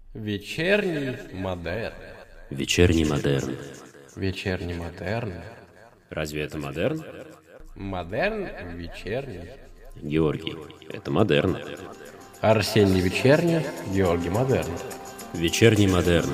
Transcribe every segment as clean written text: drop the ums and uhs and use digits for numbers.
Вечерний модерн. Вечерний модерн. Вечерний модерн. Разве это модерн? Модерн вечерний. Георгий, это модерн. Арсений вечерний, Георгий модерн. Вечерний модерн.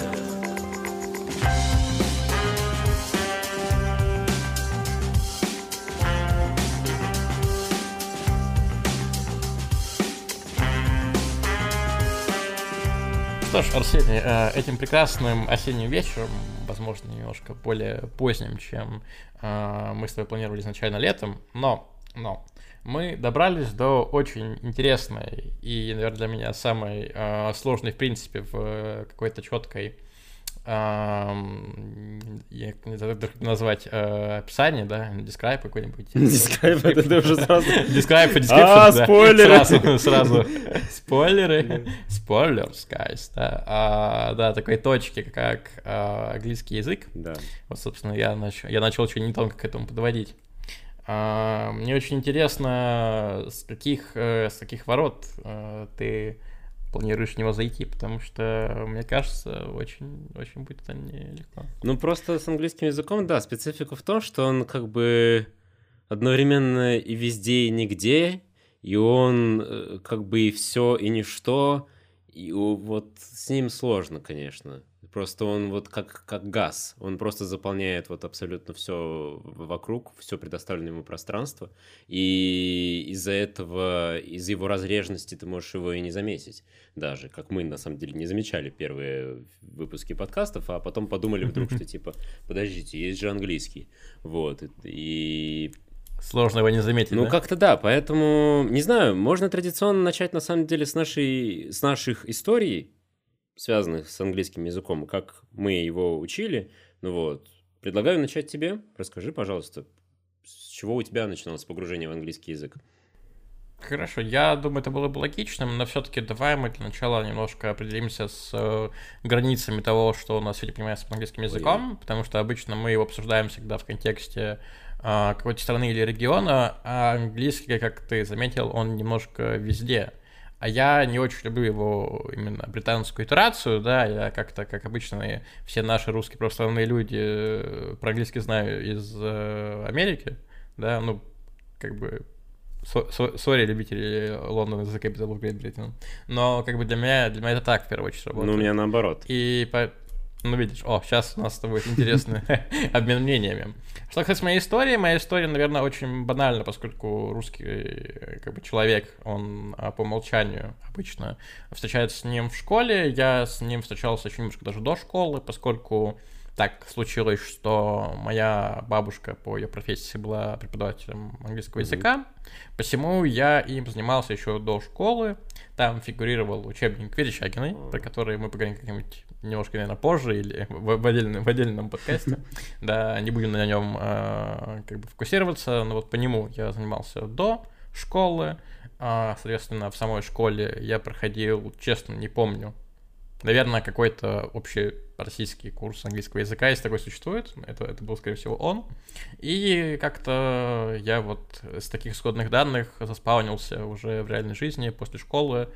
Что ж, Арсений, этим прекрасным осенним вечером, возможно, немножко более поздним, чем мы с тобой планировали изначально летом, но мы добрались до очень интересной и, наверное, для меня самой сложной, в принципе, в какой-то четкой, я не знаю, как назвать, описание, да, describe какой-нибудь. Describe, это уже сразу... Describe и description, да. Спойлеры! Сразу. Спойлеры. Spoilers, guys, да. Да, такой точки, как английский язык. Да. Вот, собственно, я начал очень не тонко к этому подводить. Мне очень интересно, с каких ворот ты планируешь в него зайти, потому что, мне кажется, очень будет это нелегко. Ну, просто с английским языком, да, специфика в том, что он как бы одновременно и везде, и нигде, и он как бы и все, и ничто, и вот с ним сложно, конечно. Просто он вот как газ, он просто заполняет вот абсолютно все вокруг, все предоставленное ему пространство, и из-за этого, из-за его разреженности ты можешь его и не заметить даже, как мы на самом деле не замечали первые выпуски подкастов, а потом подумали вдруг, что типа, подождите, есть же английский, вот, и... Сложно его не заметить, Ну, да? как-то да, поэтому, не знаю, можно традиционно начать на самом деле с наших историй, связанных с английским языком, как мы его учили. Ну вот, предлагаю начать тебе. Расскажи, пожалуйста, с чего у тебя начиналось погружение в английский язык? Хорошо, я думаю, это было бы логичным, но все-таки давай мы для начала немножко определимся с границами того, что у нас сегодня понимается под английским языком, потому что обычно мы его обсуждаем всегда в контексте какой-то страны или региона, а английский, как ты заметил, он немножко везде. А я не очень люблю его именно британскую итерацию, да, я как-то, как обычно, все наши русские православные люди про английский знаю из Америки, да, ну, как бы, сори, любители Лондона из The Capital of Great Britain, но, как бы, для меня это так, в первую очередь, работает. Ну, у меня наоборот. Ну, видишь, сейчас у нас с тобой интересный обмен мнениями. Что касается моя история, наверное, очень банальна, поскольку русский как бы человек, он по умолчанию обычно встречается с ним в школе. Я с ним встречался еще немножко даже до школы, поскольку так случилось, что моя бабушка по ее профессии была преподавателем английского языка, посему я им занимался еще до школы. Там фигурировал учебник Верещагиной, про который мы поговорим как-нибудь немножко, наверное, позже или в отдельном подкасте. Да, не будем на нем как бы фокусироваться, но вот по нему я занимался до школы. Соответственно, в самой школе я проходил, честно, не помню, наверное, какой-то общий российский курс английского языка, если такой существует. Это был, скорее всего, он. И как-то я вот с таких исходных данных заспаунился уже в реальной жизни после школы.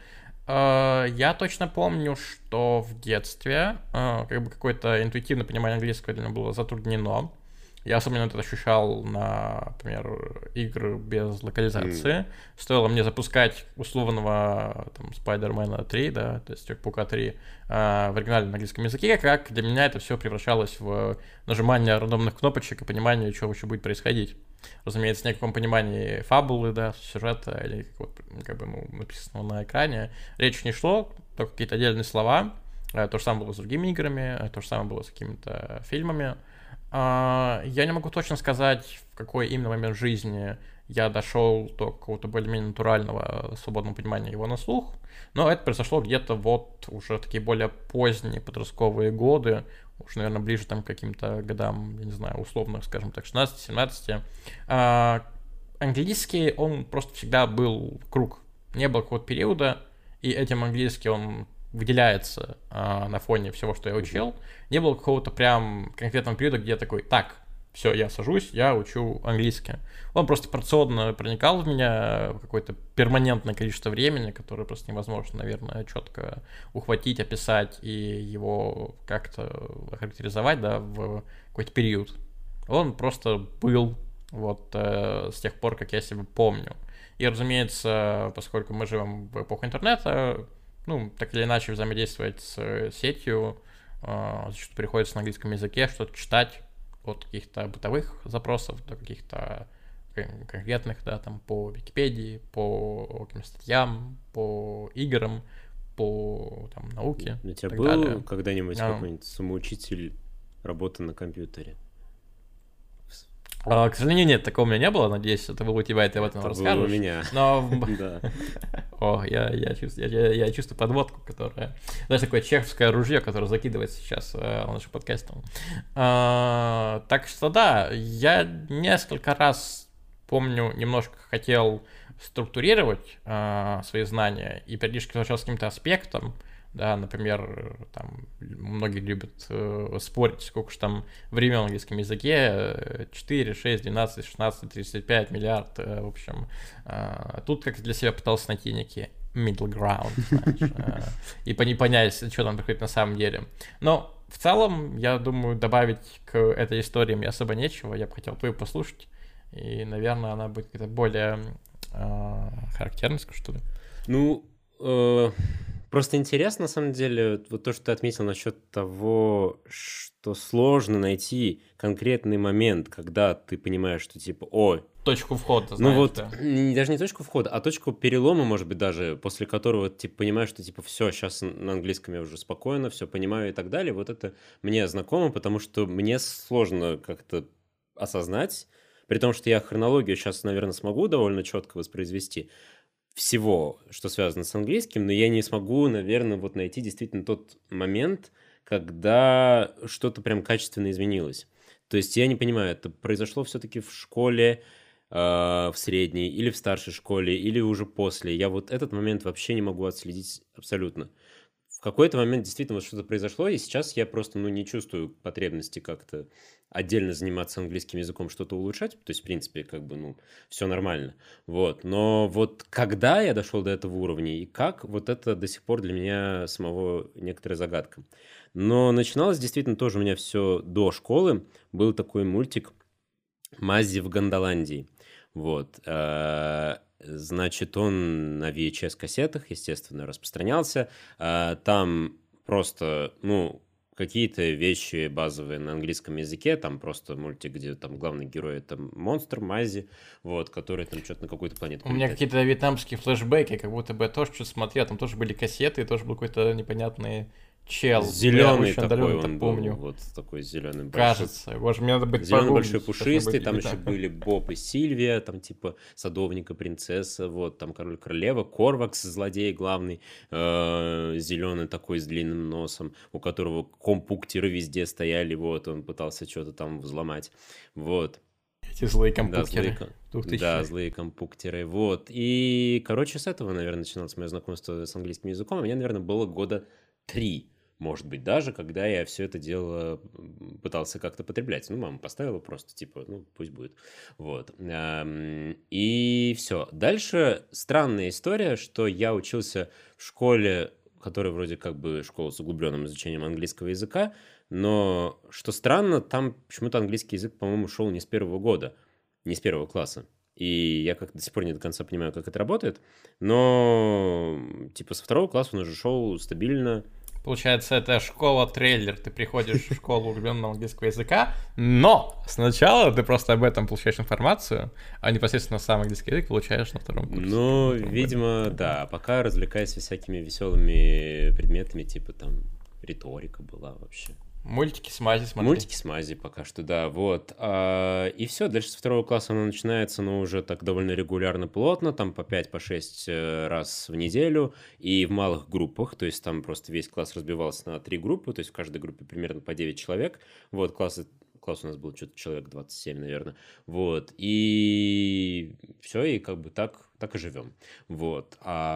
Я точно помню, что в детстве как бы какое-то интуитивное понимание английского для меня было затруднено. Я особенно это ощущал на, например, игры без локализации. Стоило мне запускать условного там, Spider-Man 3, да, то есть Человек-паука 3 в оригинальном английском языке, как для меня это все превращалось в нажимание рандомных кнопочек и понимание, что вообще будет происходить. Разумеется, в никаком понимании фабулы, да, сюжета или как бы, написанного на экране речь не шло, только какие-то отдельные слова. То же самое было с другими играми, то же самое было с какими-то фильмами. Я не могу точно сказать, в какой именно момент жизни я дошел до какого-то более-менее натурального, свободного понимания его на слух, но это произошло где-то вот уже такие более поздние подростковые годы, уже, наверное, ближе там к каким-то годам, я не знаю, условно, скажем так, 16-17. Английский, он просто всегда был вокруг, не было какого-то периода, и этим английский, он выделяется на фоне всего, что я учил. Не было какого-то прям конкретного периода, где я такой, так, все, я сажусь, я учу английский. Он просто порционно проникал в меня какое-то перманентное количество времени, которое просто невозможно, наверное, четко ухватить, описать и его как-то охарактеризовать, да, в какой-то период. Он просто был вот с тех пор, как я себя помню. И, разумеется, поскольку мы живем в эпоху интернета, ну, так или иначе взаимодействовать с сетью зачастую приходится на английском языке, что-то читать от каких-то бытовых запросов до каких-то конкретных, да, там, по Википедии, по каким-то статьям, по играм, по там, науке. У и тебя так был далее. когда-нибудь какой-нибудь самоучитель работы на компьютере? К сожалению, нет, такого у меня не было. Надеюсь, это было у тебя, и ты об этом Это расскажешь. было у меня. Но Да. О, я чувствую подводку, которая... Знаешь, такое чеховское ружье, которое закидывает сейчас нашим подкастом. Так что да, я несколько раз, помню, немножко хотел структурировать свои знания и периодически возвращался к каким-то аспектам. Да, например, там многие любят спорить, сколько же там времен в английском языке, 4, 6, 12, 16, 35 миллиард, в общем. Тут как для себя пытался найти некий middle ground, знаешь, и понять, что там происходит на самом деле. Но в целом, я думаю, добавить к этой истории мне особо нечего, я бы хотел твою послушать, и, наверное, она будет какая-то более характерная, что ли. Ну, просто интересно, на самом деле, вот то, что ты отметил насчет того, что сложно найти конкретный момент, когда ты понимаешь, что типа, точку входа, знаешь, ну вот, да. даже не точку входа, а точку перелома, может быть, даже, после которого типа понимаешь, что типа все, сейчас на английском я уже спокойно, все понимаю и так далее. Вот это мне знакомо, потому что мне сложно как-то осознать, при том, что я хронологию сейчас, наверное, смогу довольно четко воспроизвести всего, что связано с английским, но я не смогу, наверное, вот найти действительно тот момент, когда что-то прям качественно изменилось. То есть я не понимаю, это произошло все-таки в школе, в средней, или в старшей школе, или уже после. Я вот этот момент вообще не могу отследить абсолютно. В какой-то момент действительно вот что-то произошло, и сейчас я просто, не чувствую потребности как-то отдельно заниматься английским языком, что-то улучшать. То есть, в принципе, как бы, все нормально. Вот. Но вот когда я дошел до этого уровня и как, вот это до сих пор для меня самого некоторая загадка. Но начиналось действительно тоже у меня все до школы. Был такой мультик «Маззи в Гондоландии». Вот. Значит, он на VHS-кассетах, естественно, распространялся. Там просто, какие-то вещи базовые на английском языке. Там просто мультик, где там главный герой — это монстр, Маззи, вот, который там что-то на какую-то планету У меня прилетает. какие-то вьетнамские флешбеки, как будто бы я тоже что-то смотрел, там тоже были кассеты, и тоже был какой-то непонятный чел. Я Зеленый очень такой отдаленно он так был, помню. вот такой зеленый большой. Кажется. Боже, мне надо будет Зеленый погуглить, большой как он пушистый, там выглядит, еще да. были Боб и Сильвия, там типа садовника, принцесса, вот, там король королева, Корвакс, злодей главный, зеленый такой с длинным носом, у которого компуктеры везде стояли, вот, он пытался что-то там взломать, вот. Эти злые Да, компьютеры. да, злые компьютеры, вот. И, короче, с этого, наверное, начиналось мое знакомство с английским языком. У меня, наверное, было года 3, может быть, даже, когда я все это дело пытался как-то потреблять. Мама поставила просто, типа, пусть будет. Вот. И все. Дальше странная история, что я учился в школе, которая вроде как бы школа с углубленным изучением английского языка, но, что странно, там почему-то английский язык, по-моему, шел не с первого года, не с первого класса. И я как-то до сих пор не до конца понимаю, как это работает. Но, типа, со второго класса он уже шел стабильно. Получается, это школа-трейлер. Ты приходишь в школу углубленного английского языка, но сначала ты просто об этом получаешь информацию, а непосредственно сам английский язык получаешь на втором курсе. Ну, видимо, да. Пока развлекаюсь всякими веселыми предметами, типа там риторика была вообще. Мультики с Мази смотри. Мультики с Мази пока что, да, вот. И все, дальше со второго класса оно начинается, но уже так довольно регулярно, плотно, там по 5-6 раз в неделю, и в малых группах, то есть там просто весь класс разбивался на 3 группы, то есть в каждой группе примерно по 9 человек, вот, класс у нас был что-то человек 27, наверное, вот, и все, и как бы так и живем, вот.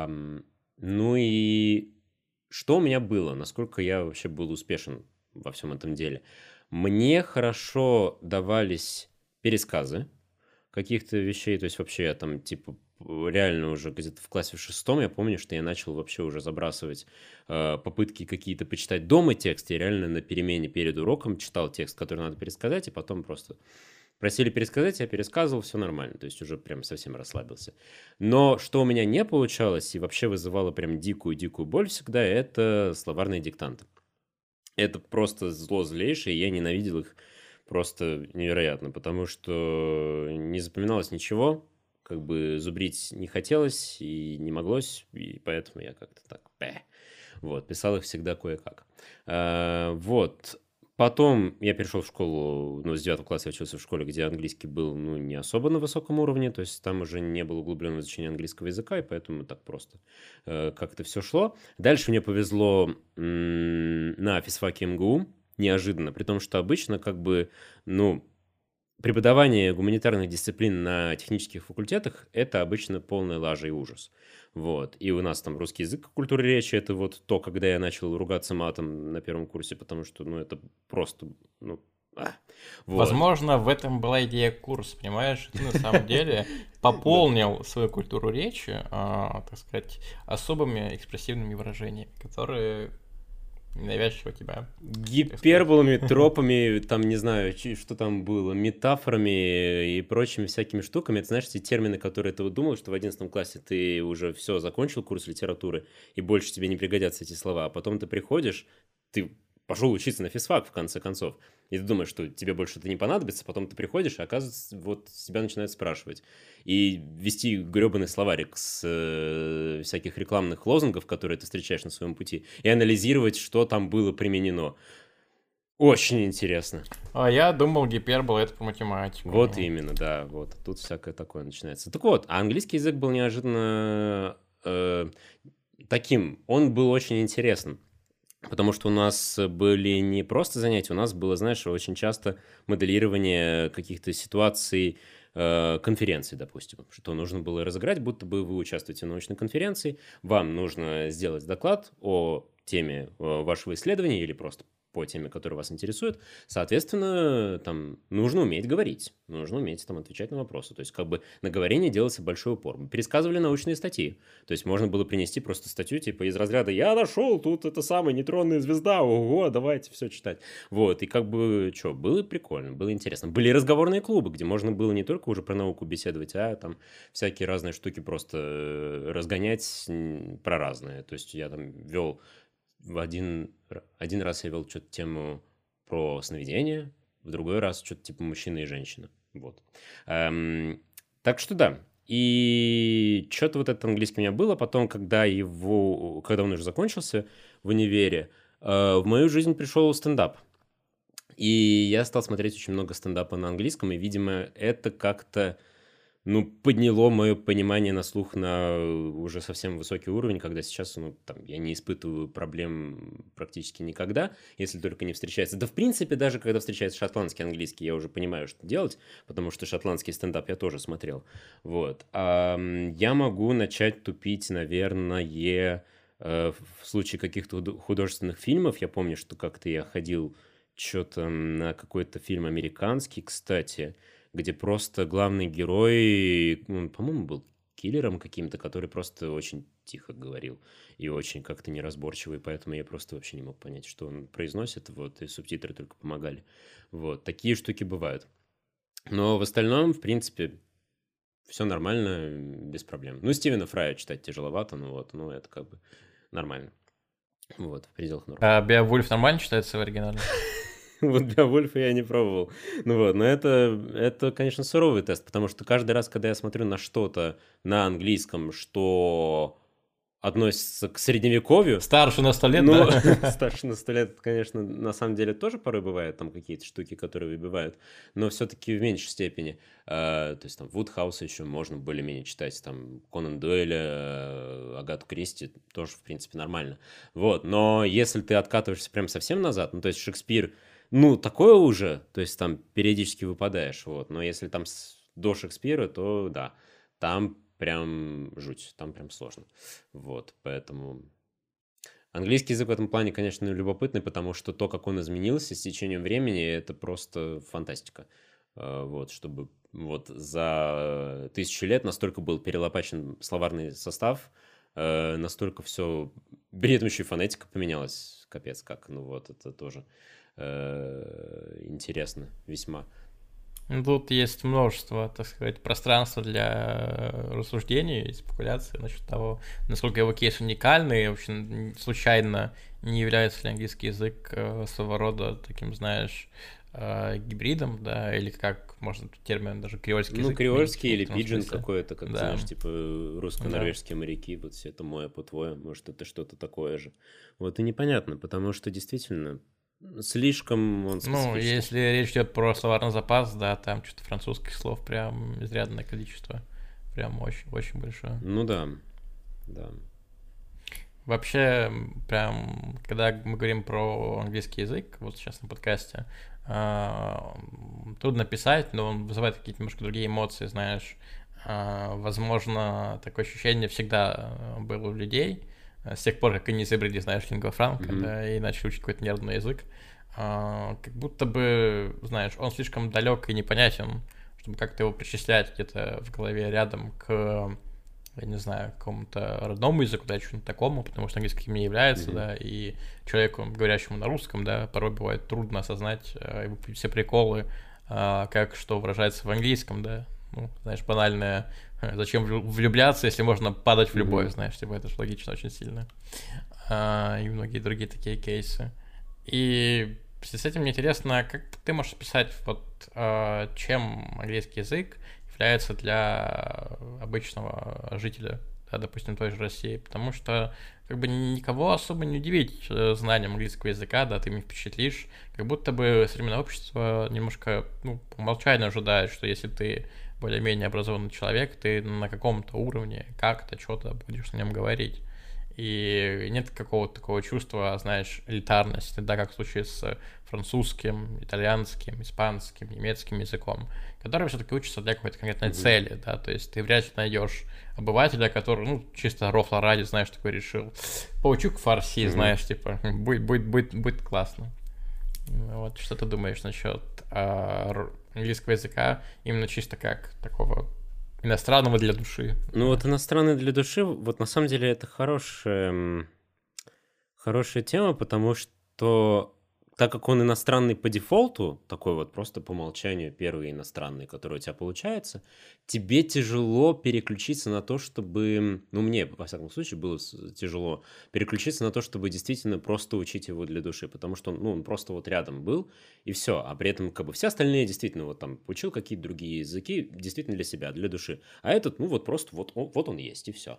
Ну и что у меня было, насколько я вообще был успешен во всем этом деле. Мне хорошо давались пересказы каких-то вещей, то есть вообще я там, типа, реально уже где-то в классе в 6 я помню, что я начал вообще уже забрасывать попытки какие-то почитать дома текст, я реально на перемене перед уроком читал текст, который надо пересказать, и потом просто просили пересказать, я пересказывал, все нормально, то есть уже прям совсем расслабился. Но что у меня не получалось и вообще вызывало прям дикую-дикую боль всегда, это словарные диктанты. Это просто зло злейшее, и я ненавидел их просто невероятно, потому что не запоминалось ничего, как бы зубрить не хотелось и не моглось, и поэтому я как-то так, вот, писал их всегда кое-как. Вот, потом я перешел в школу, ну, с 9 класса я учился в школе, где английский был, ну, не особо на высоком уровне, то есть там уже не было углубленного изучения английского языка, и поэтому так просто как-то все шло. Дальше мне повезло на физфаке МГУ, неожиданно, при том, что обычно как бы, ну, преподавание гуманитарных дисциплин на технических факультетах – это обычно полная лажа и ужас. Вот. И у нас там русский язык, культура речи – это вот то, когда я начал ругаться матом на первом курсе, потому что, ну, это просто, ну, вот. Возможно, в этом была идея курса, понимаешь? Ты на самом деле пополнил свою культуру речи, так сказать, особыми экспрессивными выражениями, которые навязчиво тебя. Гиперболами, тропами, там, не знаю, что там было, метафорами и прочими всякими штуками. Это, знаешь, те термины, которые ты вот думал, что в 11 классе ты уже все закончил курс литературы, и больше тебе не пригодятся эти слова. А потом ты приходишь, ты пошел учиться на физфак, в конце концов, и ты думаешь, что тебе больше это не понадобится, потом ты приходишь, и оказывается, вот тебя начинают спрашивать. И вести гребаный словарик с всяких рекламных лозунгов, которые ты встречаешь на своем пути, и анализировать, что там было применено. Очень интересно. А я думал, гипербола — это по математике. Вот именно, да, вот тут всякое такое начинается. Так вот, а английский язык был неожиданно таким, он был очень интересным. Потому что у нас были не просто занятия, у нас было, знаешь, очень часто моделирование каких-то ситуаций, конференций, допустим, что нужно было разыграть, будто бы вы участвуете в научной конференции, вам нужно сделать доклад о теме вашего исследования или просто по теме, которая вас интересует, соответственно, там нужно уметь говорить, нужно уметь там отвечать на вопросы. То есть как бы на говорение делался большой упор. Мы пересказывали научные статьи. То есть можно было принести просто статью типа из разряда «Я нашел, тут это самая нейтронная звезда, ого, давайте все читать». Вот, и как бы, что, было прикольно, было интересно. Были разговорные клубы, где можно было не только уже про науку беседовать, а там всякие разные штуки просто разгонять про разные. То есть я там вел один раз я вел что-то тему про сновидение, в другой раз что-то типа мужчина и женщина. Вот. Так что да. И что-то вот этот английский у меня было. Потом, когда он уже закончился в универе, в мою жизнь пришел стендап. И я стал смотреть очень много стендапа на английском, и, видимо, это как-то, ну, подняло мое понимание на слух на уже совсем высокий уровень, когда сейчас, ну, там, я не испытываю проблем практически никогда, если только не встречается. Да, в принципе, даже когда встречается шотландский английский, я уже понимаю, что делать, потому что шотландский стендап я тоже смотрел. Вот. Я могу начать тупить, наверное, в случае каких-то художественных фильмов. Я помню, что как-то я ходил что-то на какой-то фильм американский, кстати, где просто главный герой, он, по-моему, был киллером каким-то, который просто очень тихо говорил и очень как-то неразборчивый, поэтому я просто вообще не мог понять, что он произносит, вот, и субтитры только помогали. Вот, такие штуки бывают. Но в остальном, в принципе, все нормально, без проблем. Ну, Стивена Фрая читать тяжеловато, ну вот, ну это как бы нормально. Вот, в пределах нормы. А Беовульф нормально читается в оригинале? Вот Беовульфа я не пробовал. Ну вот, но это, конечно, суровый тест, потому что каждый раз, когда я смотрю на что-то на английском, что относится к средневековью... Старше на 100 лет, ну, да? старше на 100 лет, конечно, на самом деле тоже порой бывают там какие-то штуки, которые выбивают, но все-таки в меньшей степени. То есть там Вудхауса еще можно более-менее читать, там Конан Дойля, Агату Кристи, тоже, в принципе, нормально. Вот, но если ты откатываешься прям совсем назад, ну, то есть Шекспир... Ну, такое уже, то есть там периодически выпадаешь, вот. Но если там до Шекспира, то да, там прям жуть, там прям сложно. Вот, поэтому Английский язык в этом плане, конечно, любопытный, потому что то, как он изменился с течением времени, это просто фантастика. Вот, чтобы вот за тысячу лет настолько был перелопачен словарный состав, настолько все, при этом еще и фонетика поменялась, капец как, ну вот, это тоже интересно весьма. Ну, тут есть множество, так сказать, пространства для рассуждений и спекуляций насчет того, насколько его кейс уникальный, и вообще случайно не является ли английский язык своего рода таким, знаешь, гибридом, да, или как можно термин даже креольский Ну, язык креольский или в этом пиджин смысле. какой-то, как, Да, знаешь, типа да. русско-норвежские моряки, вот все это мое по твое, может, это что-то такое же. Вот и непонятно, потому что действительно слишком он Ну, специфический. если речь идет про словарный запас, да, там что-то французских слов прям изрядное количество, прям очень большое. Ну да, да. Вообще, прям, когда мы говорим про английский язык, вот сейчас на подкасте, трудно писать, но он вызывает какие-то немножко другие эмоции, знаешь. Возможно, такое ощущение всегда было у людей, с тех пор, как они изобрели, знаешь, лингва франка, Мгм. да, и начали учить какой-то нервный язык, как будто бы, знаешь, он слишком далек и непонятен, чтобы как-то его причислять где-то в голове рядом к, я не знаю, какому-то родному языку, да, чему-то такому, потому что английский не является, Мгм. да, и человеку, говорящему на русском, да, порой бывает трудно осознать его все приколы, как что выражается в английском, да, ну, знаешь, банальное, зачем влюбляться, если можно падать в любовь, Мгм. знаешь, типа это же логично очень сильно, и многие другие такие кейсы. И в связи с этим мне интересно, как ты можешь описать, вот, чем английский язык является для обычного жителя, да, допустим, той же России, потому что как бы никого особо не удивить знанием английского языка, да, ты им впечатлишь, как будто бы современное общество немножко, ну, по умолчанию ожидает, что если ты более-менее образованный человек, ты на каком-то уровне как-то что-то будешь на нем говорить. И нет какого-то такого чувства, знаешь, элитарности, да, как в случае с французским, итальянским, испанским, немецким языком, который все-таки учится для какой-то конкретной Мгм. цели, да, то есть ты вряд ли найдешь обывателя, который, ну, чисто рофла ради, знаешь, такой решил, паучук фарси, Мгм. знаешь, типа, будет классно. Вот, что ты думаешь насчет английского языка именно чисто как такого иностранного для души, Ну да? вот иностранный для души, вот на самом деле это хорошая тема, потому что так как он иностранный по дефолту, такой вот просто по умолчанию первый иностранный, который у тебя получается, тебе тяжело переключиться на то, чтобы, ну мне, во всяком случае, было тяжело переключиться на то, чтобы действительно просто учить его для души, потому что он, ну, он просто вот рядом был, и все, а при этом как бы все остальные действительно вот там учил какие-то другие языки, действительно для себя, для души, а этот, ну вот просто вот он есть, и все.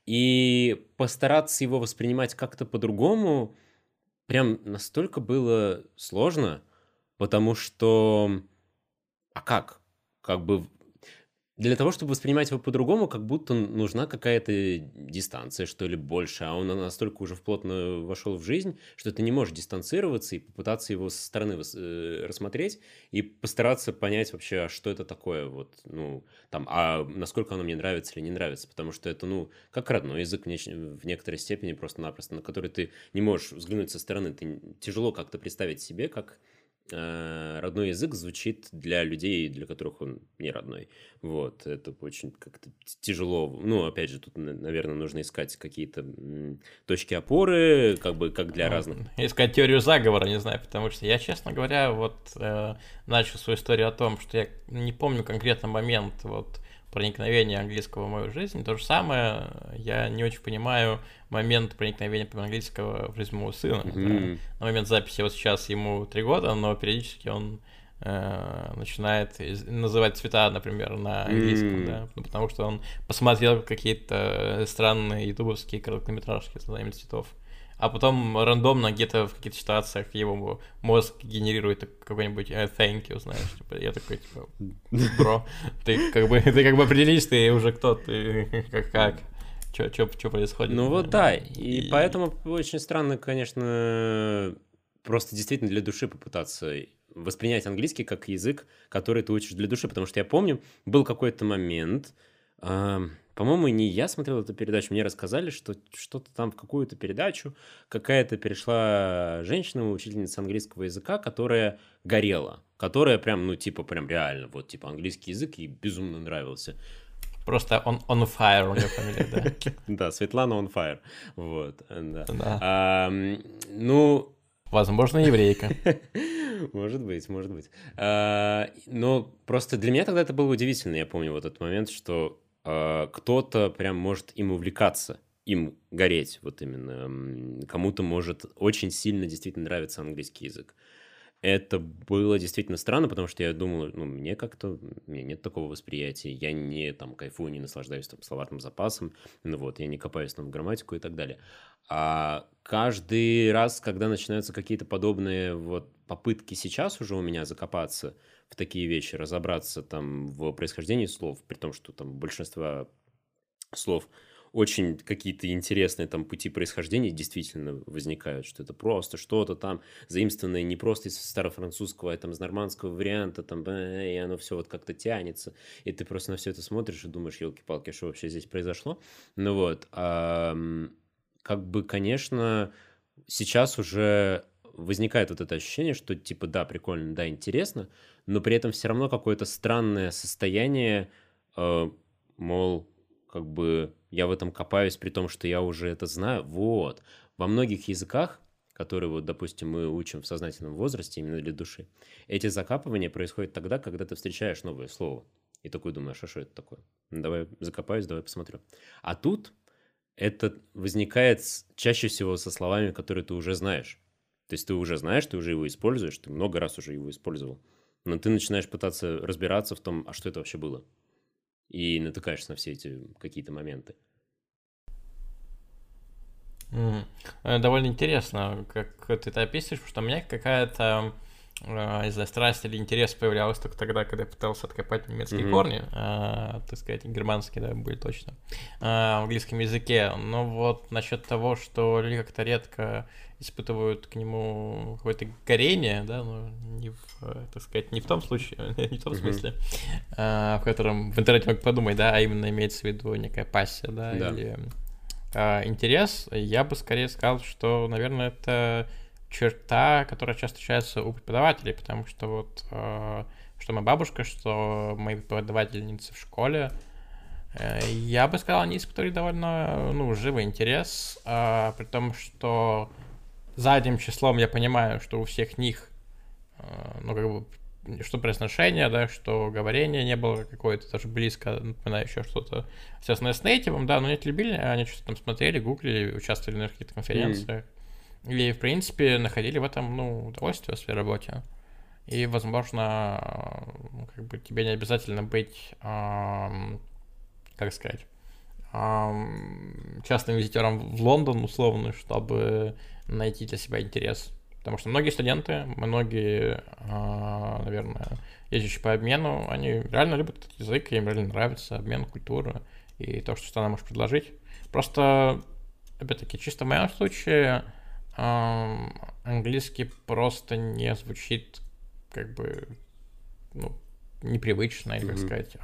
И постараться его воспринимать как-то по-другому прям настолько было сложно, потому что... А как? Как бы для того, чтобы воспринимать его по-другому, как будто нужна какая-то дистанция, что ли, больше, а он настолько уже плотно вошел в жизнь, что ты не можешь дистанцироваться и попытаться его со стороны рассмотреть и постараться понять вообще, а что это такое, вот, ну, там, а насколько оно мне нравится или не нравится, потому что это, ну, как родной язык в некоторой степени просто-напросто, на который ты не можешь взглянуть со стороны, ты тяжело как-то представить себе, как родной язык звучит для людей, для которых он не родной. Вот, это очень как-то тяжело. Ну, опять же, тут, наверное, нужно искать какие-то точки опоры, как бы, как для разных. Искать теорию заговора, не знаю, потому что я, честно говоря, вот начал свою историю о том, что я не помню конкретно момент вот проникновения английского в мою жизнь. То же самое, я не очень понимаю момент проникновения английского в жизнь моего сына. Да. Мгм. На момент записи вот сейчас ему 3 года, но периодически он начинает называть цвета, например, на английском, да, ну, потому что он посмотрел какие-то странные ютубовские короткометражки с названием цветов. А потом рандомно где-то в каких-то ситуациях его мозг генерирует какой-нибудь thank you, знаешь, типа, я такой, типа, бро, ты как бы определись, ты уже кто, ты как, что происходит, Ну вот да, да, и поэтому очень странно, конечно, просто действительно для души попытаться воспринять английский как язык, который ты учишь для души, потому что я помню, был какой-то момент, По-моему, не я смотрел эту передачу, мне рассказали, что что-то там в какую-то передачу какая-то перешла женщина, учительница английского языка, которая горела, которая прям, ну, типа, прям реально, вот, типа, английский язык ей безумно нравился. Просто on fire у нее фамилия, да. Да, Светлана on fire, вот, да. Да. Ну... Возможно, еврейка. Может быть, может быть. Но просто для меня тогда это было удивительно, я помню вот этот момент, что кто-то прям может им увлекаться, им гореть, вот именно. Кому-то может очень сильно действительно нравиться английский язык. Это было действительно странно, потому что я думал, ну, мне как-то, у меня нет такого восприятия, я не там кайфую, не наслаждаюсь там словарным запасом, ну вот, я не копаюсь там в грамматику и так далее. А каждый раз, когда начинаются какие-то подобные вот попытки сейчас уже у меня закопаться в такие вещи, разобраться там в происхождении слов, при том, что там большинство слов очень какие-то интересные там пути происхождения действительно возникают, что это просто что-то там заимствованное не просто из старофранцузского, а там из нормандского варианта, там, и оно все вот как-то тянется, и ты просто на все это смотришь и думаешь, елки-палки, что вообще здесь произошло? Ну вот, как бы, конечно, сейчас уже возникает вот это ощущение, что типа, да, прикольно, да, интересно, но при этом все равно какое-то странное состояние, мол, как бы я в этом копаюсь, при том, что я уже это знаю. Вот. Во многих языках, которые, вот, допустим, мы учим в сознательном возрасте, именно для души, эти закапывания происходят тогда, когда ты встречаешь новое слово. И такой думаешь, а что это такое? Ну, давай закопаюсь, давай посмотрю. А тут это возникает чаще всего со словами, которые ты уже знаешь. То есть ты уже знаешь, ты уже его используешь, ты много раз уже его использовал. Но ты начинаешь пытаться разбираться в том, а что это вообще было. И натыкаешься на все эти какие-то моменты. Довольно интересно, как ты это описываешь, потому что у меня какая-то, не знаю, страсть или интерес появлялась только тогда, когда я пытался откопать немецкие корни, так сказать, германские, да, были точно, в английском языке. Но вот насчет того, что люди как-то редко испытывают к нему какое-то горение, да, ну, не в, так сказать, не в том случае, не в том смысле, в котором в интернете мог подумать, да, а именно имеется в виду некая пассия, да. Или интерес, я бы скорее сказал, что, наверное, это черта, которая часто встречается у преподавателей, потому что вот что моя бабушка, что мои преподавательницы в школе, я бы сказал, они испытывали довольно, ну, живый интерес, при том, что задним числом я понимаю, что у всех них, ну, как бы, что произношение, да, что говорение не было какое-то даже близко напоминающее что-то связанное с нейтивом, да, но они это любили, они что-то там смотрели, гуглили, участвовали на каких-то конференциях, и, в принципе, находили в этом, ну, удовольствие в своей работе. И, возможно, как бы тебе не обязательно быть, как сказать, частным визитером в Лондон, условно, чтобы найти для себя интерес. Потому что многие студенты, многие, наверное, ездящие по обмену, они реально любят этот язык, им реально нравится обмен, культура и то, что страна может предложить. Просто, опять-таки, чисто в моем случае английский просто не звучит как бы, ну, непривычно, или, как сказать,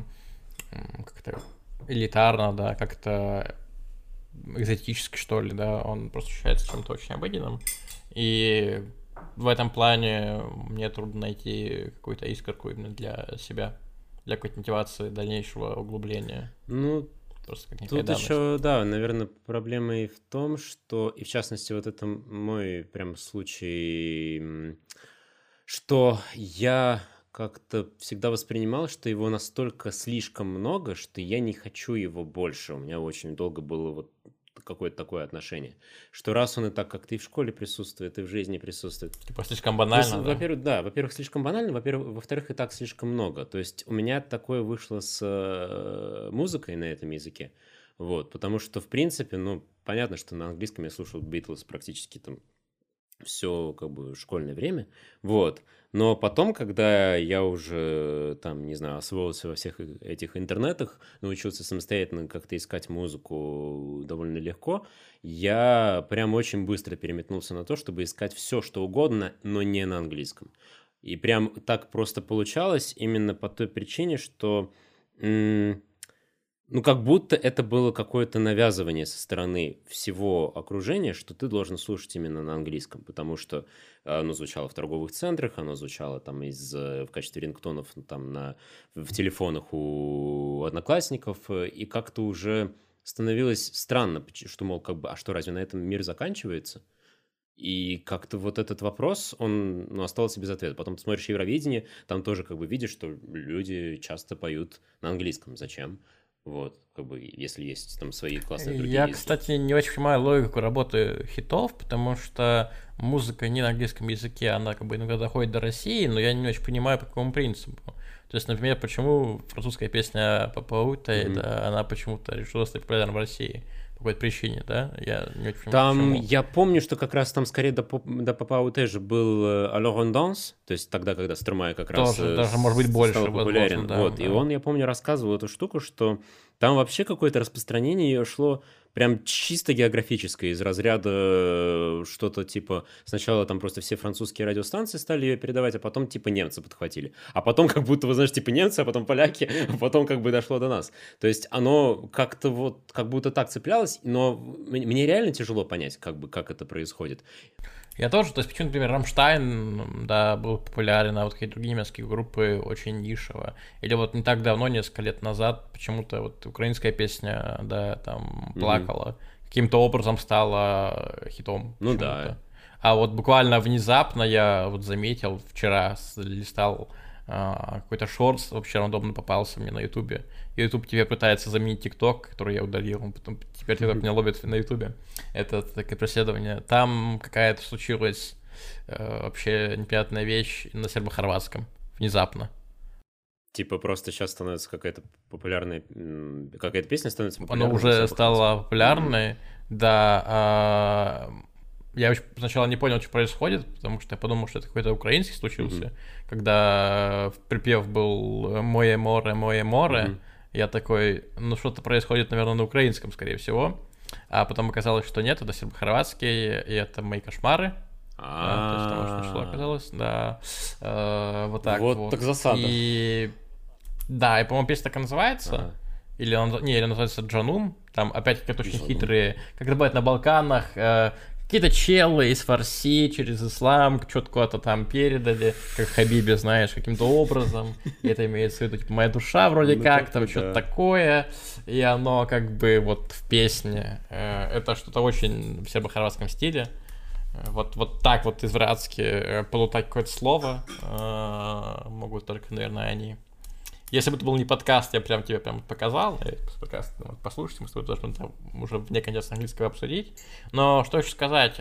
как-то элитарно, да, как-то экзотически, что ли, да, он просто ощущается чем-то очень обыденным. И в этом плане мне трудно найти какую-то искорку именно для себя, для какой-то мотивации дальнейшего углубления. Ну, просто как тут еще, да, наверное, проблема и в том, что, и в частности, вот это мой прям случай, что я как-то всегда воспринимал, что его настолько слишком много, что я не хочу его больше. У меня очень долго было вот какое-то такое отношение, что раз он и так как-то и в школе присутствует, и в жизни присутствует. Типа слишком банально, да? Во-первых, да, во-первых, слишком банально, во-вторых, и так слишком много. То есть у меня такое вышло с музыкой на этом языке, вот, потому что, в принципе, ну, понятно, что на английском я слушал Битлз практически там все как бы школьное время, вот. Но потом, когда я уже там, не знаю, освоился во всех этих интернетах, научился самостоятельно как-то искать музыку довольно легко, я прям очень быстро переметнулся на то, чтобы искать все, что угодно, но не на английском. И прям так просто получалось именно по той причине, что Ну, как будто это было какое-то навязывание со стороны всего окружения, что ты должен слушать именно на английском, потому что оно звучало в торговых центрах, оно звучало там в качестве рингтонов там в телефонах у одноклассников, и как-то уже становилось странно, что, мол, как бы, а что, разве на этом мир заканчивается? И как-то вот этот вопрос, он, ну, остался без ответа. Потом ты смотришь Евровидение, там тоже как бы видишь, что люди часто поют на английском. Зачем? Вот, как бы, если есть там свои классные другие Я, языки. кстати, не очень понимаю логику работы хитов, потому что музыка не на английском языке, она как бы иногда доходит до России, но я не очень понимаю, по какому принципу. То есть, например, почему французская песня Папаута, да, она почему-то решила стать популярной в России. По какой-то причине, да? Я не очень понимаю, Там, почему. я помню, что как раз там скорее до Папауте же был Alors on danse, то есть тогда, когда Стромае как раз Тоже, даже, может быть, больше, стал популярен. возможно, да, Вот, да. и он, я помню, рассказывал эту штуку, что там вообще какое-то распространение ее шло прям чисто географическое, из разряда что-то типа сначала там просто все французские радиостанции стали ее передавать, а потом типа немцы подхватили. А потом как будто, вы знаешь, типа немцы, а потом поляки, а потом как бы дошло до нас. То есть оно как-то вот, как будто так цеплялось, но мне реально тяжело понять, как бы, как это происходит. Я тоже, то есть почему, например, Рамштайн, да, был популярен, а вот какие-то другие немецкие группы очень нишево. Или вот не так давно, несколько лет назад, почему-то вот украинская песня, да, там, плакала, каким-то образом стала хитом. Ну да. А вот буквально внезапно я вот заметил, вчера листал какой-то шортс вообще рандомно попался мне на Ютубе. Ютуб тебе пытается заменить ТикТок, который я удалил, потом теперь ТикТок меня ловит на Ютубе. Это такое преследование. Там какая-то случилась вообще неприятная вещь на сербо-хорватском. Внезапно. Типа просто сейчас становится какая-то популярная, какая-то песня становится популярной. Она уже стала популярной, да. Я сначала не понял, что происходит, потому что я подумал, что это какой-то украинский случился, когда припев был «Мое море, мое море». Я такой, ну что-то происходит, наверное, на украинском, скорее всего. А потом оказалось, что нет, это сербо-хорватский, и это «Мои кошмары». То есть там очень нашло, оказалось, да. Вот так вот. Вот так засада. И да, и, по-моему, песня так и называется. Или называется «Джанум». Там опять какие-то очень хитрые, как это бывает на Балканах, какие-то челы из Фарси через ислам что-то куда-то там передали, как Хабиби, знаешь, каким-то образом. И это имеется в виду, типа, моя душа вроде как, там что-то такое. И оно как бы вот в песне. Это что-то очень в сербо-хорватском стиле. Вот так вот извратски полутать какое-то слово могут только, наверное, они. Если бы это был не подкаст, я прям тебе показал, подкаст, послушайте, мы с тобой должны там уже вне контекста английского обсудить. Но что хочу сказать,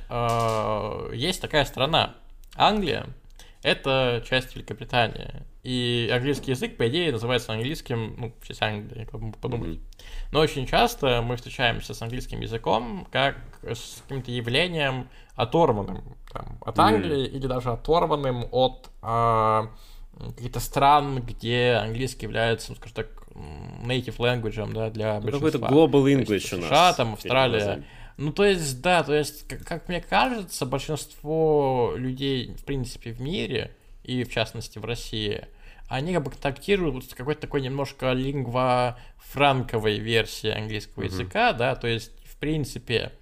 есть такая страна, Англия, это часть Великобритании. И английский язык, по идее, называется английским, ну, в честь Англии, как бы подумать. Но очень часто мы встречаемся с английским языком как с каким-то явлением оторванным там, от Англии или даже оторванным от каких-то стран, где английский является, ну, скажем так, native language, да, для большинства. Какой-то global English у нас. США, там, Австралия. Ну, то есть, да, то есть, как мне кажется, большинство людей, в принципе, в мире, и в частности в России, они как бы контактируют с какой-то такой немножко лингва-франковой версией английского языка, да, то есть, в принципе,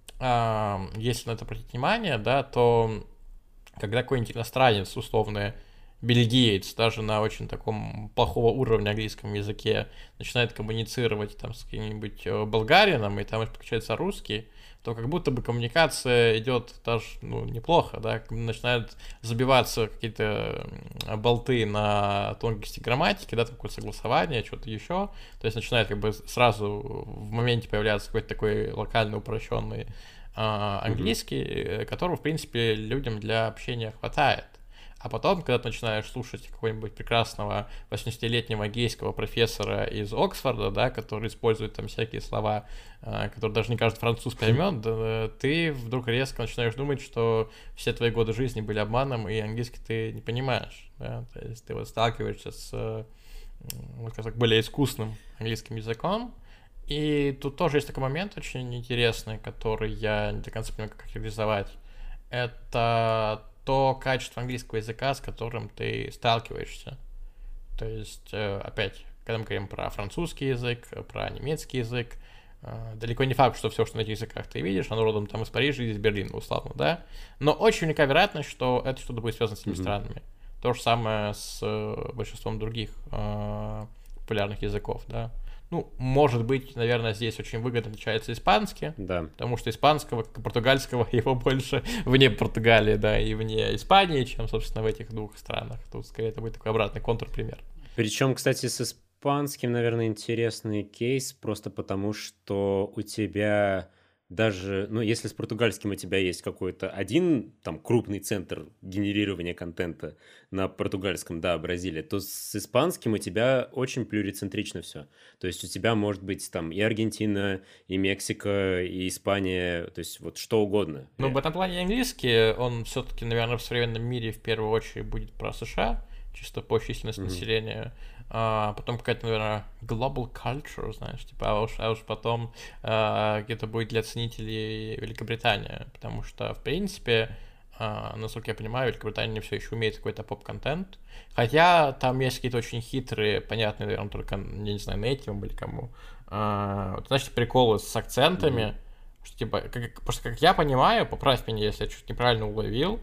если на это обратить внимание, да, то когда какой-нибудь иностранец, условно, бельгиец, даже на очень таком плохого уровня английском языке начинает коммуницировать там с каким-нибудь болгарином, и там подключается русский, то как будто бы коммуникация идет даже, ну, неплохо, да, начинают забиваться какие-то болты на тонкости грамматики, да, там какое-то согласование, что-то еще, то есть начинает как бы сразу в моменте появляться какой-то такой локально упрощенный английский, которого, в принципе, людям для общения хватает. А потом, когда ты начинаешь слушать какого-нибудь прекрасного 80-летнего гейского профессора из Оксфорда, да, который использует там всякие слова, которые даже не каждый француз поймет, да, ты вдруг резко начинаешь думать, что все твои годы жизни были обманом, и английский ты не понимаешь. Да? То есть ты вот сталкиваешься с, вот, как более искусным английским языком. И тут тоже есть такой момент очень интересный, который я не до конца понимаю, как реализовать. Это то качество английского языка, с которым ты сталкиваешься. То есть, опять, когда мы говорим про французский язык, про немецкий язык, далеко не факт, что все, что на этих языках ты видишь, оно родом там из Парижа или из Берлина, условно, да? Но очень велика вероятность, что это что-то будет связано с этими странами. То же самое с большинством других популярных языков, да? Ну, может быть, наверное, здесь очень выгодно отличается испанский, Да. потому что испанского, как и португальского, его больше вне Португалии, да, и вне Испании, чем, собственно, в этих двух странах. Тут, скорее, это будет такой обратный контрпример. Причем, кстати, с испанским, наверное, интересный кейс, просто потому что у тебя даже, ну, если с португальским у тебя есть какой-то один там крупный центр генерирования контента на португальском, да, Бразилия, то с испанским у тебя очень плюрицентрично все. То есть у тебя может быть там и Аргентина, и Мексика, и Испания, то есть вот что угодно. Ну, в этом плане английский, он все-таки, наверное, в современном мире в первую очередь будет про США, чисто по численности населения. Потом какая-то, наверное, global culture, знаешь, типа, а уж потом где-то будет для ценителей Великобритания, потому что, в принципе, насколько я понимаю, Великобритания все еще умеет какой-то поп-контент, хотя там есть какие-то очень хитрые, понятные, наверное, только, я не знаю, нейтивам или кому, значит, приколы с акцентами, что, типа, просто как я понимаю, поправь меня, если я что-то неправильно уловил,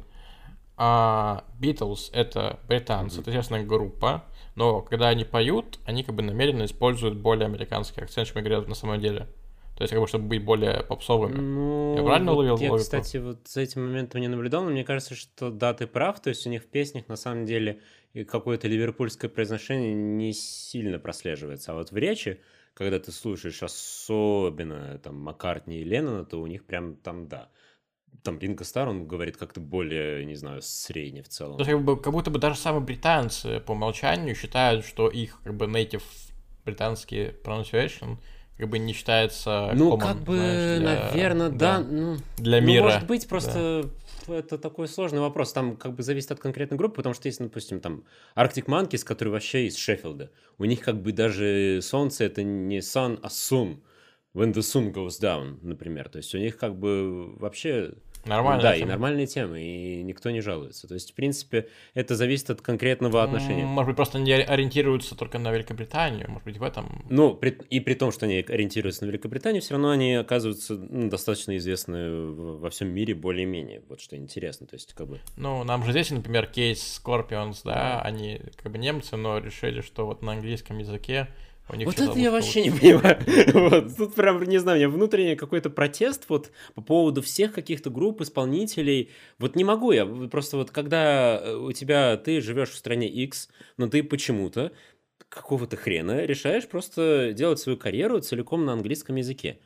Beatles — это британцы, это известная группа, но когда они поют, они как бы намеренно используют более американский акцент, чем говорят на самом деле. То есть, как бы, чтобы быть более попсовыми. Ну, Я правильно уловил я, логику? кстати, вот за этим моментом не наблюдал, но мне кажется, что да, ты прав, то есть у них в песнях на самом деле и какое-то ливерпульское произношение не сильно прослеживается, а вот в речи, когда ты слушаешь особенно там Маккартни и Леннона, то у них прям там, да. Там Ринго Стар, он говорит как-то более, не знаю, средне в целом. То есть, как будто бы даже самые британцы по умолчанию считают, что их как бы native британский pronunciation как бы не считается ну, common, как бы, знаешь, наверное, да. Ну, для мира. Может быть, просто это такой сложный вопрос. Там как бы зависит от конкретной группы, потому что есть, допустим, там Arctic Monkeys, который вообще из Шеффилда. У них как бы даже солнце это не sun, а sun. When the sun goes down, например. То есть у них как бы вообще... Нормальная да, тема. и нормальные темы, и никто не жалуется. То есть, в принципе, это зависит от конкретного отношения. Может быть, просто они ориентируются только на Великобританию, может быть, в этом... Ну, и при том, что они ориентируются на Великобританию, все равно они оказываются достаточно известны во всем мире более-менее. Вот что интересно, то есть, как бы... Ну, нам же здесь, например, кейс Scorpions, да, они как бы немцы, но решили, что вот на английском языке у них вот что-то это я лучше. вообще не понимаю. Вот, тут прям, не знаю, у меня внутренний какой-то протест вот по поводу всех каких-то групп, исполнителей. Вот не могу я, просто вот когда у тебя, ты живешь в стране X, но ты почему-то какого-то хрена решаешь просто делать свою карьеру целиком на английском языке.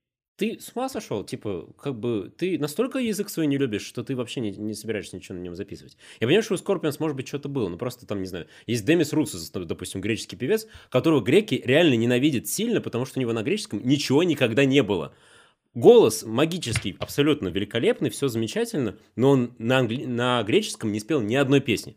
Ты с ума сошел? Типа, как бы, ты настолько язык свой не любишь, что ты вообще не собираешься ничего на нем записывать. Я понимаю, что у Scorpions, может быть, что-то было, но просто там, не знаю, есть Демис Руцис, допустим, греческий певец, которого греки реально ненавидят сильно, потому что у него на греческом ничего никогда не было. Голос магический, абсолютно великолепный, все замечательно, но он на греческом не спел ни одной песни.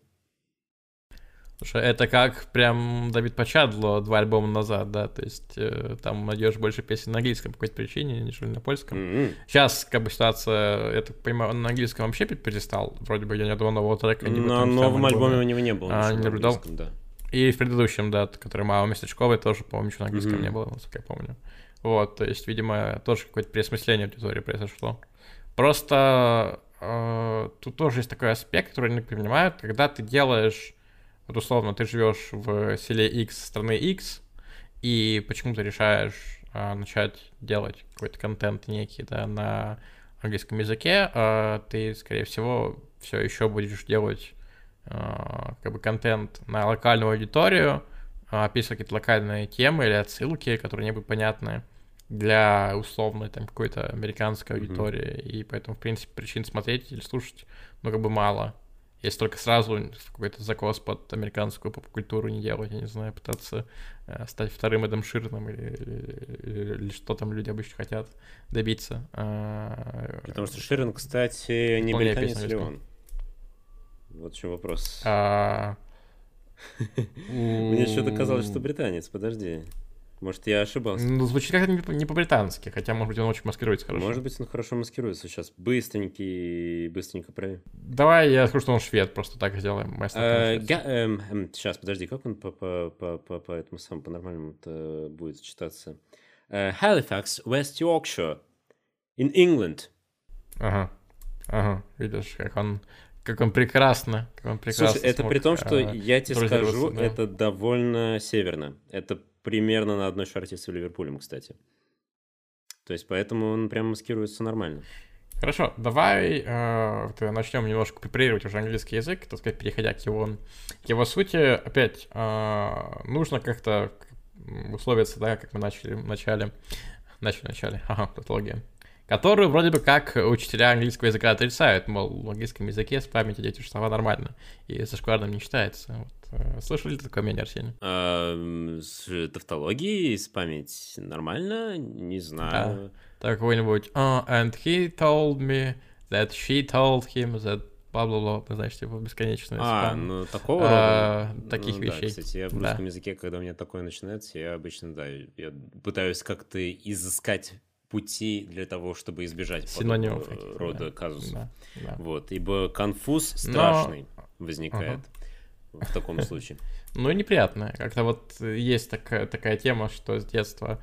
Слушай, это как прям Давид Почадло 2 альбома назад, да, то есть там найдешь больше песен на английском по какой-то причине, нежели на польском. Сейчас, как бы, ситуация, я так понимаю, он на английском вообще перестал, вроде бы я ни одного нового трека не На новом альбоме у него не было ничего не на наблюдал. английском, да. И в предыдущем, да, который Мало Местечковой, тоже, по-моему, ничего на английском не было, насколько я помню. Вот, то есть, видимо, тоже какое-то переосмысление аудитории произошло. Просто тут тоже есть такой аспект, который не понимают, когда ты делаешь... Вот условно, ты живешь в селе X страны X, и почему-то решаешь начать делать какой-то контент некий, да, на английском языке, ты, скорее всего, все еще будешь делать как бы контент на локальную аудиторию, описывать какие-то локальные темы или отсылки, которые не будут понятны для условной там какой-то американской аудитории, и поэтому, в принципе, причин смотреть или слушать, ну, как бы мало. Если только сразу какой-то закос под американскую поп-культуру не делать, я не знаю, пытаться стать вторым Эдом Шираном или что там люди обычно хотят добиться. Потому что Ширан, кстати, не британец ли он? Вот в чем вопрос. Мне что-то казалось, что британец, подожди. Может, я ошибался. Ну, звучит как-то не по-британски, хотя, может быть, он очень маскируется хорошо. Может быть, он хорошо маскируется. Сейчас быстренько проверим. Давай я скажу, что он швед, просто так сделаем. Сейчас, подожди, как он по этому самому, по-нормальному это будет читаться? Halifax, West Yorkshire, in England. Ага, видишь, как он прекрасно, Слушай, это при том, что я тебе скажу, да. это довольно северно. Это примерно на одной шарте с Ливерпулем, кстати. То есть, поэтому он прям маскируется нормально. Хорошо, давай начнем немножко препарировать уже английский язык, так сказать, переходя к его сути. Опять нужно как-то условиться, да, как мы начали в начале, тавтология, которую вроде бы как учителя английского языка отрицают, мол, в английском языке с памяти дети слова нормально, и зашкварным не считается. Вот. Слышали ли такое мнение, Арсений? С тавтологией, с память нормально? Не знаю. Да. Какой-нибудь and he told me that she told him that бла-бла-бла, ты знаешь, типа бесконечное спам. Ну такого рода. Таких вещей. Да, кстати, я в русском языке, когда у меня такое начинается, я обычно, я пытаюсь как-то изыскать пути для того, чтобы избежать синонимов рода казусов. Да. Вот, ибо конфуз страшный возникает в таком случае. Ну, неприятно. Как-то вот есть такая тема, что с детства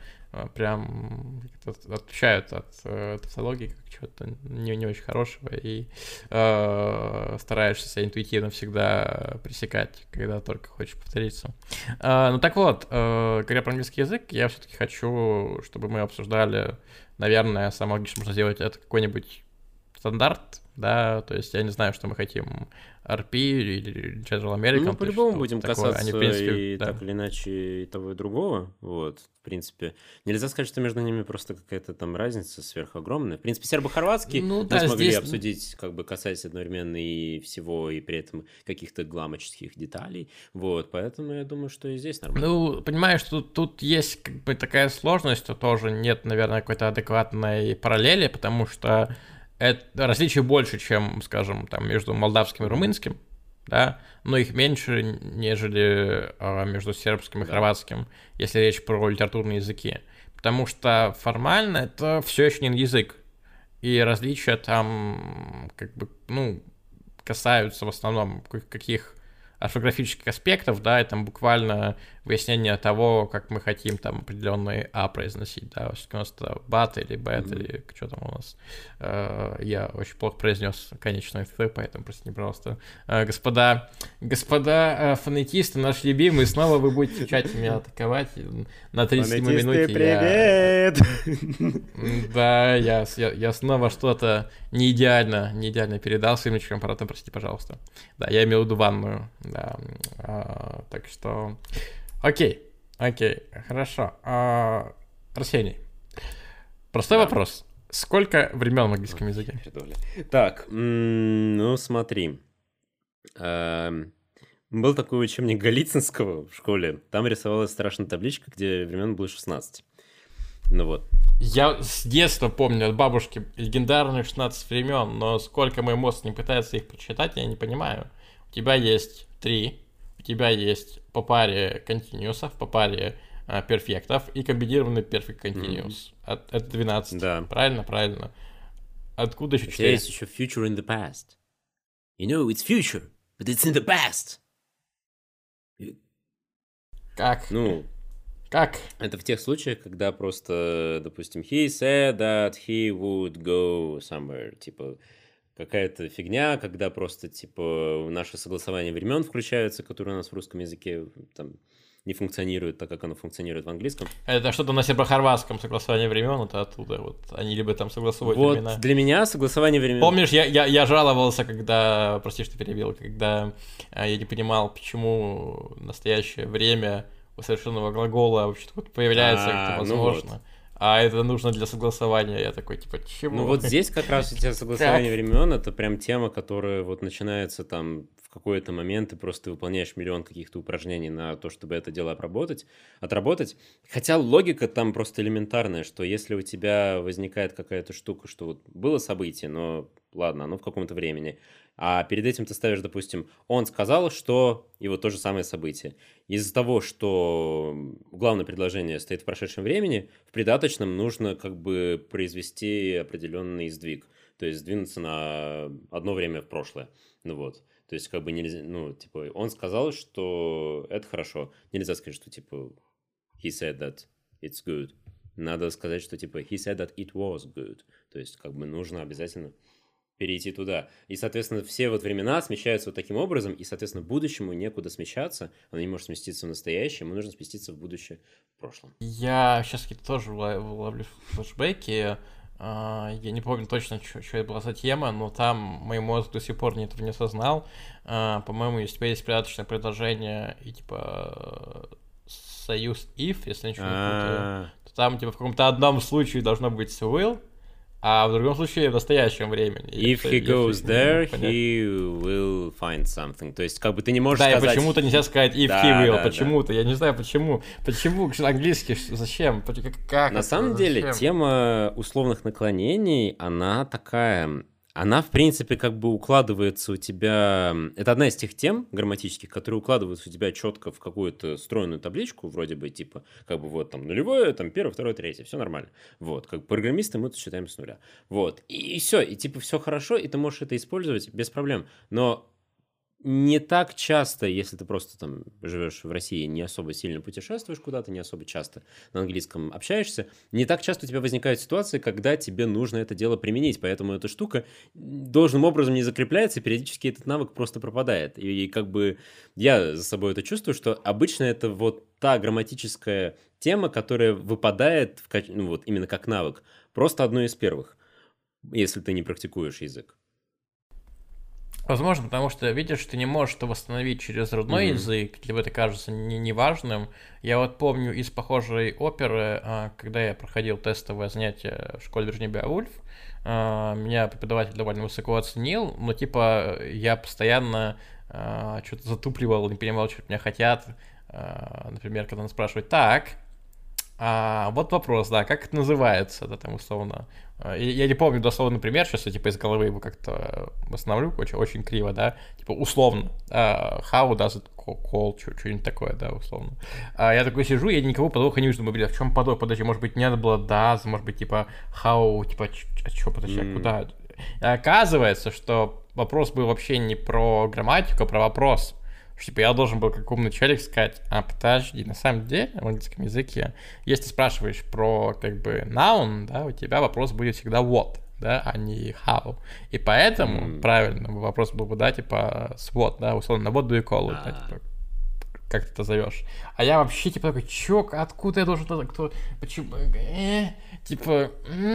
прям отвечают от тавтологии как чего-то не очень хорошего, и стараешься себя интуитивно всегда пресекать, когда только хочешь повториться. Ну так вот, говоря про английский язык, я все-таки хочу, чтобы мы обсуждали, наверное, самое логичное, что можно сделать, это какой-нибудь стандарт, да, то есть я не знаю, что мы хотим, RP или General American. Ну, по-любому будем касаться они, в принципе, так или иначе и того, и другого, вот, в принципе. Нельзя сказать, что между ними просто какая-то там разница сверхогромная. В принципе, сербо-хорватский мы смогли обсудить, как бы касаясь одновременно и всего, и при этом каких-то гламоческих деталей, вот, поэтому я думаю, что и здесь нормально. Ну, понимаешь, что тут есть как бы такая сложность, что тоже нет, наверное, какой-то адекватной параллели, потому что это различий больше, чем, скажем, там между молдавским и румынским, да, но их меньше, нежели между сербским и хорватским, если речь про литературные языки. Потому что формально это все еще не язык, и различия там как бы, ну, касаются в основном каких орфографических аспектов, да, и там буквально выяснение того, как мы хотим там определенные А произносить, да, у нас это бат или бет, или что там у нас. Я очень плохо произнес конечное Т, поэтому простите, пожалуйста. Господа фонетисты, наши любимые, снова вы будете учать меня атаковать на 37-й минуте. Привет! Да, я снова что-то не идеально передал своим ученикам, поэтому простите, пожалуйста. Да, я имел в виду ванную, да. Так что... Окей, хорошо. Арсений, простой вопрос. Сколько времен в английском языке? Так, ну смотри. Был такой учебник Голицынского в школе. Там рисовалась страшная табличка, где времен было 16. Ну вот. Я с детства помню от бабушки легендарные 16 времен, но сколько мой мозг не пытается их прочитать, я не понимаю. У тебя есть 3, у тебя есть по паре континуусов, по паре перфектов и комбинированный perfect continuous. Это 12. Да. Правильно. Откуда еще 4? У тебя есть еще future in the past. You know, it's future, but it's in the past. Как? Ну, как? Это в тех случаях, когда просто, допустим, he said that he would go somewhere, типа какая-то фигня, когда просто, типа, наши согласования времен включаются, которые у нас в русском языке там не функционируют так, как оно функционирует в английском. Это что-то на сербо-хорватском согласование времен, это оттуда, вот они любят там согласовывать вот времена. Для меня согласование времен... Помнишь, я жаловался, когда, прости, что перебил, когда я не понимал, почему настоящее время у совершенного глагола вообще-то вот появляется как-то возможно. Ну вот. А это нужно для согласования. Я такой, типа, чему? Ну вот здесь как раз у тебя согласование времен, это прям тема, которая вот начинается там в какой-то момент, ты просто выполняешь миллион каких-то упражнений на то, чтобы это дело отработать. Хотя логика там просто элементарная, что если у тебя возникает какая-то штука, что вот было событие, но ладно, оно в каком-то времени, А перед этим ты ставишь, допустим, он сказал, что... И вот то же самое событие. Из-за того, что главное предложение стоит в прошедшем времени, в придаточном нужно как бы произвести определенный сдвиг. То есть сдвинуться на одно время в прошлое. Ну вот. То есть как бы нельзя... Ну, типа, он сказал, что это хорошо. Нельзя сказать, что типа he said that it's good. Надо сказать, что типа he said that it was good. То есть как бы нужно обязательно перейти туда. И, соответственно, все вот времена смещаются вот таким образом, и, соответственно, будущему некуда смещаться, оно не может сместиться в настоящее, ему нужно сместиться в будущее, в прошлом. Я сейчас какие-то тоже ловлю флешбеки. Я не помню точно, что это была за тема, но там мой мозг до сих пор этого не осознал. По-моему, если у тебя есть придаточное предложение и типа союз if, если ничего не путаю, то там типа в каком-то одном случае должно быть will, а в другом случае в настоящем времени. If he goes there, he will find something. То есть, как бы ты не можешь сказать... Да, и почему-то нельзя сказать if he will, почему-то. Я не знаю, почему. Почему английский, зачем? Как На самом деле, тема условных наклонений, она такая... Она, в принципе, как бы укладывается у тебя... Это одна из тех тем грамматических, которые укладываются у тебя четко в какую-то стройную табличку, вроде бы, типа, как бы вот там нулевое, там первое, второе, третье, все нормально. Вот, как программисты мы тут считаем с нуля. Вот, и все, и типа все хорошо, и ты можешь это использовать без проблем. Но не так часто, если ты просто там живешь в России, не особо сильно путешествуешь куда-то, не особо часто на английском общаешься, не так часто у тебя возникают ситуации, когда тебе нужно это дело применить, поэтому эта штука должным образом не закрепляется, и периодически этот навык просто пропадает. И как бы я за собой это чувствую, что обычно это вот та грамматическая тема, которая выпадает ну, вот именно как навык, просто одной из первых, если ты не практикуешь язык. Возможно, потому что, видишь, ты не можешь это восстановить через родной язык, тебе это кажется неважным. Я вот помню из похожей оперы, когда я проходил тестовое занятие в школе Вирджиния Вульф, меня преподаватель довольно высоко оценил, но типа я постоянно что-то затупливал, не понимал, что от меня хотят. Например, когда он спрашивает: так, вот вопрос, да, как это называется, да, там, условно. Я не помню дословный пример, сейчас я, типа, из головы его как-то восстановлю, очень криво, да, типа, условно, how does it call, что-нибудь такое, да, условно. Я такой сижу, я никого подвоха не вижу, думаю, блин, в чем подвох, подожди, может быть, не надо было does, может быть, типа, how, типа, подожди, куда? И оказывается, что вопрос был вообще не про грамматику, а про вопрос. Что, типа, я должен был как умный человек сказать: подожди, на самом деле в английском языке, если ты спрашиваешь про, как бы, noun, да, у тебя вопрос будет всегда what, да, а не how. И поэтому правильно вопрос был бы, да, типа, с what, да, условно, what do you call it, да, типа, как ты это зовешь. А я вообще, типа, такой: чё, откуда я должен, кто, почему, типа,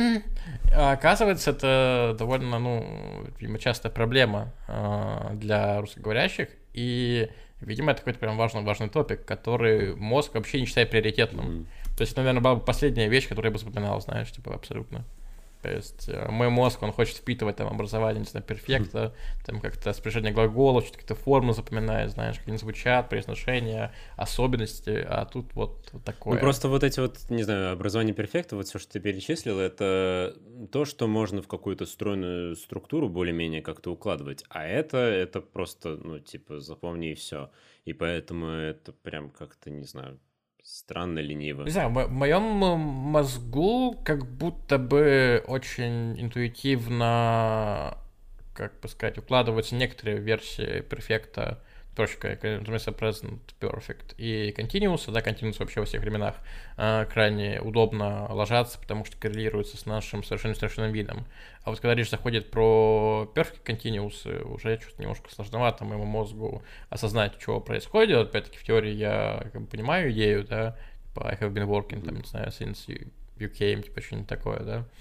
А оказывается, это довольно, ну, видимо, частая проблема для русскоговорящих, и, видимо, это какой-то прям важный топик, который мозг вообще не считает приоритетным. То есть, наверное, была бы последняя вещь, которую я бы запоминал, знаешь, типа, абсолютно. То есть мой мозг, он хочет впитывать там образование, не знаю, перфекта, там как-то спряжение глаголов, что-то какие-то формы запоминает, знаешь, как они звучат, произношения, особенности, а тут вот такое. Ну, просто вот эти вот, не знаю, образование перфекта, вот все, что ты перечислил, это то, что можно в какую-то стройную структуру более-менее как-то укладывать, а это просто, ну, типа, запомни и все. И поэтому это прям как-то, не знаю, странно лениво. Не знаю, в моем мозгу как будто бы очень интуитивно, как бы сказать, укладываются некоторые версии перфекта, точка, разумеется, present perfect, и continuous, да, continuous вообще во всех временах крайне удобно ложатся, потому что коррелируются с нашим совершенным видом. А вот когда речь заходит про perfect continuous, уже что-то немножко сложновато моему мозгу осознать, что происходит. Опять-таки, в теории я как бы понимаю идею, да, типа I have been working, там, не знаю, since you came, типа что-нибудь такое,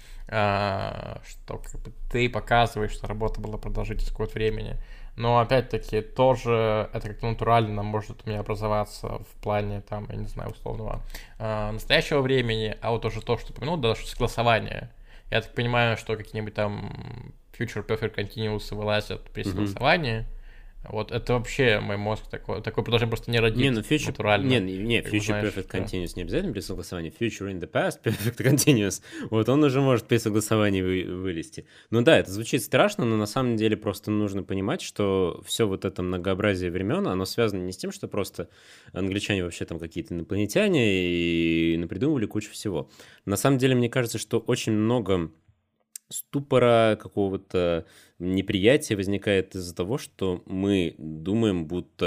да, что как бы ты показываешь, что работа была продолжительность какого-то времени. Но, опять-таки, тоже это как-то натурально может у меня образоваться в плане, там, я не знаю, условного настоящего времени, а вот уже то, что упомянул, да, что согласование. Я так понимаю, что какие-нибудь там future perfect continuous вылазят при согласовании, Вот это вообще мой мозг такой продолжение просто не родит Не, ну future, натурально. future знаешь, perfect да. continuous не обязательно при согласовании. Future in the past perfect continuous. Вот он уже может при согласовании вылезти. Ну да, это звучит страшно, но на самом деле просто нужно понимать, что все вот это многообразие времен, оно связано не с тем, что просто англичане вообще там какие-то инопланетяне и напридумывали кучу всего. На самом деле, мне кажется, что очень много ступора, какого-то неприятия возникает из-за того, что мы думаем, будто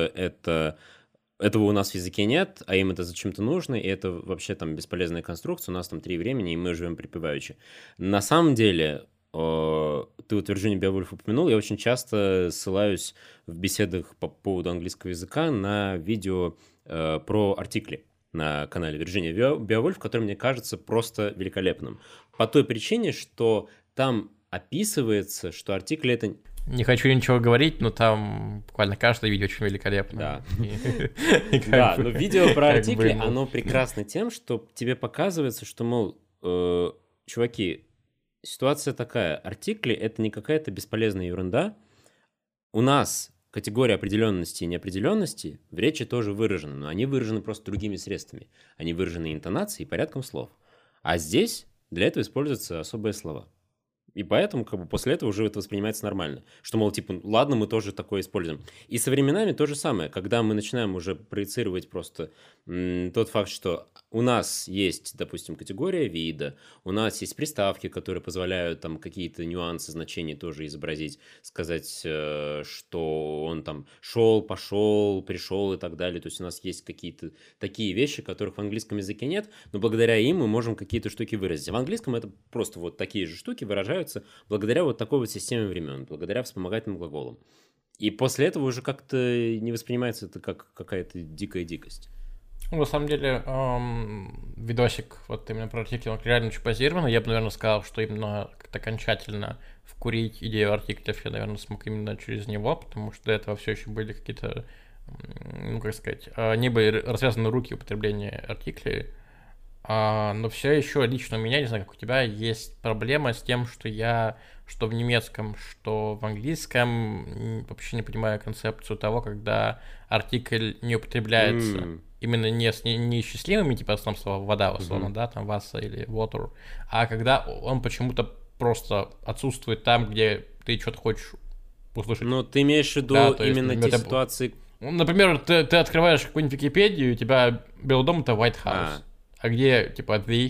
этого у нас в языке нет, а им это зачем-то нужно, и это вообще там бесполезная конструкция, у нас там 3 времени, и мы живем припеваючи. На самом деле, ты вот Вирджинию Беовульф упомянул, я очень часто ссылаюсь в беседах по поводу английского языка на видео про артикли на канале Вирджиния Беовульф, который мне кажется просто великолепным. По той причине, что там описывается, что артикли это... Не хочу ничего говорить, но там буквально каждое видео очень великолепно. Да. Да, но видео про артикли, оно прекрасно тем, что тебе показывается, что, мол, чуваки, ситуация такая, артикли — это не какая-то бесполезная ерунда. У нас категория определенности и неопределенности в речи тоже выражены, но они выражены просто другими средствами. Они выражены интонацией и порядком слов. А здесь для этого используются особые слова. И поэтому как бы после этого уже это воспринимается нормально. Что, мол, типа, ладно, мы тоже такое используем. И со временами то же самое. Когда мы начинаем уже проецировать просто тот факт, что у нас есть, допустим, категория вида, у нас есть приставки, которые позволяют там какие-то нюансы значений тоже изобразить, сказать, что он там шел, пошел, пришел и так далее. То есть у нас есть какие-то такие вещи, которых в английском языке нет, но благодаря им мы можем какие-то штуки выразить. А в английском это просто вот такие же штуки выражаются благодаря вот такой вот системе времен, благодаря вспомогательным глаголам. И после этого уже как-то не воспринимается это как какая-то дикая дикость. Ну, на самом деле, видосик вот именно про артикли, он реально очень базирован. Я бы, наверное, сказал, что именно как-то окончательно вкурить идею артиклев я, наверное, смог именно через него, потому что до этого все еще были какие-то, ну, как сказать, не были развязаны руки употребления артиклей. Но все еще лично у меня, не знаю, как у тебя, есть проблема с тем, что в немецком, что в английском вообще не понимаю концепцию того, когда артикль не употребляется именно не с неисчислимыми, типа основном слова вода, условно, да, там васа или water, а когда он почему-то просто отсутствует там, где ты что-то хочешь услышать. Но ты имеешь в виду Да, то есть, именно например, те ситуации... Например, ты открываешь какую-нибудь Википедию, у тебя Белый дом — это White House. А где, типа, the?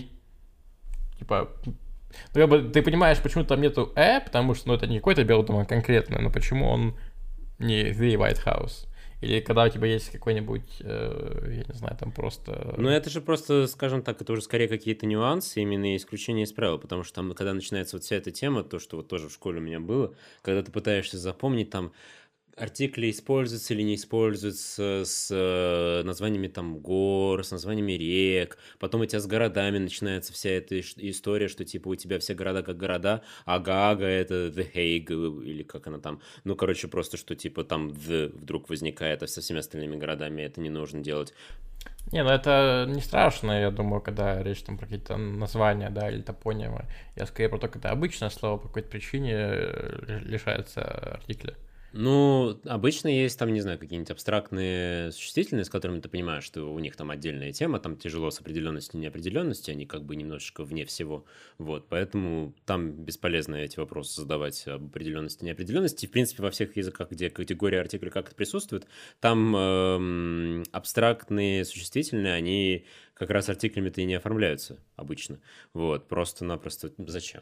Типа, ну, как бы ты понимаешь, почему там нету потому что, ну, это не какой-то Белый дом, а конкретно, но почему он не the White House? Или когда у тебя есть какой-нибудь, я не знаю, там просто... Ну, это же просто, скажем так, это уже скорее какие-то нюансы, именно исключения из правил, потому что там, когда начинается вот вся эта тема, то, что вот тоже в школе у меня было, когда ты пытаешься запомнить там артикли используются или не используются с названиями там гор, с названиями рек, потом у тебя с городами начинается вся эта история, что типа у тебя все города как города, а Гаага — это The Hague, или как она там, ну, короче, просто что типа там the вдруг возникает, а со всеми остальными городами это не нужно делать. Не, ну это не страшно, я думаю, когда речь там про какие-то названия, да, или топонимы. Я скорее про то, когда обычное слово по какой-то причине лишается артикля. Ну, обычно есть там, не знаю, какие-нибудь абстрактные существительные, с которыми ты понимаешь, что у них там отдельная тема, там тяжело с определенностью и неопределенностью, они как бы немножечко вне всего. Вот, поэтому там бесполезно эти вопросы задавать об определенности и неопределенности. В принципе, во всех языках, где категория артикля как-то присутствует, там абстрактные существительные, они как раз артиклями-то и не оформляются обычно. Вот, просто-напросто зачем?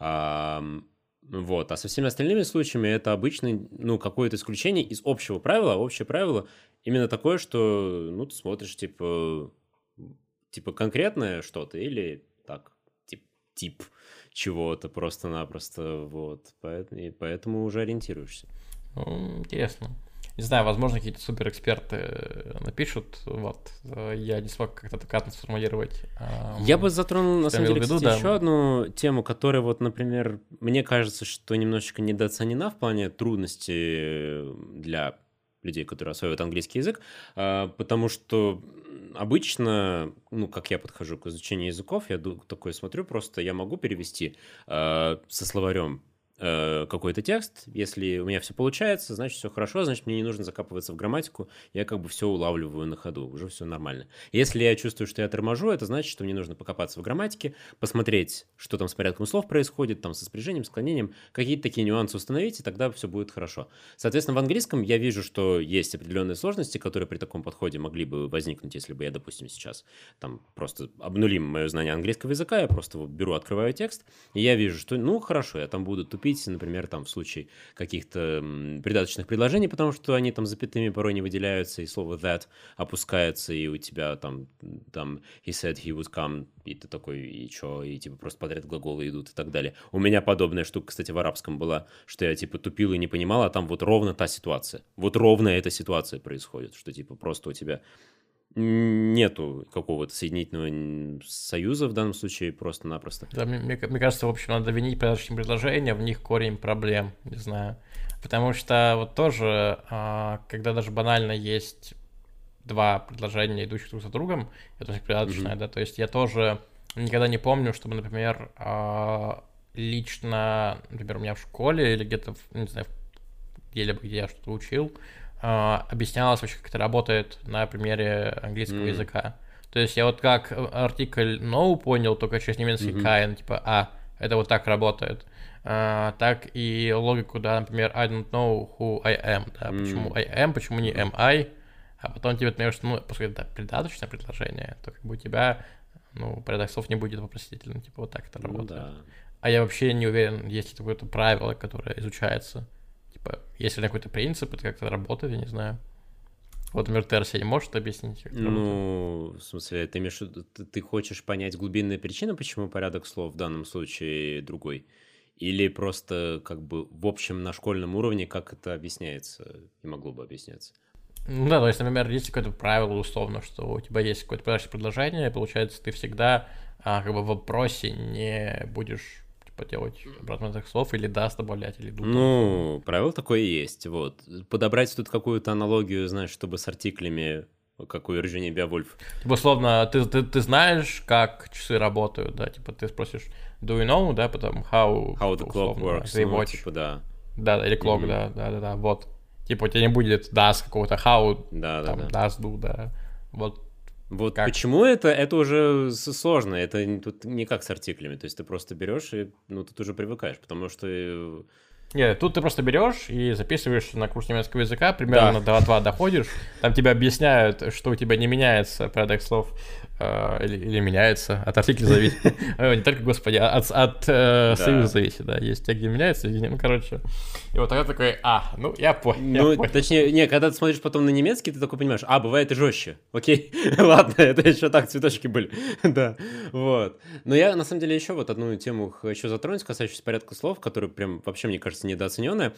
Вот. А со всеми остальными случаями это обычно, ну, какое-то исключение из общего правила. А общее правило именно такое, что, ну, ты смотришь, типа конкретное что-то или так, тип чего-то просто-напросто, вот. Поэтому уже ориентируешься. Интересно. Не знаю, возможно, какие-то суперэксперты напишут, вот. Я не смог как-то адекватно сформулировать. Я бы затронул, на самом деле, кстати, да. еще одну тему, которая, вот, например, мне кажется, что немножечко недооценена в плане трудностей для людей, которые осваивают английский язык, потому что обычно, ну, как я подхожу к изучению языков, я такой смотрю, просто я могу перевести со словарем какой-то текст, если у меня все получается, значит, все хорошо, значит, мне не нужно закапываться в грамматику, я как бы все улавливаю на ходу, уже все нормально. Если я чувствую, что я торможу, это значит, что мне нужно покопаться в грамматике, посмотреть, что там с порядком слов происходит, там со спряжением, склонением, какие-то такие нюансы установить, и тогда все будет хорошо. Соответственно, в английском я вижу, что есть определенные сложности, которые при таком подходе могли бы возникнуть, если бы я, допустим, сейчас там просто обнулим мое знание английского языка, я просто вот беру, открываю текст, и я вижу, что, ну, хорошо, я там буду тупить, например, там в случае каких-то придаточных предложений, потому что они там запятыми порой не выделяются, и слово that опускается, и у тебя там he said he would come, и ты такой, и чё, и типа просто подряд глаголы идут и так далее. У меня подобная штука, кстати, в арабском была, что я типа тупил и не понимал, а там вот ровно та ситуация. Вот ровно эта ситуация происходит, что типа просто у тебя нету какого-то соединительного союза в данном случае просто-напросто. Да, мне кажется, в общем, надо винить порядочные предложения, в них корень проблем, не знаю. Потому что вот тоже, когда даже банально есть два предложения, идущих друг за другом, это очень порядочное, да, то есть я тоже никогда не помню, чтобы, например, лично, например, у меня в школе или где-то, не знаю, где-либо, где я что-то учил, объяснялось вообще, как это работает на примере английского языка. То есть я вот как артикль no понял только через немецкий kind, типа, это вот так работает. Так и логику, да, например, I don't know who I am, да, почему I am, почему не am I, а потом тебе, например, что, ну, поскольку это придаточное предложение, то как бы у тебя, ну, порядок слов не будет вопросительным, типа, вот так это работает. Да. А я вообще не уверен, есть ли какое-то правило, которое изучается. Типа, если какой-то принцип, это как-то работает, я не знаю. Вот, например, Терси не может объяснить? Ну, в смысле, ты хочешь понять глубинные причины, почему порядок слов в данном случае другой? Или просто как бы в общем на школьном уровне, как это объясняется и могло бы объясняться? Ну да, то есть, например, есть какое-то правило условно, что у тебя есть какое-то порядочное предложение, и получается, ты всегда как бы в вопросе не будешь делать обратных слов или даст добавлять, или думать. Ну, правило такое и есть, вот. Подобрать тут какую-то аналогию, знаешь, чтобы с артиклями, как у Вирджинии Беовульф. Типа, условно, ты знаешь, как часы работают, да, типа, ты спросишь, do you know, да, потом how the clock works, they watch. Типа, да. Да, или clock, да, вот. Типа, у тебя не будет does какого-то, how, там, does do, да, вот. Вот как? Почему это уже сложно, это тут не как с артиклями, то есть ты просто берешь и, ну, тут уже привыкаешь, потому что... Нет, тут ты просто берешь и записываешь на курс немецкого языка, примерно до А2 доходишь, там тебе объясняют, что у тебя не меняется порядок слов, или меняется, от артикля зависит. Не только, господи, от союза зависит, да, есть те, где меняется, ну, короче. И вот тогда такой, ну, я понял. Ну, точнее, не, когда ты смотришь потом на немецкий, ты такой понимаешь, бывает и жестче, окей, ладно, это еще так, цветочки были, да, вот. Но я, на самом деле, еще вот одну тему хочу затронуть, касающуюся порядка слов, которая прям вообще, мне кажется, недооцененная.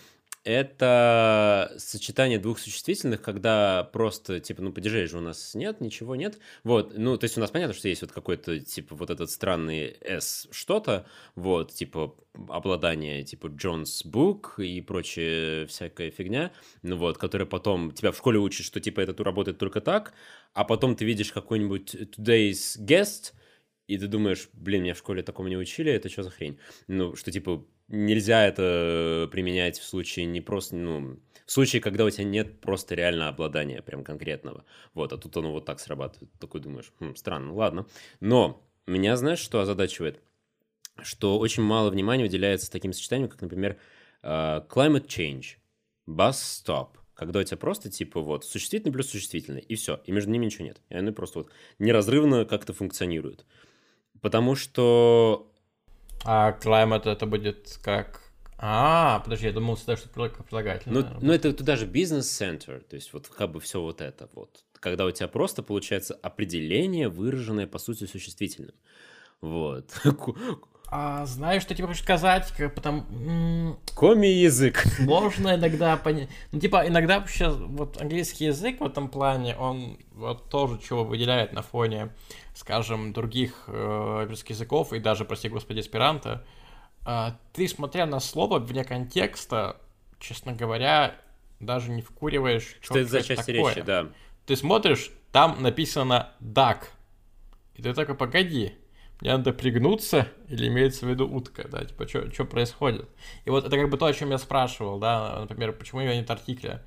Это сочетание двух существительных, когда просто, типа, ну, падежей же у нас нет, ничего нет. Вот, ну, то есть у нас понятно, что есть вот какой-то, типа, вот этот странный S что-то, вот, типа, обладание, типа, John's Book и прочая всякая фигня, ну, вот, которая потом тебя в школе учат, что, типа, это работает только так, а потом ты видишь какой-нибудь today's guest, и ты думаешь, блин, меня в школе такому не учили, это что за хрень? Ну, что, типа, нельзя это применять в случае не просто, ну, в случае, когда у тебя нет просто реально обладания прям конкретного. Вот, а тут оно вот так срабатывает. Такой думаешь, странно, ладно. Но меня, знаешь, что озадачивает? Что очень мало внимания уделяется таким сочетаниям, как, например, climate change, bus stop. Когда у тебя просто, типа, вот, существительный плюс существительный, и все, и между ними ничего нет. И они просто вот неразрывно как-то функционируют. Потому что... А climate это будет как... подожди, я думал, что прилагательное. Ну, это туда же бизнес-центр, то есть вот как бы все вот это вот. Когда у тебя просто получается определение, выраженное, по сути, существительным. Вот. Знаешь, что тебе хочешь сказать? Коми-язык. Сложно иногда понять. Ну, типа, иногда вообще вот английский язык в этом плане, он вот тоже чего выделяет на фоне, скажем, других английских языков и даже, прости господи, эсперанто. Ты, смотря на слово вне контекста, честно говоря, даже не вкуриваешь, что это за часть такое. Речи, да. Ты смотришь, там написано duck. И ты такой, погоди. Мне надо пригнуться, или имеется в виду утка, да, типа, что происходит? И вот это как бы то, о чем я спрашивал, да, например, почему нет артикля.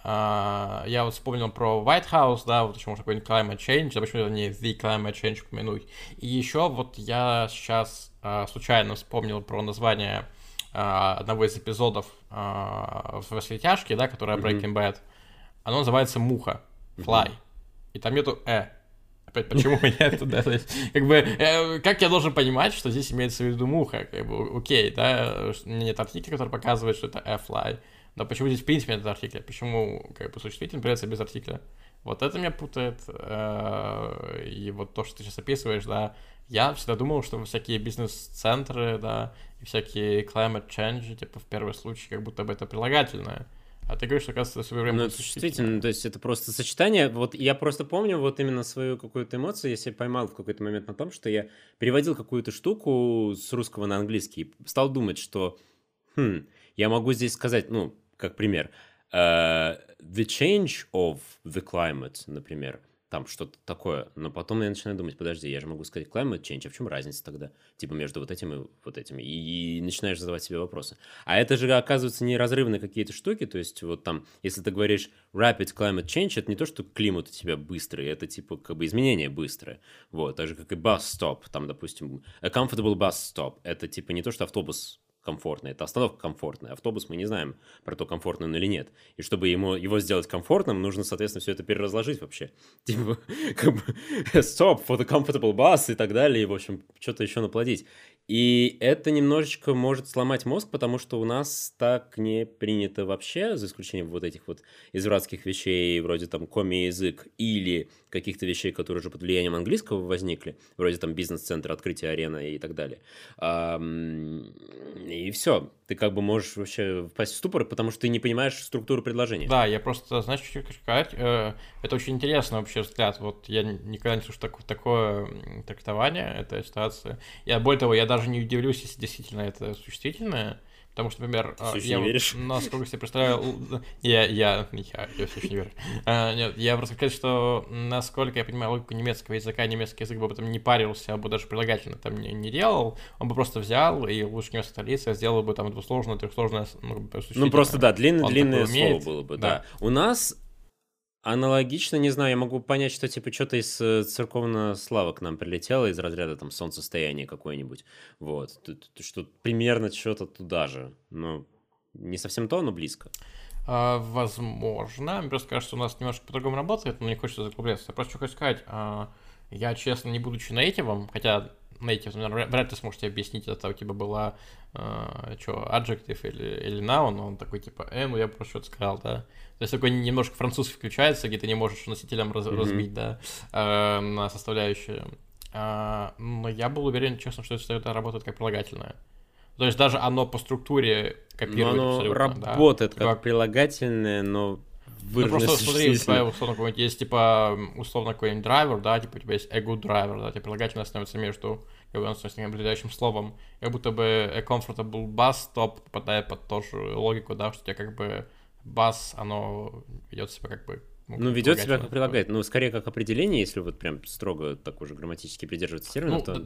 Я вот вспомнил про White House, да, вот почему какой-нибудь climate change, да, почему не the climate change упомянуть. И еще вот я сейчас случайно вспомнил про название одного из эпизодов в «Светяшке», да, которая Breaking Bad. Оно называется «Муха», «Fly». И там нету Опять, почему нету, да, то есть, как бы, как я должен понимать, что здесь имеется в виду муха, как бы, окей, да, нет артикля, который показывает, что это fly, но почему здесь, в принципе, нет артикля, почему, как бы, существительное появляется без артикля, вот это меня путает, и вот то, что ты сейчас описываешь, да, я всегда думал, что всякие бизнес-центры, да, и всякие climate change, типа, в первый случай, как будто бы это прилагательное. А ты говоришь, что, оказывается, в свое время... Ну, это существительно, то есть это просто сочетание. Вот я просто помню вот именно свою какую-то эмоцию, я себя поймал в какой-то момент на том, что я переводил какую-то штуку с русского на английский и стал думать, что я могу здесь сказать, ну, как пример, the change of the climate, например, там что-то такое, но потом я начинаю думать, подожди, я же могу сказать climate change, а в чем разница тогда? Типа между вот этим и вот этим. И начинаешь задавать себе вопросы. А это же, оказывается, неразрывные какие-то штуки, то есть вот там, если ты говоришь rapid climate change, это не то, что климат у тебя быстрый, это типа как бы изменение быстрое. Вот, так же, как и bus stop, там, допустим, a comfortable bus stop, это типа не то, что автобус комфортный, это остановка комфортная. Автобус мы не знаем про то, комфортный он или нет. И чтобы его сделать комфортным, нужно, соответственно, все это переразложить вообще. Типа, как бы, stop for the comfortable bus и так далее, и, в общем, что-то еще наплодить. И это немножечко может сломать мозг, потому что у нас так не принято вообще, за исключением вот этих вот извратских вещей, вроде там коми-язык, или каких-то вещей, которые уже под влиянием английского возникли, вроде там бизнес-центр, открытие арены и так далее. И все. Ты как бы можешь вообще впасть в ступор, потому что ты не понимаешь структуру предложения. Да, я просто, знаешь, что хочу сказать? Это очень интересный вообще взгляд. Вот я никогда не слышу такое трактование этой ситуации. Я, более того, я даже не удивлюсь, если действительно это существительное. Потому что, например, Ты я не веришь? насколько себе представляю, я все еще не верю. Нет, я просто сказать, что насколько я понимаю логику немецкого языка, немецкий язык бы об этом не парился, бы даже прилагательно там не делал, он бы просто взял и лучше немецкой столицы сделал бы там двусложное, трехсложное, ну просто да, длинное слово было бы, да. У нас аналогично, не знаю, я могу понять, что типа что-то из церковного слава к нам прилетело из разряда там солнцестояния какое-нибудь, вот, что примерно что-то туда же, но не совсем то, но близко. Возможно, мне просто кажется, у нас немножко по-другому работает, но не хочется заглубляться. Я просто что хочу сказать, я, честно, не будучи нейтивом, хотя нейтив, вряд ли сможете объяснить, это у тебя была adjective или noun, он такой типа, ну я просто что-то сказал, да. То есть такой немножко французский включается, где ты не можешь носителям разбить, да, на составляющие. Но я был уверен, честно, что это работает как прилагательное. То есть даже оно по структуре копирует абсолютно. Оно работает как прилагательное, но ну просто смотри, у тебя условно какой-нибудь есть типа условно какой-нибудь драйвер, да, типа у тебя есть a good driver, да, типа прилагательное становится между определяющим словом, как будто бы a comfortable bus stop попадает под ту же логику, да, что у тебя как бы bus, оно ведет себя как бы... Ну, ведет себя как прилагательное, ну, скорее как определение, если вот прям строго так уже грамматически придерживаться термина, то...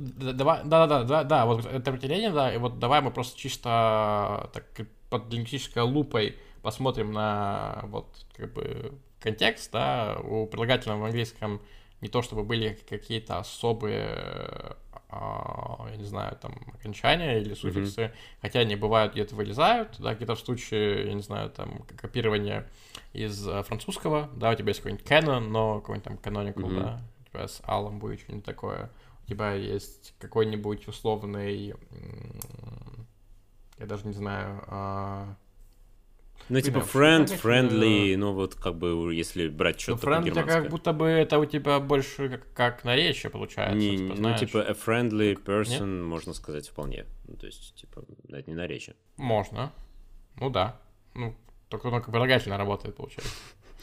Да, вот это определение, да, и вот давай мы просто чисто так под лингвистической лупой посмотрим на вот как бы контекст, да, у прилагательного в английском не то чтобы были какие-то особые, я не знаю, там, окончания или суффиксы, хотя они бывают где-то вылезают, да, где-то в случае, я не знаю, там, копирования из французского, да, у тебя есть какой-нибудь canon, но какой-нибудь там canonical, да, у тебя с алом будет что-нибудь такое, у тебя есть какой-нибудь условный, я даже не знаю... Ну, типа friendly, ну, вот как бы, если брать что-то такое германское. Как будто бы это у тебя больше как наречие получается. Ну, типа a friendly person, нет? Можно сказать вполне. Ну, то есть, типа, это не наречие. Можно. Ну, да. Ну, только оно как прилагательно работает, получается.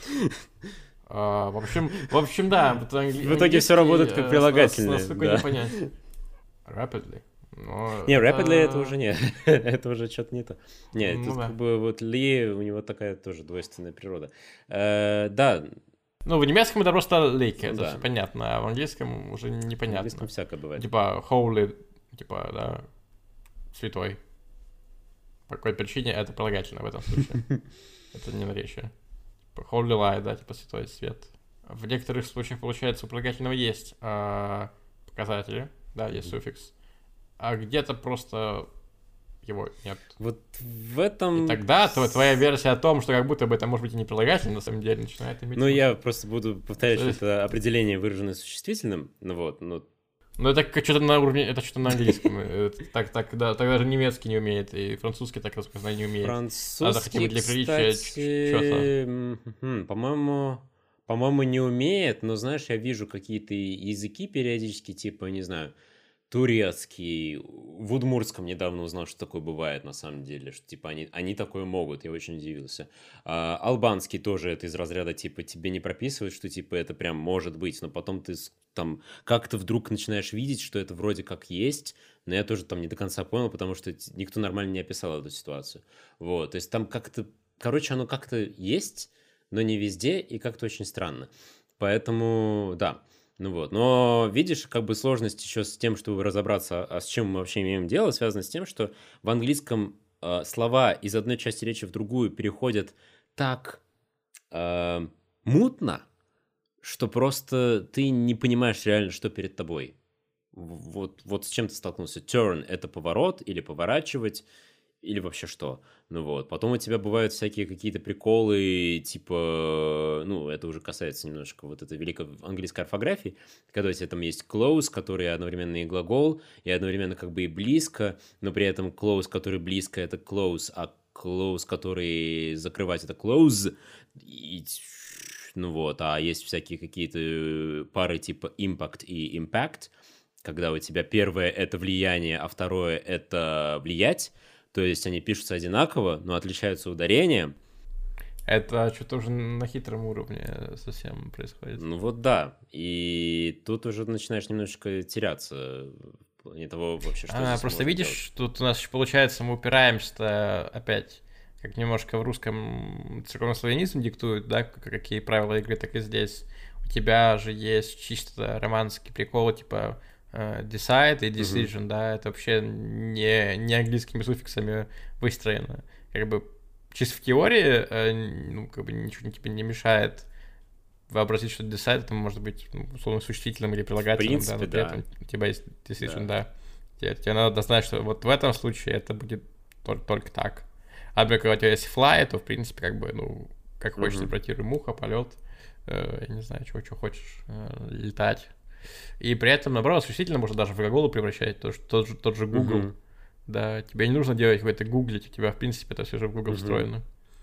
В общем, да. В итоге все работает как прилагательное. Насколько не понять. Rapidly. Не, rapidly это уже нет. Это уже что-то не то. Нет, тут как бы вот Ли, у него такая тоже двойственная природа. Да, Ну, в немецком это просто лейки, это Да. все понятно, а в английском уже В непонятно. английском всякое бывает. Типа holy, типа, да, святой. По какой причине это прилагательное в этом случае. Это не наречие. Типа holy light, да, типа святой свет. В некоторых случаях, получается, у прилагательного есть показатели, да, есть суффикс, а где-то просто его нет. Вот в этом... И тогда твоя версия о том, что как будто бы это может быть и не прилагательное, на самом деле начинает иметь Ну, смысл. я просто буду повторять, что это определение, выраженное существительным. Ну вот, ну... Ну, это что-то на уровне, это что-то на английском. Да, тогда же немецкий не умеет, и французский так распознать не умеет. Надо хотя бы Французский, для приличия кстати, по-моему, не умеет, но, знаешь, я вижу какие-то языки периодически, типа, не знаю, турецкий. В удмуртском недавно узнал, что такое бывает на самом деле, что типа они такое могут, я очень удивился. Албанский тоже это из разряда типа тебе не прописывают, что типа это прям может быть, но потом ты там как-то вдруг начинаешь видеть, что это вроде как есть, но я тоже там не до конца понял, потому что никто нормально не описал эту ситуацию. Вот, то есть там как-то, короче, оно как-то есть, но не везде и как-то очень странно. Поэтому, да. Ну вот, но видишь, как бы сложность еще с тем, чтобы разобраться, с чем мы вообще имеем дело, связана с тем, что в английском слова из одной части речи в другую переходят так мутно, что просто ты не понимаешь реально, что перед тобой. Вот с чем ты столкнулся. Turn — это поворот или поворачивать, или вообще что. Ну вот. Потом у тебя бывают всякие какие-то приколы, типа, ну, это уже касается немножко вот этой великой английской орфографии, когда у тебя там есть close, который одновременно и глагол, и одновременно как бы и близко, но при этом close, который близко, это close, а close, который закрывать, это close. И, ну вот, а есть всякие какие-то пары типа impact и impact, когда у тебя первое — это влияние, а второе — это влиять. То есть они пишутся одинаково, но отличаются ударением. Это что-то уже на хитром уровне совсем происходит. Ну вот да. И тут уже начинаешь немножечко теряться в плане того вообще, что здесь Просто можно видишь, делать. тут у нас еще получается, мы упираемся опять, как немножко в русском церковнославянизм диктует, да, какие правила игры, так и здесь. У тебя же есть чисто романский прикол, типа decide и decision, да, это вообще не английскими суффиксами выстроено. Как бы чисто в теории, ну, как бы ничего тебе не мешает вообразить, что decide это может быть, ну, условно, существительным или прилагательным, принципе, да, но при этом у тебя есть decision, да. Тебе надо знать, что вот в этом случае это будет только так. А например, когда у тебя есть fly, то, в принципе, как бы, ну, как хочешь, интерпретируй, муха, полет, я не знаю, что хочешь, летать. И при этом, наоборот, существительно можно даже в глаголы превращать, тот же Google. Да, тебе не нужно делать какой-то гуглить, у тебя, в принципе, это все же в Google встроено.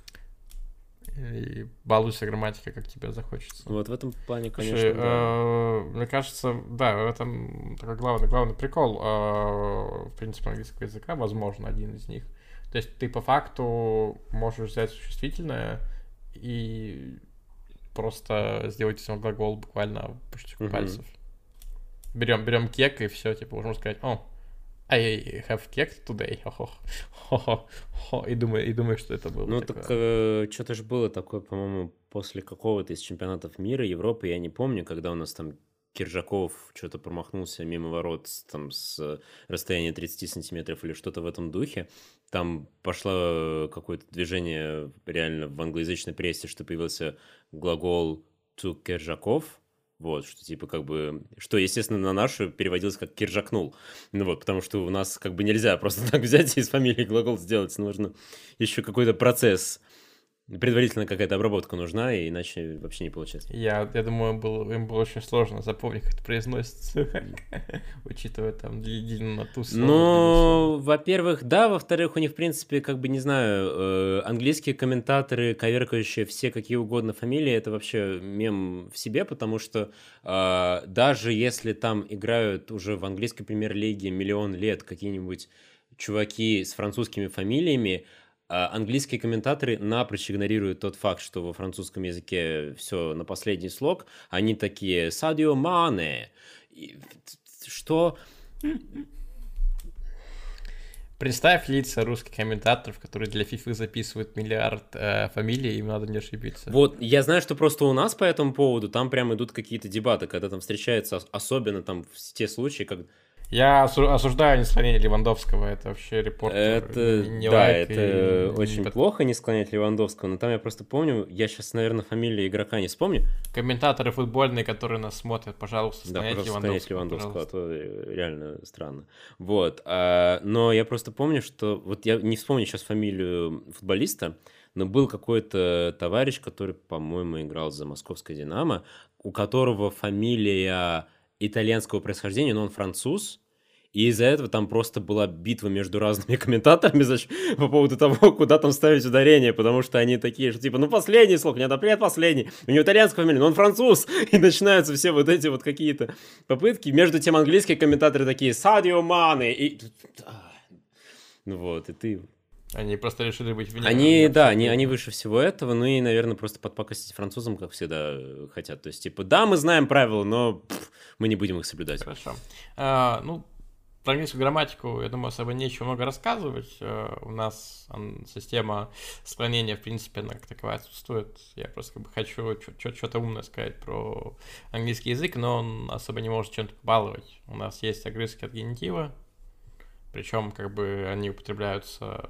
И балуйся грамматикой, как тебе захочется. Вот в этом плане, конечно, Слушай, да. мне кажется, да, в этом такой главный прикол, в принципе, английского языка, возможно, один из них. То есть ты по факту можешь взять существительное и просто сделать из него глагол буквально по щелчку пальцев. Берем кек и все, типа, можем сказать, I have cake today. И думаю, что это было. Ну, так что-то же было такое, по-моему, после какого-то из чемпионатов мира, Европы, я не помню, когда у нас там Киржаков что-то промахнулся мимо ворот там с расстояния 30 сантиметров или что-то в этом духе. Там пошло какое-то движение реально в англоязычной прессе, что появился глагол to Киржаков. Вот, что типа как бы, что, естественно, на нашу переводилось как «киржакнул». Ну вот, потому что у нас как бы нельзя просто так взять и из фамилии глагол сделать. Нужно еще какой-то процесс, предварительно какая-то обработка нужна, и иначе вообще не получается. Я думаю, им было очень сложно запомнить, как это произносится, учитывая там длинноту слова. Ну, во-первых, да, во-вторых, у них, в принципе, как бы, не знаю, английские комментаторы, коверкающие все какие угодно фамилии, это вообще мем в себе, потому что даже если там играют уже в английской премьер-лиге миллион лет какие-нибудь чуваки с французскими фамилиями, английские комментаторы напрочь игнорируют тот факт, что во французском языке все на последний слог. Они такие «Садио Мане». Что? Представь лица русских комментаторов, которые для FIFA записывают миллиард фамилий, им надо не ошибиться. Вот, я знаю, что просто у нас по этому поводу там прям идут какие-то дебаты, когда там встречаются, особенно там в те случаи, как... Я осуждаю несклонение Левандовского, это вообще репортер. Это, не да, лайк это и очень не плохо не склонять Левандовского, но там я просто помню, я сейчас, наверное, фамилию игрока не вспомню. Комментаторы футбольные, которые нас смотрят, пожалуйста, Да, склоняйте пожалуйста, склонять Левандовского, а пожалуйста. то реально странно. Вот, но я просто помню, что... Вот я не вспомню сейчас фамилию футболиста, но был какой-то товарищ, который, по-моему, играл за московское «Динамо», у которого фамилия итальянского происхождения, но он француз, и из-за этого там просто была битва между разными комментаторами по поводу того, куда там ставить ударение, потому что они такие, что типа, ну последний слог, нет, предпоследний, у него итальянская фамилия, но он француз, и начинаются все вот эти вот какие-то попытки. Между тем английские комментаторы такие, Садио Мане, и... Ну вот, и ты... Они просто решили быть вне. Они, да, они выше всего этого, ну и, наверное, просто подпакостить французам, как всегда, хотят. То есть, типа, да, мы знаем правила, но мы не будем их соблюдать. Хорошо. Ну, про английскую грамматику, я думаю, особо нечего много рассказывать. У нас система склонения, в принципе, она как таковая отсутствует. Я просто как бы хочу что-то умное сказать про английский язык, но он особо не может чем-то побаловать. У нас есть английские от генитива, причем как бы они употребляются...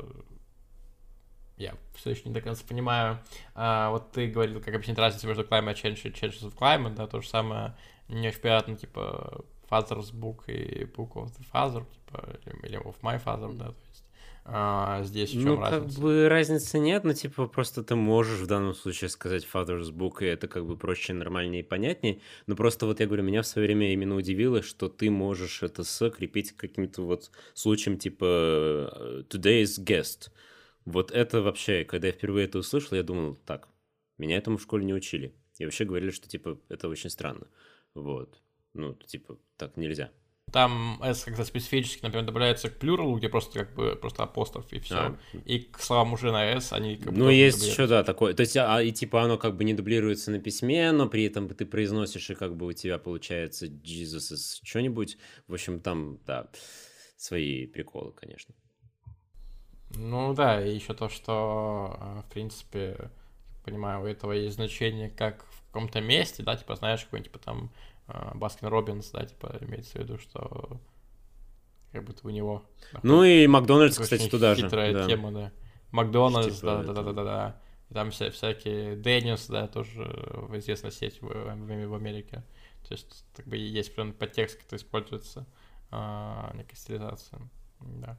Я все еще не до конца понимаю. Вот ты говорил, как объяснить разницу между climate change и changes of climate, да, то же самое не очень понятно, типа father's book и book of the father, типа, или of my father, да, то есть здесь в чем разница? Как бы разницы нет, но типа просто ты можешь в данном случае сказать father's book, и это как бы проще, нормальнее и понятнее, но просто вот я говорю, меня в свое время именно удивило, что ты можешь это крепить к каким-то вот случаям типа today's guest. Вот это вообще, когда я впервые это услышал, я думал, так, меня этому в школе не учили. И вообще говорили, что, типа, это очень странно. Вот. Ну, типа, так нельзя. Там S как-то специфически, например, добавляется к плюралу, где просто как бы просто апостроф и все. И к словам уже на S они как бы... Ну, есть еще, да, такое. То есть, и типа оно как бы не дублируется на письме, но при этом ты произносишь, и как бы у тебя получается Jesus is что-нибудь. В общем, там, да, свои приколы, конечно. Ну да, и еще то, что, в принципе, понимаю, у этого есть значение как в каком-то месте, да, типа, знаешь, какой-нибудь, типа, там, Баскин Робинс, да, типа, имеется в виду, что как будто у него... Ну и Макдональдс, очень кстати, туда же. хитрая тема, да. Макдональдс, Типа, да. И там всякие Дэниус, да, тоже известная сеть в Америке. То есть, как бы, есть определенный подтекст, который используется, некая стилизация, да.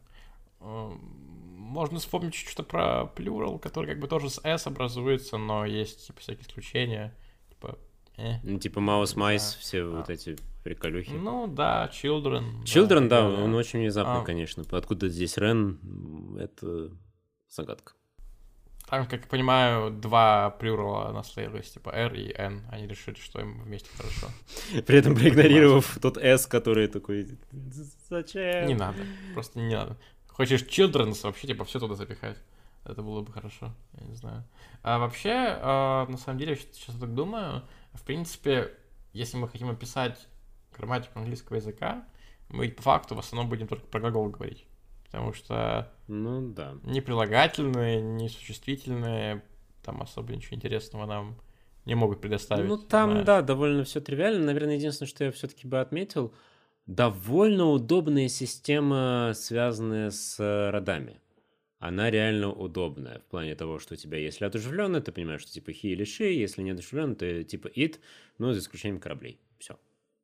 Можно вспомнить что-то про плюрал, который как бы тоже с S образуется, но есть типа всякие исключения. Типа, Ну, типа Маус Майс, все вот эти приколюхи. Ну да, Children. Children, да, он очень внезапный, конечно. Откуда здесь Рен, это загадка. Там, как я понимаю, два плюрала наследовались, типа R и N. Они решили, что им вместе хорошо. При этом проигнорировав тот S, который такой, зачем? Не надо, просто не надо. Хочешь Children's, вообще, типа, все туда запихать. Это было бы хорошо, я не знаю. А вообще, на самом деле, сейчас я так думаю, в принципе, если мы хотим описать грамматику английского языка, мы по факту в основном будем только про глагол говорить. Потому что ну, да. ни прилагательные, ни существительные, там особо ничего интересного нам не могут предоставить. Ну, там, да, довольно все тривиально. Наверное, единственное, что я все-таки бы отметил, довольно удобная система, связанная с родами. Она реально удобная в плане того, что у тебя, если одушевленный, ты понимаешь, что типа he или she, если не одушевленный, то типа it, ну, за исключением кораблей. Все.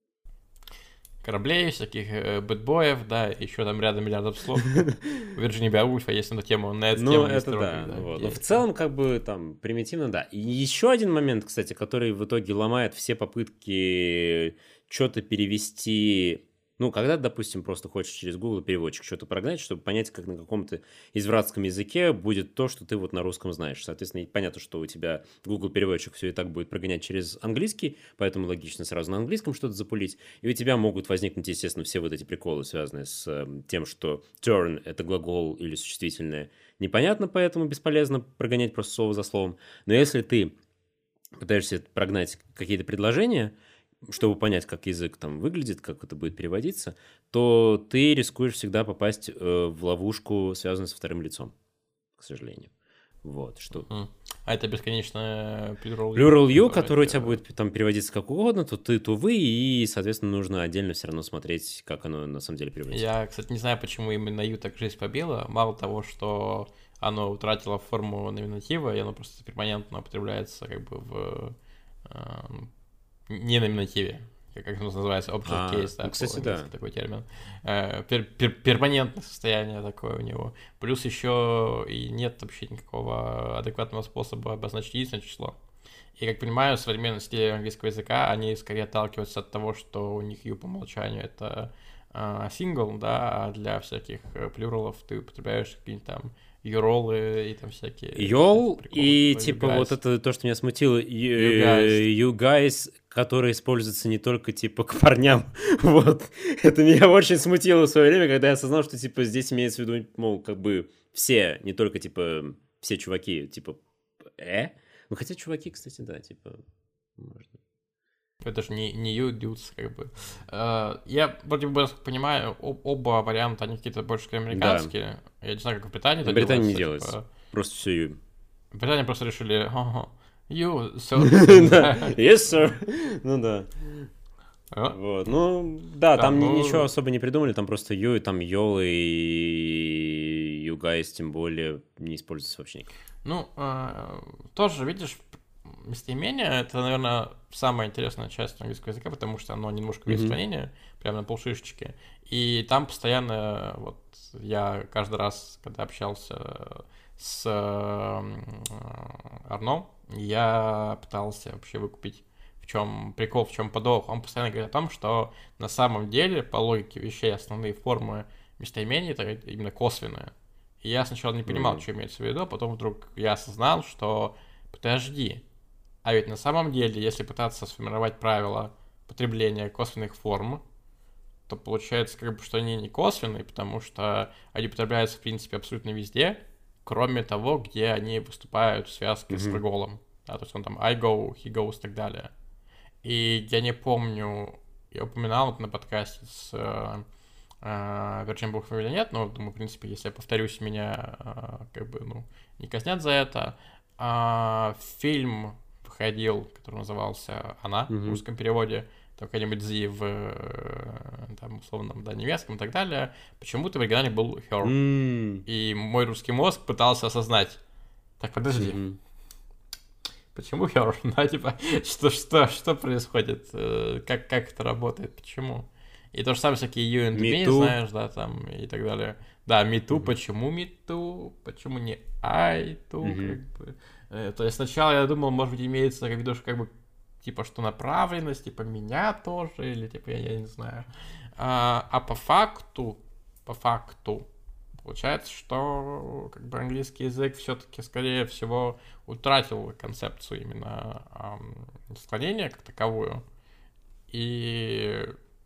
Кораблей, всяких бэтбоев, да, еще там рядом миллиардов слов. У Вирджини Беовульфа есть на тему, на эту тему. Ну, это да. Вот. Но в целом, как бы, там, примитивно, да. И еще один момент, кстати, который в итоге ломает все попытки что-то перевести... Ну, когда, допустим, просто хочешь через Google переводчик что-то прогнать, чтобы понять, как на каком-то извратском языке будет то, что ты вот на русском знаешь. Соответственно, понятно, что у тебя Google переводчик все и так будет прогонять через английский, поэтому логично сразу на английском что-то запулить. И у тебя могут возникнуть, естественно, все вот эти приколы, связанные с тем, что turn — это глагол или существительное. Непонятно, поэтому бесполезно прогонять просто слово за словом. Но если ты пытаешься прогнать какие-то предложения, чтобы понять, как язык там выглядит, как это будет переводиться, то ты рискуешь всегда попасть в ловушку, связанную со вторым лицом, к сожалению. Вот, что... А это бесконечное plural you, который у тебя будет там переводиться как угодно, то вы, и, соответственно, нужно отдельно все равно смотреть, как оно на самом деле переводится. Я, кстати, не знаю, почему именно you так жизнь побила. Мало того, что оно утратило форму номинатива, и оно просто перманентно употребляется как бы в не номинативе. Как это называется, object case, да, кстати, да. Такой термин. Перманентное состояние такое у него. Плюс еще и нет вообще никакого адекватного способа обозначить единственное число. И, как понимаю, современные стили английского языка, они скорее отталкиваются от того, что у них U по умолчанию это сингл, да, а для всяких плюралов ты употребляешь какие-нибудь там юролы и там всякие... Йол, и типа вот это то, что меня смутило, you guys, который используется не только типа к парням, вот. Это меня очень смутило в свое время, когда я осознал, что типа здесь имеется в виду, мол, как бы все, не только типа все чуваки, типа Ну хотя чуваки, кстати, да, типа можно. Это же не you dudes, как бы. Я вроде бы понимаю, оба варианта, они какие-то больше американские. Да. Я не знаю, как в Британии это делается. В Британии не делается. Типа... Просто все you. В Британии просто решили, you, so... Yes, sir. Ну да. Вот. Ну, да, там ничего особо не придумали, там просто you, и там йол, и you guys, тем более, не используется вообще никак. Ну, тоже, видишь, местоимение — это, наверное, самая интересная часть английского языка, потому что оно немножко без склонения, прямо на полшишечки. И там постоянно, вот я каждый раз, когда общался с Арно, я пытался вообще выкупить, в чем прикол, в чем подвох. Он постоянно говорит о том, что на самом деле, по логике вещей, основные формы местоимений — это именно косвенные. И я сначала не понимал, что имеется в виду, а потом вдруг я осознал, что подожди, а ведь на самом деле, если пытаться сформировать правила потребления косвенных форм, то получается, как бы, что они не косвенные, потому что они употребляются, в принципе, абсолютно везде, кроме того, где они выступают в связке с глаголом. Да, то есть он там I go, he goes и так далее. И я не помню, я упоминал это на подкасте с Virgin Book или нет, но думаю, в принципе, если я повторюсь, меня как бы, ну, не казнят за это. Фильм выходил, который назывался «Она» в русском переводе, там какой-нибудь «зи» в там, условном, да, немецком и так далее. Почему-то в оригинале был «her». И мой русский мозг пытался осознать. Так, подожди. Почему «her»? Да, типа, что происходит? Как это работает? Почему? И то же самое всякие you and me, знаешь, да, там, и так далее. Да, me too, почему me too? Почему не I too, как бы? То есть сначала я думал, может быть, имеется в виду, что как бы, типа, что направленность, типа, меня тоже, или, типа, я не знаю. А по факту, получается, что, как бы, английский язык все-таки, скорее всего, утратил концепцию именно склонения как таковую. И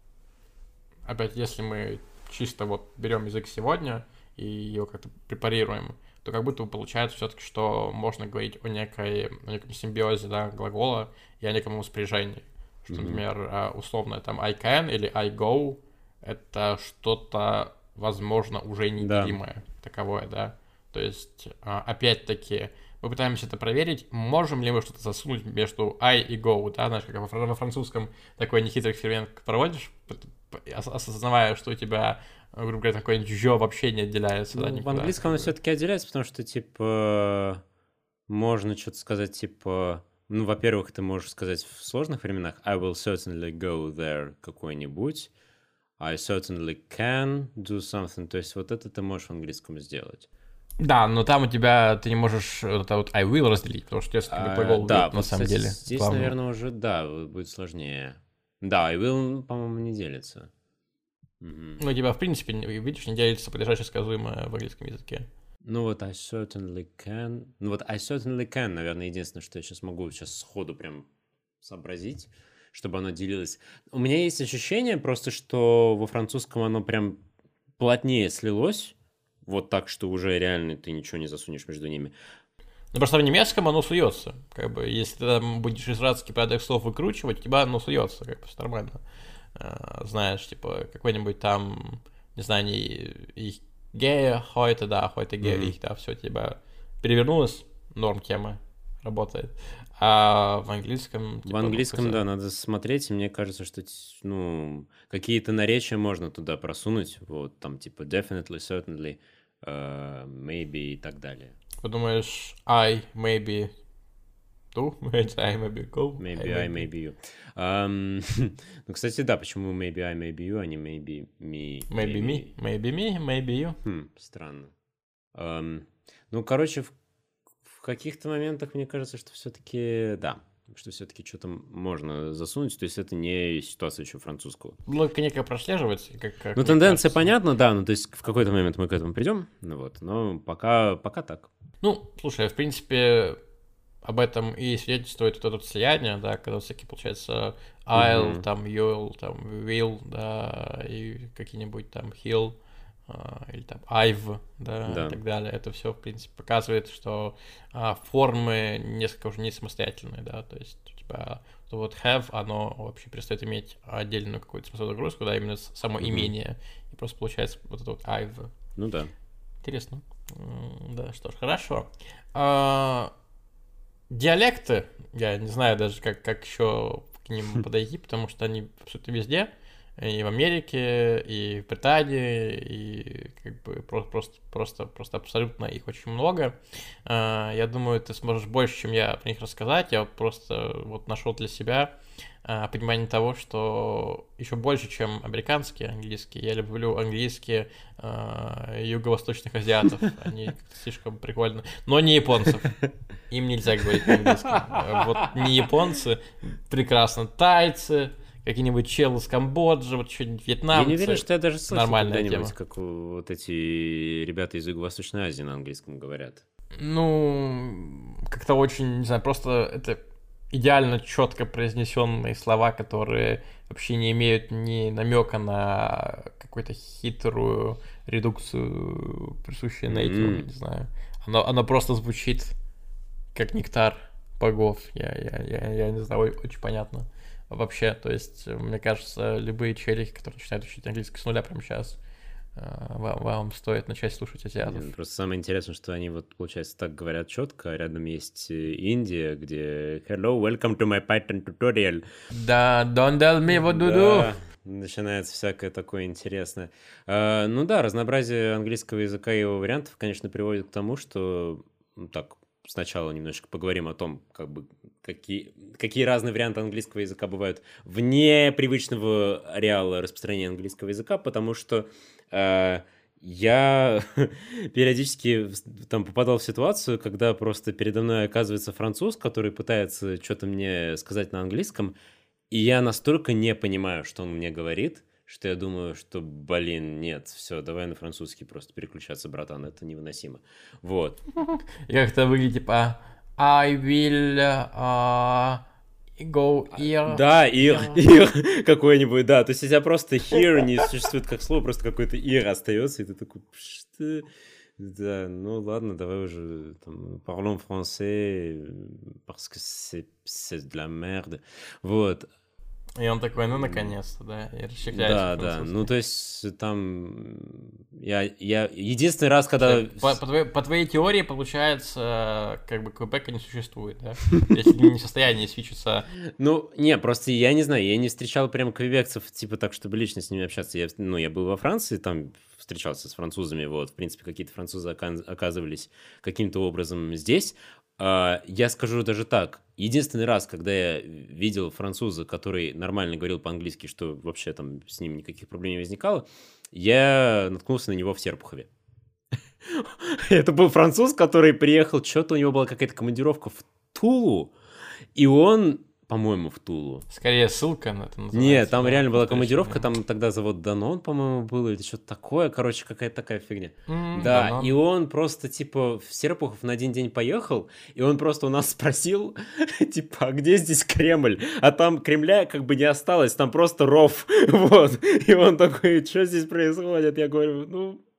опять, если мы чисто вот берем язык сегодня и его как-то препарируем, то как будто бы получается все-таки, что можно говорить о неком симбиозе, да, глагола и о неком воспряжении. Что, например, условно там I can или I go — это что-то, возможно, уже неделимое, таковое, да. То есть, опять-таки, мы пытаемся это проверить, можем ли мы что-то засунуть между I и go, да, знаешь, как во французском такой нехитрый эксперимент проводишь, осознавая, что у тебя, грубо говоря, какое-нибудь «жё» вообще не отделяется. Ну, да, в английском оно все-таки отделяется, потому что, типа, можно что-то сказать, типа, ну, во-первых, ты можешь сказать в сложных временах I will certainly go there какой-нибудь, I certainly can do something, то есть вот это ты можешь в английском сделать. Да, но там у тебя ты не можешь это вот I will разделить, потому что у тебя глагол да, на самом деле. Здесь, наверное, уже, да, будет сложнее. Да, I will, по-моему, не делится. Ну, у тебя, в принципе, видишь, не делится подлежащее сказуемое в английском языке. Ну вот I certainly can. Ну вот I certainly can, наверное, единственное, что я сейчас могу сходу прям сообразить, чтобы оно делилось. У меня есть ощущение просто, что во французском оно прям плотнее слилось, вот так, что уже реально ты ничего не засунешь между ними. Ну, просто в немецком оно суется. Как бы, если ты там будешь из русских порядок слов выкручивать, у тебя оно суется, как бы, все нормально. Знаешь, типа, какой-нибудь там, не знаю, не ich gehe heute, да, heute gehe ich, да, все, типа, перевернулось, норм тема, работает. А в английском... В английском, да, надо смотреть, и мне кажется, что, ну, какие-то наречия можно туда просунуть, вот, там, типа, definitely, certainly, maybe и так далее. Подумаешь, I, maybe, do, I, maybe, go. Maybe I, maybe you. Ну, кстати, да, почему maybe I, maybe you, а не maybe me? Maybe me, maybe me, maybe you. Странно. Ну, короче, в каких-то моментах мне кажется, что все-таки, да, что все-таки что-то можно засунуть, то есть это не ситуация еще французского. Логика некая прослеживается. Ну, тенденция понятна, да, ну, то есть в какой-то момент мы к этому придем, ну, вот, но пока так. Ну, слушай, в принципе, об этом и свидетельствует вот это слияние, да, когда всякие, получается, I'll, там, you'll, там, will, да, и какие-нибудь там he'll, или там I've, да, и так далее. Это все, в принципе, показывает, что формы несколько уже не самостоятельные, да, то есть у тебя вот have, оно вообще перестает иметь отдельную какую-то смысловую нагрузку, да, именно само имение, и просто получается вот это вот I've. Ну да. Интересно. Да, что ж, хорошо. Диалекты, я не знаю даже, как еще к ним подойти, потому что они абсолютно везде. И в Америке, и в Британии, и как бы просто абсолютно их очень много. Я думаю, ты сможешь больше, чем я про них рассказать. Я просто вот нашел для себя понимание того, что еще больше, чем американский английский, я люблю английские юго-восточных азиатов. Они слишком прикольно. Но не японцев. Им нельзя говорить на английском. Вот не японцы, прекрасно. Тайцы, какие-нибудь челы с Камбоджи, вот что-нибудь вьетнамцы. Я не уверен, что я даже слышал когда-нибудь, тема. как вот эти ребята из Юго-Восточной Азии на английском говорят. Ну, как-то очень, не знаю, просто это идеально четко произнесенные слова, которые вообще не имеют ни намека на какую-то хитрую редукцию, присущую нейтиву, не знаю. Оно просто звучит как нектар богов. Я не знаю, очень понятно. Вообще, то есть, мне кажется, любые челики, которые начинают учить английский с нуля прямо сейчас, вам стоит начать слушать азиатов. Просто самое интересное, что они вот, получается, так говорят четко, а рядом есть Индия, где «Hello, welcome to my Python tutorial». Да, don't tell me what to do. Начинается всякое такое интересное. Ну да, разнообразие английского языка и его вариантов, конечно, приводит к тому, что, ну, так, сначала немножечко поговорим о том, как бы, какие разные варианты английского языка бывают вне привычного ареала распространения английского языка, потому что я периодически там попадал в ситуацию, когда просто передо мной оказывается француз, который пытается что-то мне сказать на английском, и я настолько не понимаю, что он мне говорит, что я думаю, что, блин, нет, все, давай на французский просто переключаться, братан, это невыносимо. Вот. И как это выглядит, типа I will go here. Да, ir какой-нибудь, да. То есть у тебя просто here не существует как слово, просто какой-то ir остается, и ты такой, что? Да, ну ладно, давай уже там, parlons français, parce que c'est de la merde. Вот. И он такой, ну, наконец-то, да, и расщепляется. Да, ну, то есть, там, я единственный раз, когда... По твоей теории, получается, как бы Квебека не существует, да? Если не в состоянии свичиться... Ну, не, просто я не знаю, я не встречал прям квебекцев, типа, так, чтобы лично с ними общаться. Я был во Франции, там встречался с французами, вот, в принципе, какие-то французы оказывались каким-то образом здесь. Я скажу даже так, единственный раз, когда я видел француза, который нормально говорил по-английски, что вообще там с ним никаких проблем не возникало, я наткнулся на него в Серпухове. Это был француз, который приехал, что-то у него была какая-то командировка в Тулу, и он, по-моему, в Тулу. Скорее ссылка на это называется. Нет, там реально была командировка, там тогда завод Данон, по-моему, был, или что-то такое, короче, какая-то такая фигня. Да, Danone. И он просто, типа, в Серпухов на один день поехал, и он просто у нас спросил, типа, а где здесь Кремль? А там Кремля как бы не осталось, там просто ров, вот. И он такой, что здесь происходит? Я говорю, ну...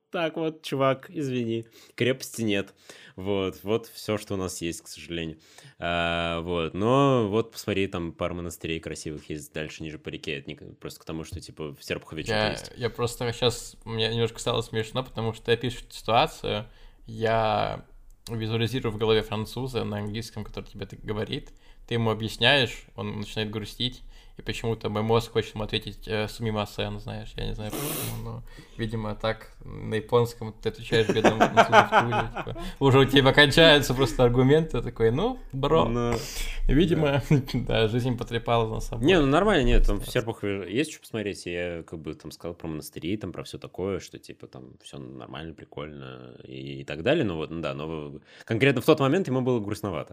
так вот, чувак, извини, крепости нет. Вот все, что у нас есть, к сожалению. Вот, но вот посмотри, там пару монастырей красивых есть дальше, ниже по реке. Это просто к тому, что, типа, в Серпухове что-то есть. Я просто сейчас, мне немножко стало смешно, потому что я пишу эту ситуацию, я визуализирую в голове француза на английском, который тебе так говорит, ты ему объясняешь, он начинает грустить, и почему-то мой мозг хочет ему ответить сумимасен, знаешь, я не знаю почему, но, видимо, так на японском ты отвечаешь бедному французу в туре, типа, уже у тебя кончаются просто аргументы, такой, ну, бро, видимо, да, жизнь потрепала на самом деле. Не, ну нормально, нет, там в Серпухове есть что посмотреть, я как бы там сказал про монастыри, там про все такое, что типа там все нормально, прикольно и так далее, ну вот, ну да, но конкретно в тот момент ему было грустновато,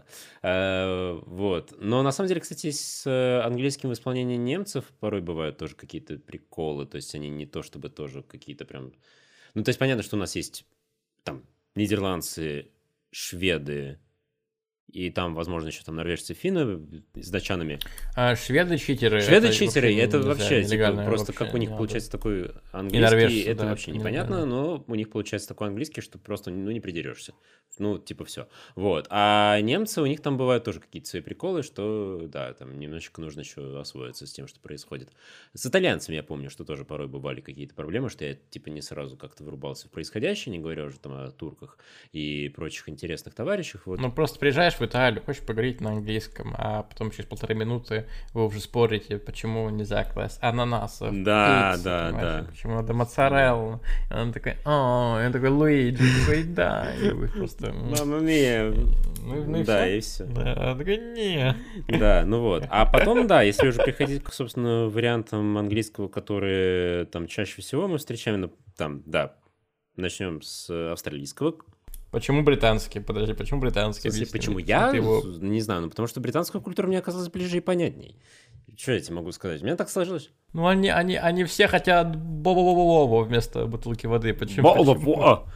вот, но на самом деле, кстати, с английским исполнением немцев порой бывают тоже какие-то приколы, то есть они не то чтобы тоже какие-то прям... Ну, то есть понятно, что у нас есть там нидерландцы, шведы, и там, возможно, еще там норвежцы, финны с датчанами. Шведы-читеры. Шведы-читеры, это вообще типа, просто как у них получается такой английский, это да, вообще непонятно, но у них получается такой английский, что просто, ну, не придерешься. Ну, типа, все. Вот. А немцы, у них там бывают тоже какие-то свои приколы, что, да, там немножечко нужно еще освоиться с тем, что происходит. С итальянцами я помню, что тоже порой бывали какие-то проблемы, что я, типа, не сразу как-то врубался в происходящее, не говоря уже там о турках и прочих интересных товарищах. Вот. Ну, просто приезжаешь в Италию, хочешь поговорить на английском, а потом через 1,5 минуты вы уже спорите, почему нельзя класть ананасов, да, пиццу, да, да. почему надо моцареллу. И он такой, я такой, Луиджи, такой, да. И вы просто... Мама мия. Ну, и да, все. и все. Да, он такой, не. Да, ну вот. А потом, да, если уже приходить к, собственно, вариантам английского, которые там чаще всего мы встречаем, ну, там, да, начнем с австралийского. Почему британский? Подожди, почему британский? Почему я? Не знаю, ну потому что британская культура мне оказалась ближе и понятней. Что я тебе могу сказать? У меня так сложилось. Ну, они все хотят бо-бо-бо-бо вместо бутылки воды. Почему? Бо-бо-бо!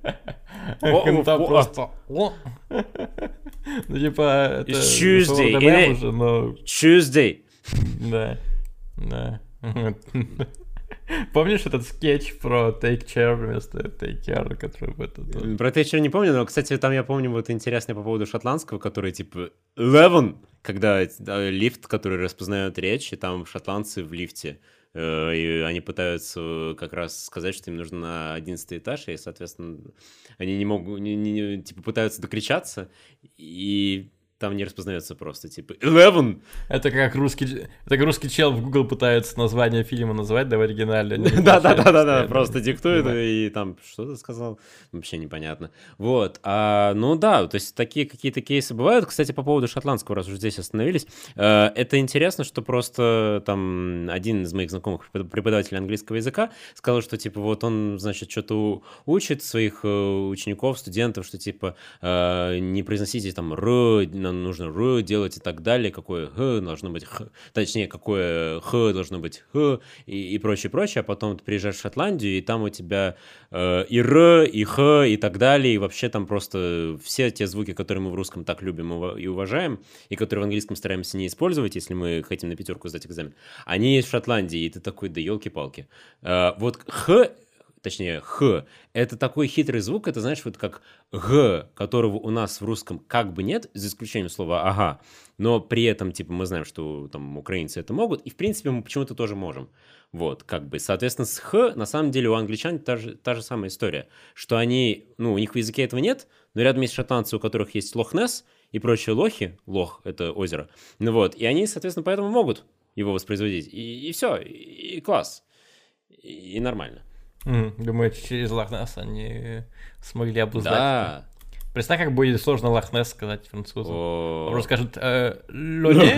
Там просто... Ну, типа, это... Tuesday. Уже, но... Tuesday. Да. Помнишь этот скетч про Take Care вместо Take Care, который в этот... Про Take Care не помню, но, кстати, там я помню вот интересное по поводу шотландского, который типа 11, когда лифт, который распознает речь, и там шотландцы в лифте, и они пытаются как раз сказать, что им нужно на 11 этаж, и, соответственно, они не могут, типа, пытаются докричаться, и... Там не распознается просто, типа, 11! Это как русский чел в Google пытается название фильма назвать, да, в оригинале. Да, просто диктует, и там, что ты сказал, вообще непонятно. Вот, ну да, то есть такие какие-то кейсы бывают. Кстати, по поводу шотландского, раз уж здесь остановились, это интересно, что просто там один из моих знакомых преподавателей английского языка сказал, что, типа, вот он, значит, что-то учит своих учеников, студентов, что, типа, не произносите там нам нужно р делать и так далее, какое х должно быть х, точнее, какое х должно быть х и прочее, а потом ты приезжаешь в Шотландию, и там у тебя и р, и х, и так далее, и вообще там просто все те звуки, которые мы в русском так любим и уважаем, и которые в английском стараемся не использовать, если мы хотим на 5 сдать экзамен, они есть в Шотландии, и ты такой, да елки-палки. Вот х, точнее, х, это такой хитрый звук, это, знаешь, вот как г, которого у нас в русском как бы нет, за исключением слова ага, но при этом, типа, мы знаем, что там украинцы это могут, и, в принципе, мы почему-то тоже можем. Вот, как бы, соответственно, с х, на самом деле, у англичан та же самая история, что они, ну, у них в языке этого нет, но рядом есть шотландцы, у которых есть Лох-Несс и прочие лохи, лох — это озеро, ну вот, и они, соответственно, поэтому могут его воспроизводить, и все, и класс, и нормально. Думаю, через Лохнесс они смогли обуздать. Да. Представь, как будет сложно Лохнесс сказать французам. Он просто скажет «Лоне».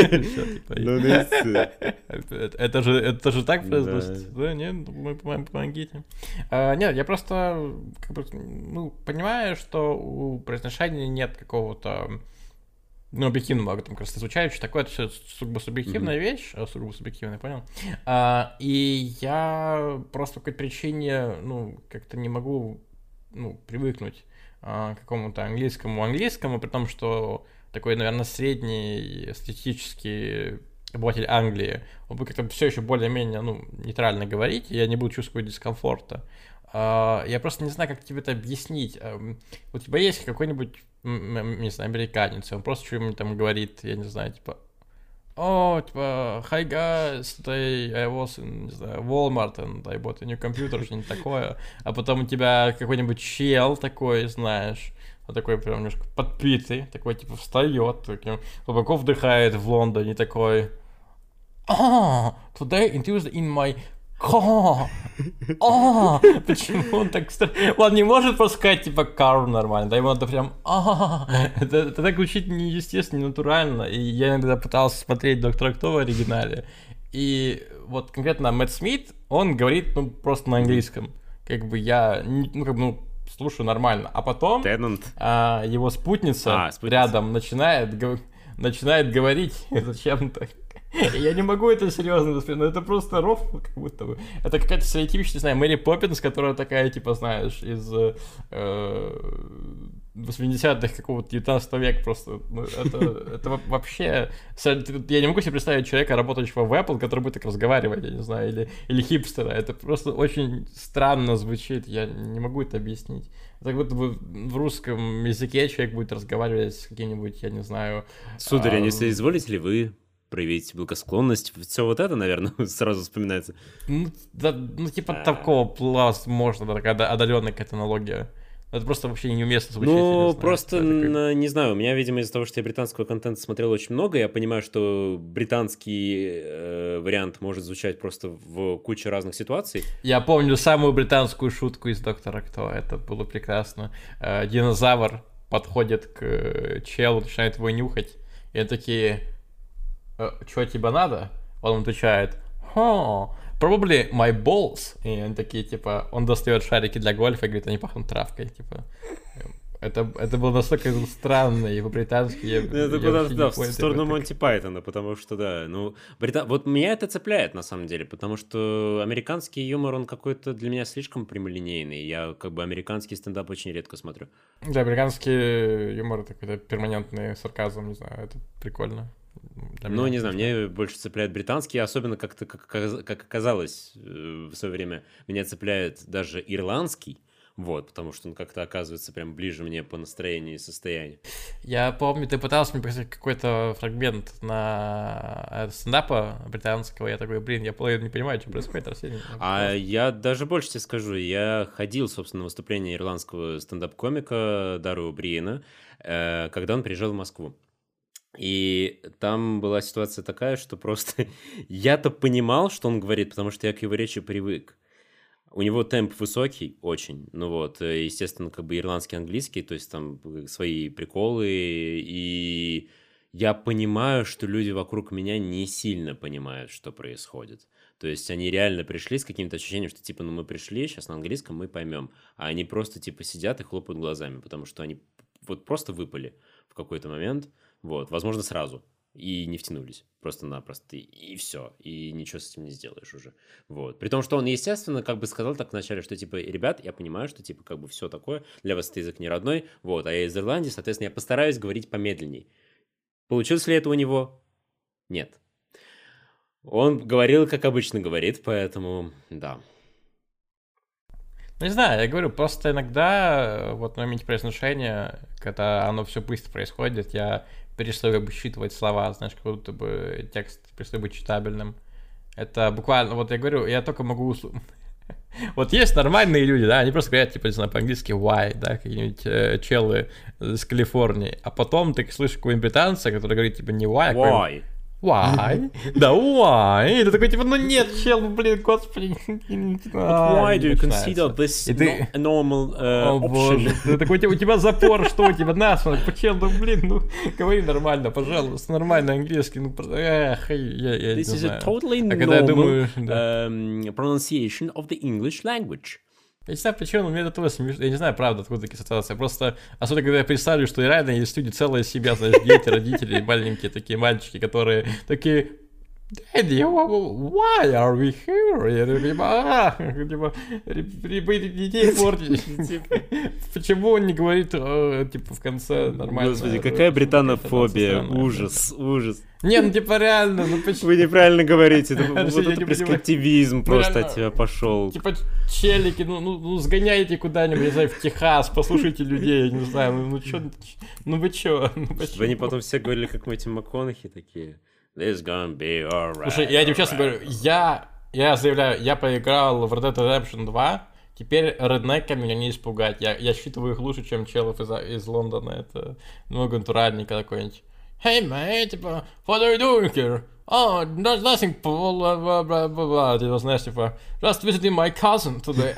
Это же так произносится. Да, нет, мы помогите. Нет, я просто понимаю, что у произношения нет какого-то... Ну, объективно могу там как раз изучать, что такое, это все сугубо субъективная вещь, сугубо субъективная, понял? И я просто по какой-то причине, как-то не могу, привыкнуть к какому-то английскому, при том, что такой, наверное, средний статистический обыватель Англии, он будет как-то все еще более-менее, нейтрально говорить, и я не буду чувствовать дискомфорта. Я просто не знаю, как тебе это объяснить. У тебя есть какой-нибудь, не знаю, американец, и он просто что-нибудь там говорит, я не знаю, типа, о, типа, hi guys, today I was in, не знаю, Walmart and I bought a new computer, что-нибудь такое. А потом у тебя какой-нибудь чел такой, знаешь, вот такой прям немножко подпитый, такой, типа, встает, таким, глубоко вдыхает в Лондоне, такой, today introduced in my почему он так... Он не может просто сказать, типа, car нормально, да, ему надо прям... Это так звучит неестественно, не натурально, и я иногда пытался смотреть «Доктора Кто» в оригинале, и вот конкретно Мэтт Смит, он говорит, ну, просто на английском, как бы я, ну, как бы, ну, слушаю нормально, а потом его спутница рядом начинает говорить зачем-то. Я не могу это серьезно воспринять, но это просто рофл, как будто бы. Это какая-то стереотипичная, не знаю, Мэри Поппинс, которая такая, типа, знаешь, из 80-х какого-то 19 века просто. Ну, это вообще... Я не могу себе представить человека, работающего в Apple, который будет так разговаривать, я не знаю, или хипстера. Это просто очень странно звучит, я не могу это объяснить. Это как будто бы в русском языке человек будет разговаривать с каким-нибудь, я не знаю... Сударь, не соизволите ли вы проявить благосклонность? Все вот это, наверное, сразу вспоминается. Ну, да, ну типа такого возможно, такая отдаленная какая-то аналогия. Это просто вообще неуместно звучит. Ну, просто, не знаю, у меня, видимо, из-за того, что я британского контента смотрел очень много, я понимаю, что британский вариант может звучать просто в куче разных ситуаций. Я помню самую британскую шутку из «Доктора Кто», это было прекрасно. Динозавр подходит к челу, начинает его нюхать, и они такие... Что тебе надо? Он отвечает, probably my balls. И они такие, типа, он достает шарики для гольфа и говорит, они пахнут травкой, типа. Это было настолько странно, и по-британски это куда-то, в сторону Монти Пайтона, потому что, да, ну, вот меня это цепляет, на самом деле, потому что американский юмор, он какой-то для меня слишком прямолинейный, я, как бы, американский стендап очень редко смотрю. Да, американский юмор — это какой-то перманентный сарказм, не знаю, это прикольно. Ну, не знаю, мне больше цепляет британский, особенно как оказалось в свое время, меня цепляет даже ирландский, вот, потому что он как-то оказывается прям ближе мне по настроению и состоянию. Я помню, ты пытался мне показать какой-то фрагмент на стендапа британского, я такой, блин, я половину не понимаю, что происходит, Арсений. Я даже больше тебе скажу, я ходил, собственно, на выступление ирландского стендап-комика Дару Бриена, когда он приезжал в Москву. И там была ситуация такая, что просто я-то понимал, что он говорит, потому что я к его речи привык. У него темп высокий очень, ну вот, естественно, как бы ирландский, английский, то есть там свои приколы, и я понимаю, что люди вокруг меня не сильно понимают, что происходит. То есть они реально пришли с каким-то ощущением, что типа, ну мы пришли, сейчас на английском мы поймем, а они просто типа сидят и хлопают глазами, потому что они вот просто выпали в какой-то момент. Вот, возможно, сразу. И не втянулись. Просто-напросто. И все. И ничего с этим не сделаешь уже. Вот. При том, что он, естественно, как бы сказал так вначале, что, типа, ребят, я понимаю, что, типа, как бы все такое. Для вас это язык не родной. Вот. А я из Ирландии, соответственно, я постараюсь говорить помедленней. Получилось ли это у него? Нет. Он говорил, как обычно говорит, поэтому, да. Ну, не знаю, я говорю, просто иногда, вот на моменте произношения, когда оно все быстро происходит, я перестаю как бы считывать слова, знаешь, как будто бы текст перестает быть читабельным. Это буквально, вот я говорю, я только могу... Вот есть нормальные люди, да, они просто говорят, типа, не знаю, по-английски why, да, какие-нибудь челы с Калифорнии, а потом ты слышишь какого-нибудь британца, который говорит, типа, не why, а why? Why? Да, why? И ты такой, типа, ну нет, чел, блин, господи. Why do you consider this not a normal option? Ты такой, у тебя запор, что у тебя насморк? Чел, ну блин, ну говори нормально, пожалуйста, нормальный английский. Ну, эх, я не This is знаю. a totally normal pronunciation of the English language. Я не знаю, почему, но мне это тоже смешно. Я не знаю, правда, откуда такие ситуации. Просто, особенно, когда я представлю, что реально есть люди, целая семья, знаешь, дети, родители, маленькие такие мальчики, которые такие, Daddy, why are we here? Я такой, типа, вы детей портите. Почему он не говорит, типа, в конце нормально? Господи, какая британофобия, ужас, ужас. Не, ну типа реально, ну почему? Вы неправильно говорите, вот это прескриптивизм просто от тебя пошел. Типа, челики, ну сгоняйте куда-нибудь, не знаю, в Техас, послушайте людей, я не знаю, ну чё, ну вы чё? Чтобы они потом все говорили, как Мэтью МакКонахи такие. This gonna be alright. Слушай, я тебе честно говорю, я заявляю, я поиграл в Red Dead Redemption 2, теперь реднеками меня не испугать. Я считываю их лучше, чем челов из Лондона. Это много натуральника какой-нибудь. Hey, mate, типа, what are you doing here? Oh, there's nothing, blah, blah, blah, blah, blah. Ты знаешь, типа, just visiting my cousin today.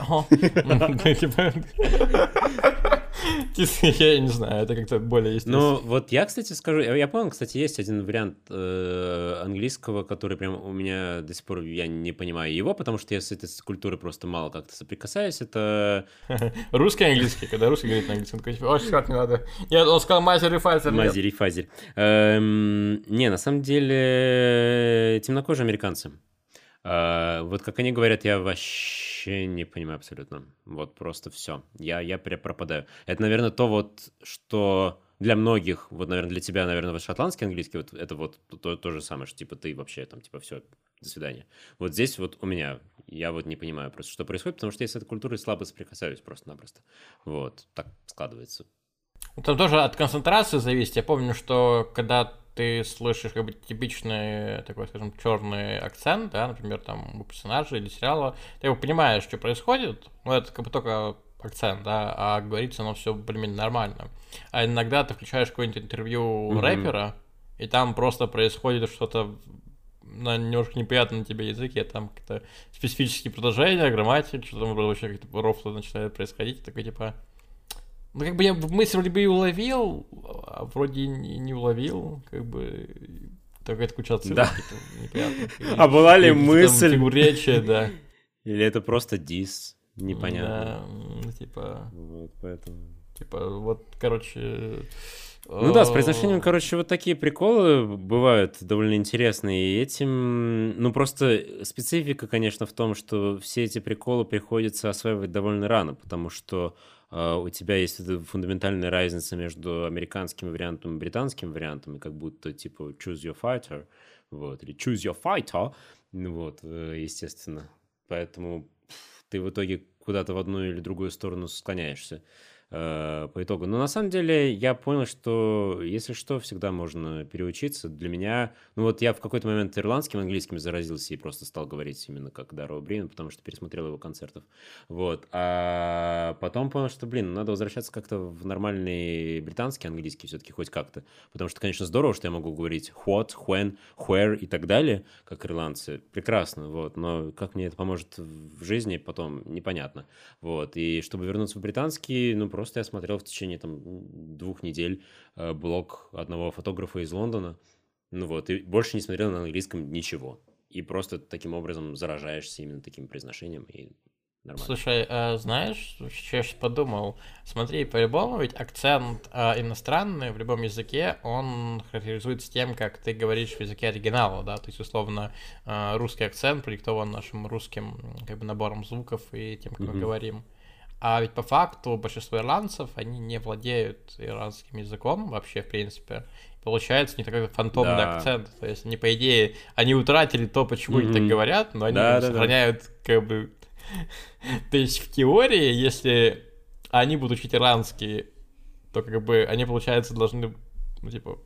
Я не знаю, это как-то более естественно. Ну, вот я, кстати, скажу, я понял, кстати, есть один вариант английского, который прям у меня до сих пор, я не понимаю его, потому что я с этой культурой просто мало как-то соприкасаюсь, это... Русский английский, когда русский говорит на английском, такой, о, черт, не надо. Он сказал мазер и фазер. Мазер и фазер. Не, на самом деле, темнокожие американцы. Вот как они говорят, я вообще не понимаю абсолютно. Вот просто все. Я прям пропадаю. Это, наверное, то вот, что для многих, вот, наверное, для тебя, наверное, вот шотландский английский, вот это вот то же самое, что типа ты вообще там, типа, все, до свидания. Вот здесь вот у меня, я вот не понимаю просто, что происходит, потому что я с этой культурой слабо соприкасаюсь просто-напросто. Вот, так складывается. Там тоже от концентрации зависит. Я помню, что когда ты слышишь как бы типичный такой, скажем, черный акцент, да, например, там у персонажа или сериала, ты его понимаешь, что происходит, ну, это как бы только акцент, да, а говорится оно все более-менее нормально. А иногда ты включаешь какое-нибудь интервью рэпера, и там просто происходит что-то на немножко неприятном тебе языке, там какие-то специфические предложения, грамматика, что там вообще какие-то рофлы начинают происходить, такой типа... Ну, как бы я мысль вроде бы и уловил, а вроде и не уловил, как бы... Такая куча цифр, да. неприятных. А была ли мысль? Фигуречия, да. Или это просто дис? Непонятно. Да, ну, типа... Вот, поэтому... Типа, вот, короче... Ну да, с произношением, короче, вот такие приколы бывают довольно интересные. И этим, ну просто специфика, конечно, в том, что все эти приколы приходится осваивать довольно рано, потому что у тебя есть эта фундаментальная разница между американским вариантом и британским вариантом, и как будто типа choose your fighter, вот, или choose your fighter, вот, естественно. Поэтому ты в итоге куда-то в одну или другую сторону склоняешься. По итогу. Но на самом деле я понял, что если что, всегда можно переучиться. Для меня, ну вот я в какой-то момент ирландским, английским заразился и просто стал говорить именно как Даро Брин, потому что пересмотрел его концертов. Вот. А потом понял, что, надо возвращаться как-то в нормальный британский английский все-таки хоть как-то. Потому что, конечно, здорово, что я могу говорить what, when, where и так далее, как ирландцы. Прекрасно, вот. Но как мне это поможет в жизни, потом непонятно. Вот. И чтобы вернуться в британский, ну, просто я смотрел в течение там 2 недель блог одного фотографа из Лондона, ну вот, и больше не смотрел на английском ничего. И просто таким образом заражаешься именно таким произношением, и нормально. Слушай, знаешь, что я сейчас подумал? Смотри, по-любому ведь акцент иностранный в любом языке, он характеризуется тем, как ты говоришь в языке оригинала, да, то есть, условно, русский акцент продиктован нашим русским как бы набором звуков и тем, как мы говорим. А ведь по факту большинство ирландцев, они не владеют ирландским языком вообще, в принципе. Получается не такой фантомный акцент. То есть они, по идее, они утратили то, почему они так говорят, но они сохраняют как бы... То есть в теории, если они будут учить ирландский, то как бы они, получается, должны, ну, типа,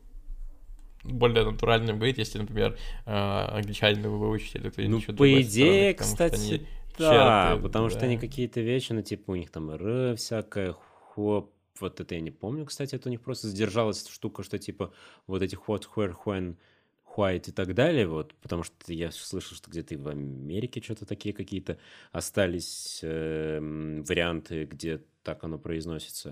более натуральным говорить, если, например, англичанин вы выучите, или кто-нибудь еще другой. Ну, по идее, кстати... Да, потому что они какие-то вещи, ну, типа, у них там всякое, хоп, вот это я не помню, кстати, это у них просто задержалась штука, что, типа, вот эти what, where, when, white и так далее, вот, потому что я слышал, что где-то и в Америке что-то такие какие-то остались варианты, где так оно произносится.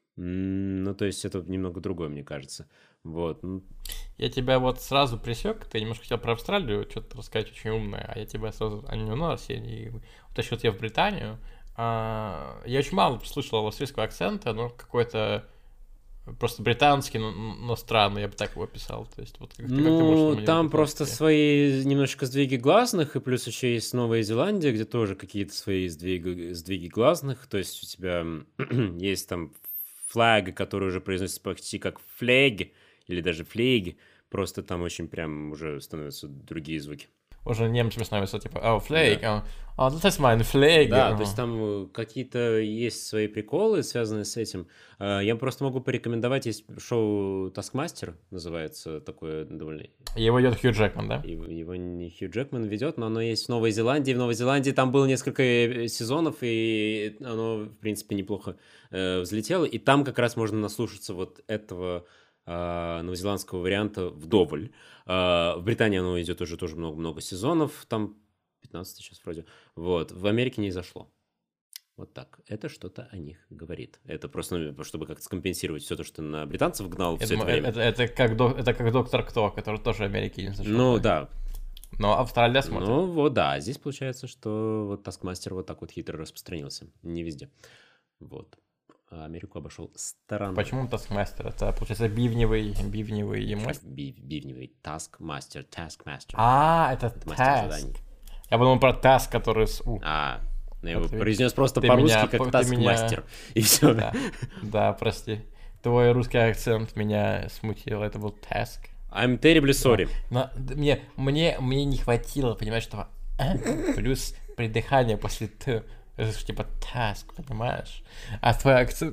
Ну, то есть это немного другое, мне кажется. Вот. Я тебя вот сразу пресек, ты немножко хотел про Австралию что-то рассказать очень умное, а я тебя сразу, не у нас, я утащил тебя в Британию. Я очень мало слышал австрийского акцента, но какой-то просто британский, но странный, я бы так его описал. То есть, вот как ты можешь Ну, мне там британский? просто свои немножко сдвиги гласных, и плюс еще есть Новая Зеландия, где тоже какие-то свои сдвиги гласных. То есть у тебя есть там флаг, который уже произносится почти как флэг, или даже флейг, просто там очень прям уже становятся другие звуки. Уже немцами становится типа, oh, Да. flag, das ist mein flag. Да, то есть там какие-то есть свои приколы, связанные с этим. Я просто могу порекомендовать, есть шоу Taskmaster, называется такое довольно... Его ведет Хью Джекман, да? Его не Хью Джекман ведет, но оно есть в Новой Зеландии. В Новой Зеландии там было несколько сезонов, и оно, в принципе, неплохо взлетело. И там как раз можно наслушаться вот этого новозеландского варианта вдоволь. В Британии оно идет уже тоже много-много сезонов, там 15 сейчас вроде. Вот, в Америке не зашло. Вот так. Это что-то о них говорит. Это просто, ну, чтобы как-то скомпенсировать все то, что на британцев гнал все это время. Это как доктор Кто, который тоже Америки не зашел. Ну, да. Но Австралия смотрит. Ну, вот, да. Здесь получается, что вот Taskmaster вот так вот хитро распространился. Не везде. Вот. А Америку обошел стороной. Почему Taskmaster? Это, получается, бивневый мастер? Бивневый. Taskmaster. Это Task. Я подумал про Task, который с У. Я его произнес просто по-русски, как Taskmaster. И все. Да, прости. Твой русский акцент меня смутил. Это был Task. I'm terribly sorry. Но мне не хватило, понимаешь, что плюс придыхание после Т. Это типа task, понимаешь? А твой акцент...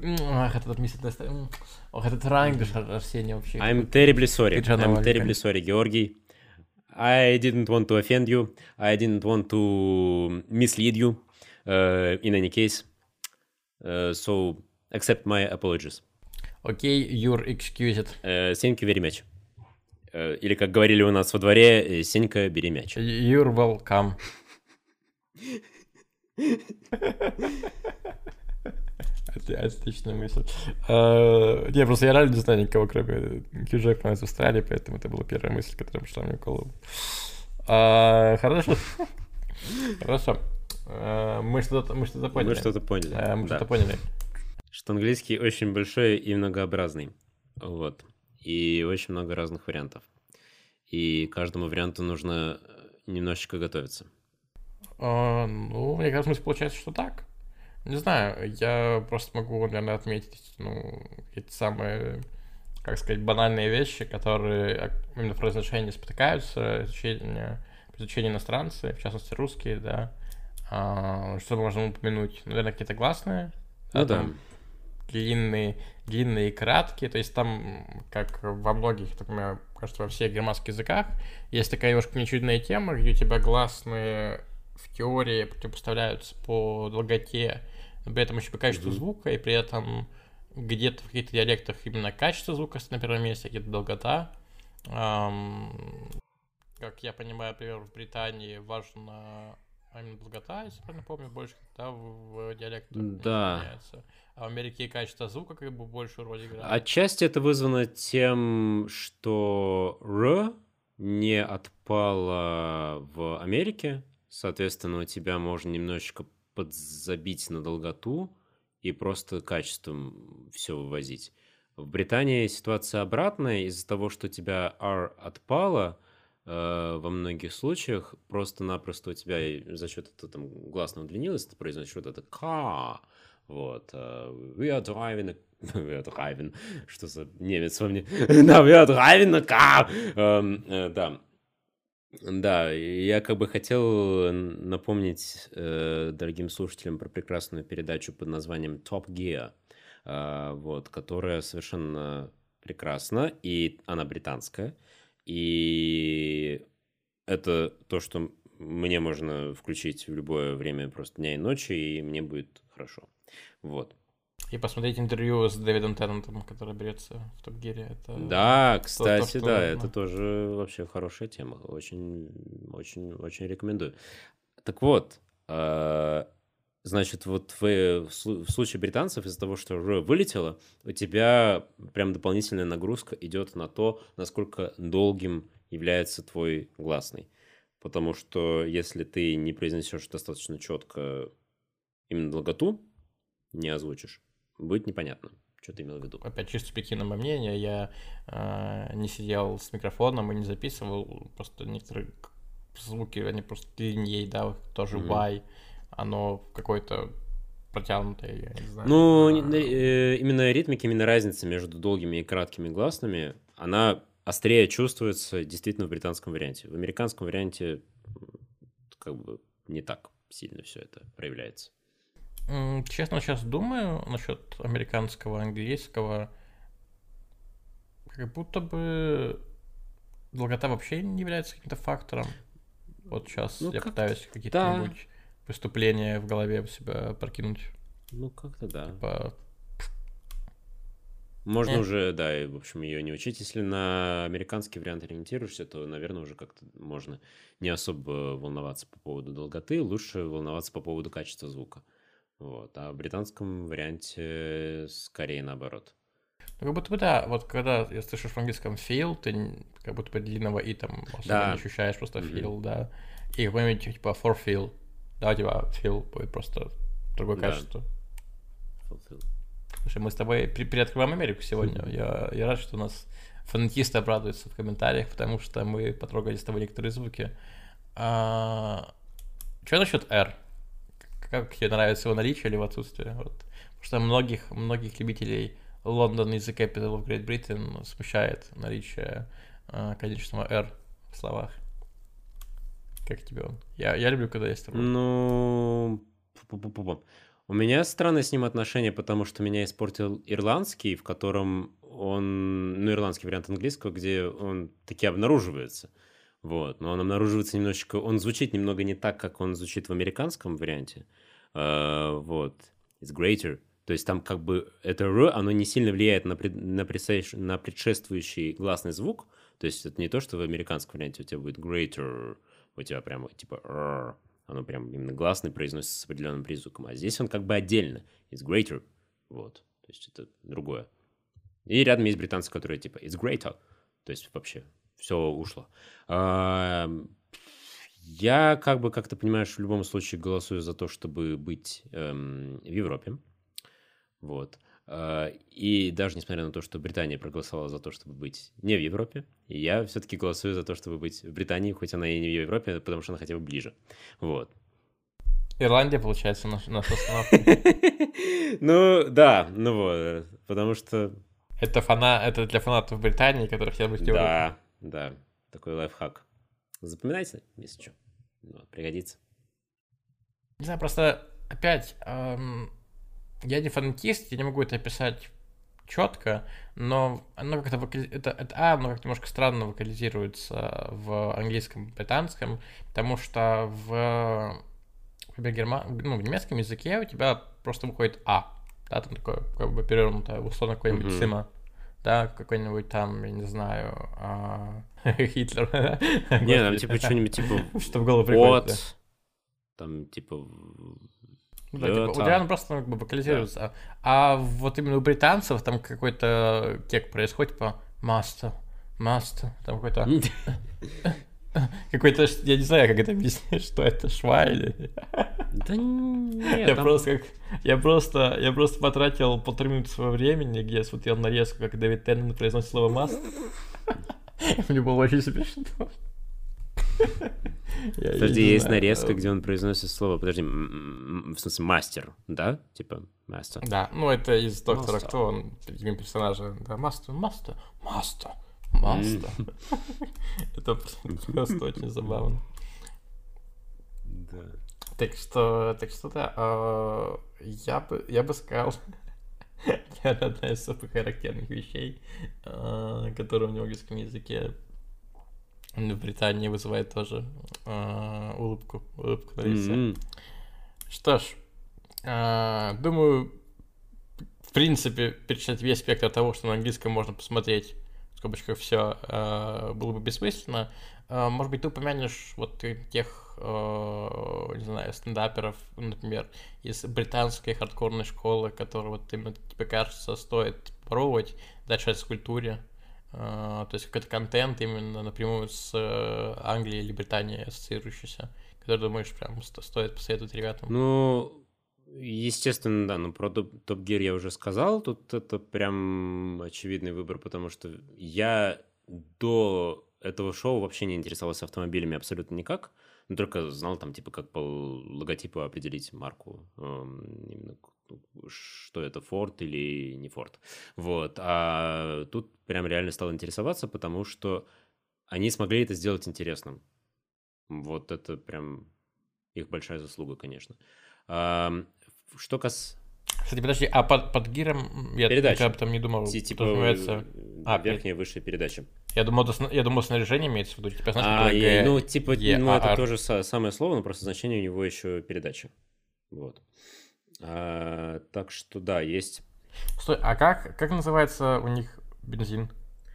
этот рангуш, Арсений, вообще... I'm terribly sorry, Георгий. I didn't want to offend you. I didn't want to mislead you in any case. So, accept my apologies. Okay, you're excused. Thank you very much. Или, как говорили у нас во дворе, Сенька, бери мяч. You're welcome. Отличная мысль. Не, просто я реально не знаю никого, кроме Хью Джекмана из Австралии, поэтому это была первая мысль, которая пришла мне в голову. Хорошо. Хорошо. Мы что-то поняли. Мы что-то поняли. Что английский очень большой и многообразный. Вот. И очень много разных вариантов. И каждому варианту нужно немножечко готовиться. Ну, мне кажется, получается, что так. Не знаю, я просто могу, наверное, отметить, какие-то самые, как сказать, банальные вещи, которые именно в произношении спотыкаются, при изучении иностранцы, в частности, русские, да. Что можно упомянуть? Наверное, какие-то гласные. Да. Длинные и краткие, то есть там, как во многих, так, мне кажется, во всех германских языках, есть такая немножко нечудная тема, где у тебя гласные в теории противопоставляются по долготе, но при этом еще по качеству звука, и при этом где-то в каких-то диалектах именно качество звука на первом месте, где-то долгота. Как я понимаю, например, в Британии важна именно долгота, если правильно помню, больше, да, в диалектах меняется. А в Америке качество звука как бы большую роль играет. Отчасти это вызвано тем, что «р» не отпало в Америке, соответственно, у тебя можно немножечко подзабить на долготу и просто качеством все вывозить. В Британии ситуация обратная. Из-за того, что у тебя «r» отпало, во многих случаях просто-напросто у тебя за счет этого там гласного удлинилось, ты произносишь вот это «ка». Вот. We are driving we are driving. Что за немец во мне? Да, we are driving a car. Да. Да, я как бы хотел напомнить дорогим слушателям про прекрасную передачу под названием Top Gear, вот, которая совершенно прекрасна, и она британская, и это то, что мне можно включить в любое время просто дня и ночи, и мне будет хорошо. Вот. И посмотреть интервью с Дэвидом Теннантом, который берется в Топ Гире. Это да, кстати, да, это тоже вообще хорошая тема. Очень, очень, очень рекомендую. Так вот, значит, вот в случае британцев из-за того, что «р» вылетело, у тебя прям дополнительная нагрузка идет на то, насколько долгим является твой гласный. Потому что если ты не произнесешь достаточно четко именно долготу, не озвучишь, будет непонятно, Что ты имел в виду? Опять чисто субъективное мнение, я не сидел с микрофоном и не записывал, просто некоторые звуки, они просто длиннее, да, тоже Y, оно какое-то протянутое, я не знаю. Ну, именно ритмики, именно разница между долгими и краткими гласными, она острее чувствуется действительно в британском варианте. В американском варианте как бы не так сильно все это проявляется. Честно, сейчас думаю насчет американского, английского, как будто бы долгота вообще не является каким-то фактором. Вот сейчас я пытаюсь какие-то выступления в голове у себя прокинуть. Ну, как-то да. Типа... Можно уже, да, и, в общем, ее не учить. Если на американский вариант ориентируешься, то, наверное, уже как-то можно не особо волноваться по поводу долготы, лучше волноваться по поводу качества звука. Вот. А в британском варианте скорее наоборот. Ну, как будто бы, да, вот когда я слышу в английском feel, ты как будто бы длинного и там особо не ощущаешь, просто feel, да. И какой-нибудь типа for feel, да, типа feel будет просто другое качество. Слушай, мы с тобой приоткрываем Америку сегодня. Я рад, что у нас фанатисты обрадуются в комментариях, потому что мы потрогали с тобой некоторые звуки. Что насчет R? Как тебе нравится его наличие или его отсутствие? Вот. Потому что многих любителей London is the capital of Great Britain смущает наличие конечного R в словах. Как тебе он? Я люблю, когда есть такое. Ну, у меня странное с ним отношение, потому что меня испортил ирландский, в котором он, ну, ирландский вариант английского, где он таки обнаруживается. Вот, но он обнаруживается немножечко, он звучит немного не так, как он звучит в американском варианте. Вот, it's greater. То есть там как бы это «р», оно не сильно влияет на предшествующий гласный звук. То есть это не то, что в американском варианте у тебя будет greater, у тебя прямо типа «р». Оно прям именно гласный произносится с определенным призвуком. А здесь он как бы отдельно. It's greater. Вот. То есть это другое. И рядом есть британцы, которые типа it's greater. То есть вообще все ушло. Я как бы, как ты понимаешь, в любом случае голосую за то, чтобы быть в Европе. Вот. И даже несмотря на то, что Британия проголосовала за то, чтобы быть не в Европе, я все-таки голосую за то, чтобы быть в Британии, хоть она и не в Европе, потому что она хотя бы ближе. Вот. Ирландия, получается, наша остановка. Ну, да, ну вот, потому что... Это для фанатов Британии, которые хотят быть в Европе. Да, такой лайфхак. Запоминайте, если что. Пригодится. Не знаю, просто опять... Я не фанатист, я не могу это описать четко, но оно как-то оно как немножко странно вокализируется в английском, британском, потому что в немецком языке у тебя просто выходит да, там такое как бы перевернутое, условно какой-нибудь Сима, да, какой-нибудь там, я не знаю, Хитлер. Не, там типа что-нибудь типа что в голову приходит. Там типа... Да, типа, у тебя оно просто как бы вокализируется. Да. А вот именно у британцев там какой-то кек происходит, типа master, там какой-то... Какой-то, я не знаю, как это объяснить, что это шва или... Да нет, я просто потратил 1,5 минуты своего времени, где я смотрел нарезку, как Дэвид Теннант произносит слово master. Мне было очень смешно. Подожди, есть нарезка, где он произносит слово, в смысле, мастер, да? Типа, мастер. Да, ну это из Доктора Кто, он имя персонажа, да, мастер. Это просто очень забавно. Да. Так что да, я бы сказал, одна из самых характерных вещей, которые в английском языке в Британии вызывает тоже улыбку на лице. Что ж, думаю, в принципе, перечислять весь спектр того, что на английском можно посмотреть, в скобочках все, было бы бессмысленно. Может быть, ты упомянешь вот тех, не знаю, стендаперов, например, из британской хардкорной школы, которые вот именно тебе кажется стоит попробовать, дать шанс культуре. То есть какой-то контент именно напрямую с Англией или Британией ассоциирующийся, который, думаешь, прям стоит посоветовать ребятам? Ну, Естественно, да, но про Top Gear я уже сказал, тут это прям очевидный выбор, потому что я до этого шоу вообще не интересовался автомобилями абсолютно никак, но только знал там, типа, как по логотипу определить марку, именно что это, Ford или не Ford. Вот, а тут прям реально стал интересоваться, потому что они смогли это сделать интересным. Вот это прям их большая заслуга, конечно. Что касается... Кстати, подожди, а под гиром я никогда об этом не думал. Типа верхняя, высшая передача. Я думал, снаряжение имеется в виду. Типа, это тоже самое слово, но просто значение у него еще передача. Вот. Так что да, есть. Стой, а как называется у них бензин?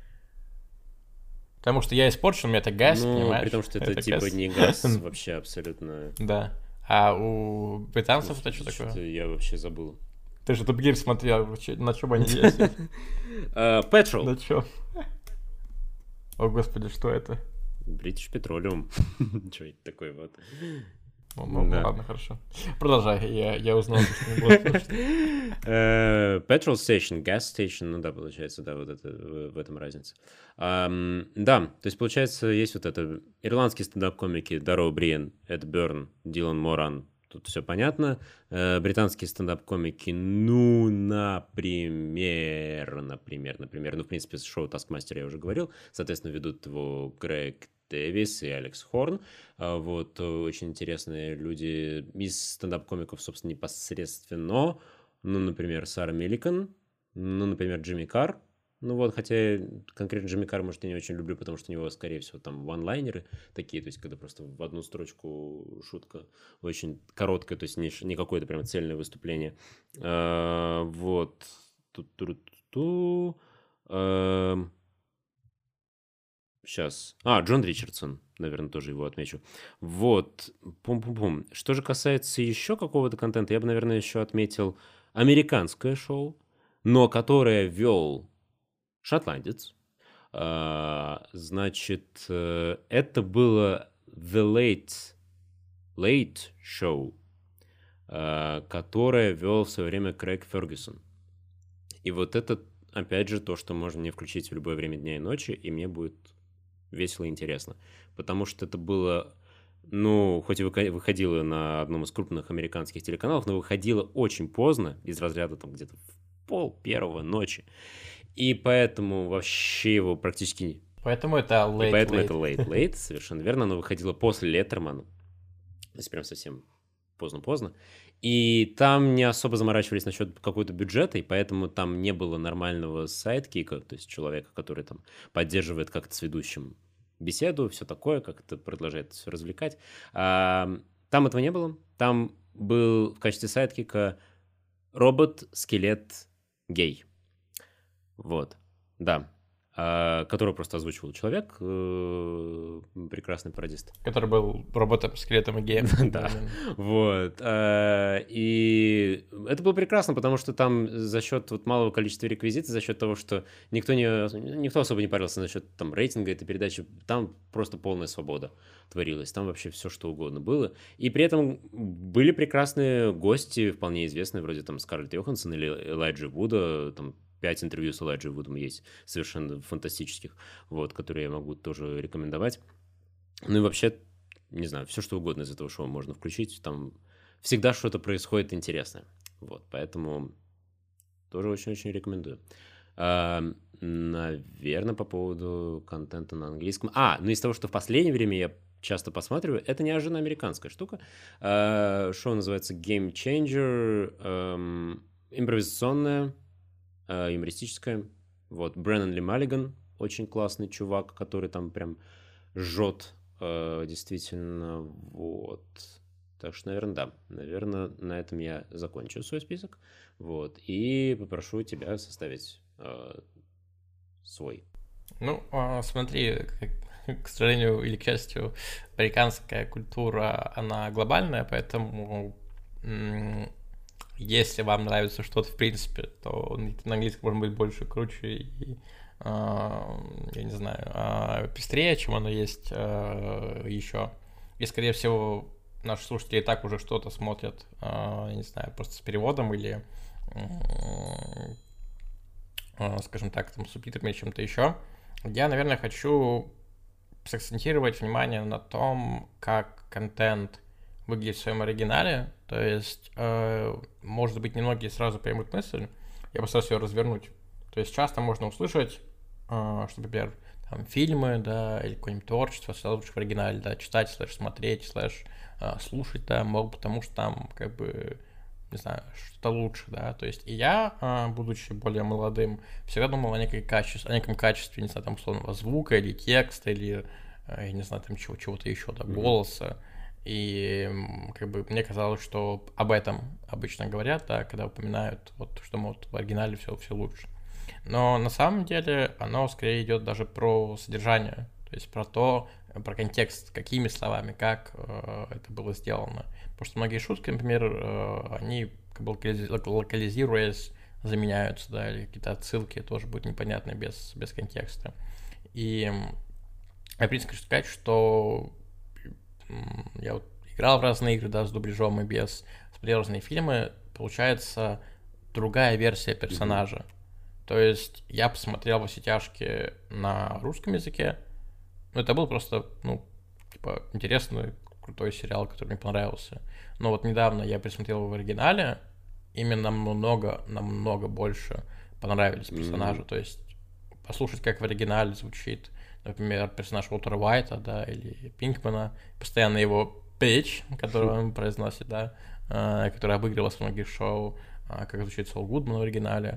Потому что я испорчен, у меня это газ, понимаешь? При том, что это типа газ. Не газ вообще абсолютно. Да. А у британцев это что такое? Я вообще забыл. Ты же Top Gear смотрел, на чем они ездят? Petrol. На чем? О, господи, что это? British Petroleum. Что это такое вот? Ладно, хорошо. Продолжай, я узнал, что не было слушать. Petrol Station, Gas Station, да, получается, да, вот это, в этом разница. Да, то есть, получается, есть вот это ирландские стендап-комики Даро Бриен, Эд Берн, Дилан Моран, тут все понятно. Британские стендап-комики, например, в принципе, шоу Taskmaster я уже говорил, соответственно, ведут его Грег Дэвис и Алекс Хорн. Вот, очень интересные люди из стендап-комиков, собственно, непосредственно. Например, Сара Милликан, например, Джимми Карр. Хотя конкретно Джимми Карр, может, я не очень люблю, потому что у него, скорее всего, там ванлайнеры такие, то есть, когда просто в одну строчку шутка очень короткая, то есть, не какое-то прям цельное выступление. Вот. Сейчас. Джон Ричардсон, наверное, тоже его отмечу. Вот. Пум-пум-пум. Что же касается еще какого-то контента, я бы, наверное, еще отметил американское шоу, но которое вел шотландец. Значит, это было The Late Show, которое вел в свое время Крейг Фергюсон. И вот это, опять же, то, что можно мне включить в любое время дня и ночи, и мне будет весело и интересно. Потому что это было, хоть и выходило на одном из крупных американских телеканалов, но выходило очень поздно, из разряда там где-то в 1:30 ночи. И поэтому вообще его практически... Поэтому это late. И поэтому это late, совершенно верно. Оно выходило после Леттермана. То есть прям совсем поздно-поздно. И там не особо заморачивались насчет какого-то бюджета, и поэтому там не было нормального сайдкика, то есть человека, который там поддерживает как-то с ведущим беседу, все такое, как-то продолжает все развлекать. Там этого не было. Там был в качестве сайдкика робот-скелет-гей. Вот, да. Которого просто озвучивал человек, прекрасный пародист. Который был роботом, скелетом и геем. Да, вот. И это было прекрасно, потому что там за счет малого количества реквизитов, за счет того, что никто особо не парился насчет там рейтинга этой передачи, там просто полная свобода творилась. Там вообще все, что угодно было. И при этом были прекрасные гости, вполне известные, вроде там Скарлетт Йоханссон или Элайджа Вуда, там 5 интервью с Элайджей Вудом есть, совершенно фантастических, вот, которые я могу тоже рекомендовать. И вообще, не знаю, все что угодно из этого шоу можно включить, там всегда что-то происходит интересное, вот, поэтому тоже очень-очень рекомендую. Наверное, по поводу контента на английском. Из того, что в последнее время я часто посматриваю, это неожиданно американская штука. Шоу называется Game Changer, импровизационное, юмористическое. Вот, Бреннан Ли Маллиган, очень классный чувак, который там прям жжет, действительно, вот. Так что, наверное, да. Наверное, на этом я закончу свой список. Вот, и попрошу тебя составить свой. Смотри, к сожалению или к счастью, американская культура, она глобальная, поэтому... Если вам нравится что-то в принципе, то на английском может быть больше круче и, я не знаю, пестрее, чем оно есть еще. И, скорее всего, наши слушатели и так уже что-то смотрят, я не знаю, просто с переводом или, скажем так, там, с субтитрами или чем-то еще, я, наверное, хочу сакцентировать внимание на том, как контент выглядит в своем оригинале. То есть, может быть, немногие сразу поймут мысль, я постараюсь ее развернуть. То есть часто можно услышать, что, например, там, фильмы, да, или какое-нибудь творчество всегда лучше в оригинале, да, читать, смотреть, слушать, да, могут, потому что там, как бы, не знаю, что-то лучше, да, то есть и я, будучи более молодым, всегда думал о неком качестве, не знаю, там, условного звука или текста, или, я не знаю, там, чего-то еще, да, голоса, и как бы мне казалось, что об этом обычно говорят, да, когда упоминают, вот, что, вот, в оригинале все лучше. Но на самом деле оно скорее идет даже про содержание, то есть про контекст, какими словами, как это было сделано. Потому что многие шутки, например, они как бы локализируясь, заменяются, да, или какие-то отсылки тоже будут непонятны без контекста. И я, в принципе, хочу сказать, что я вот играл в разные игры, да, с дубляжом и без, смотрел разные фильмы, получается другая версия персонажа. То есть я посмотрел «Во все тяжкие» на русском языке, это был просто, типа, интересный, крутой сериал, который мне понравился. Но вот недавно я пересмотрел его в оригинале, и мне намного больше понравились персонажи. То есть послушать, как в оригинале звучит, например, персонаж Уолтера Уайта, да, или Пинкмана, постоянно его pitch, который он произносит, да, который обыгрывался в многих шоу, как звучит Сол Гудман в оригинале.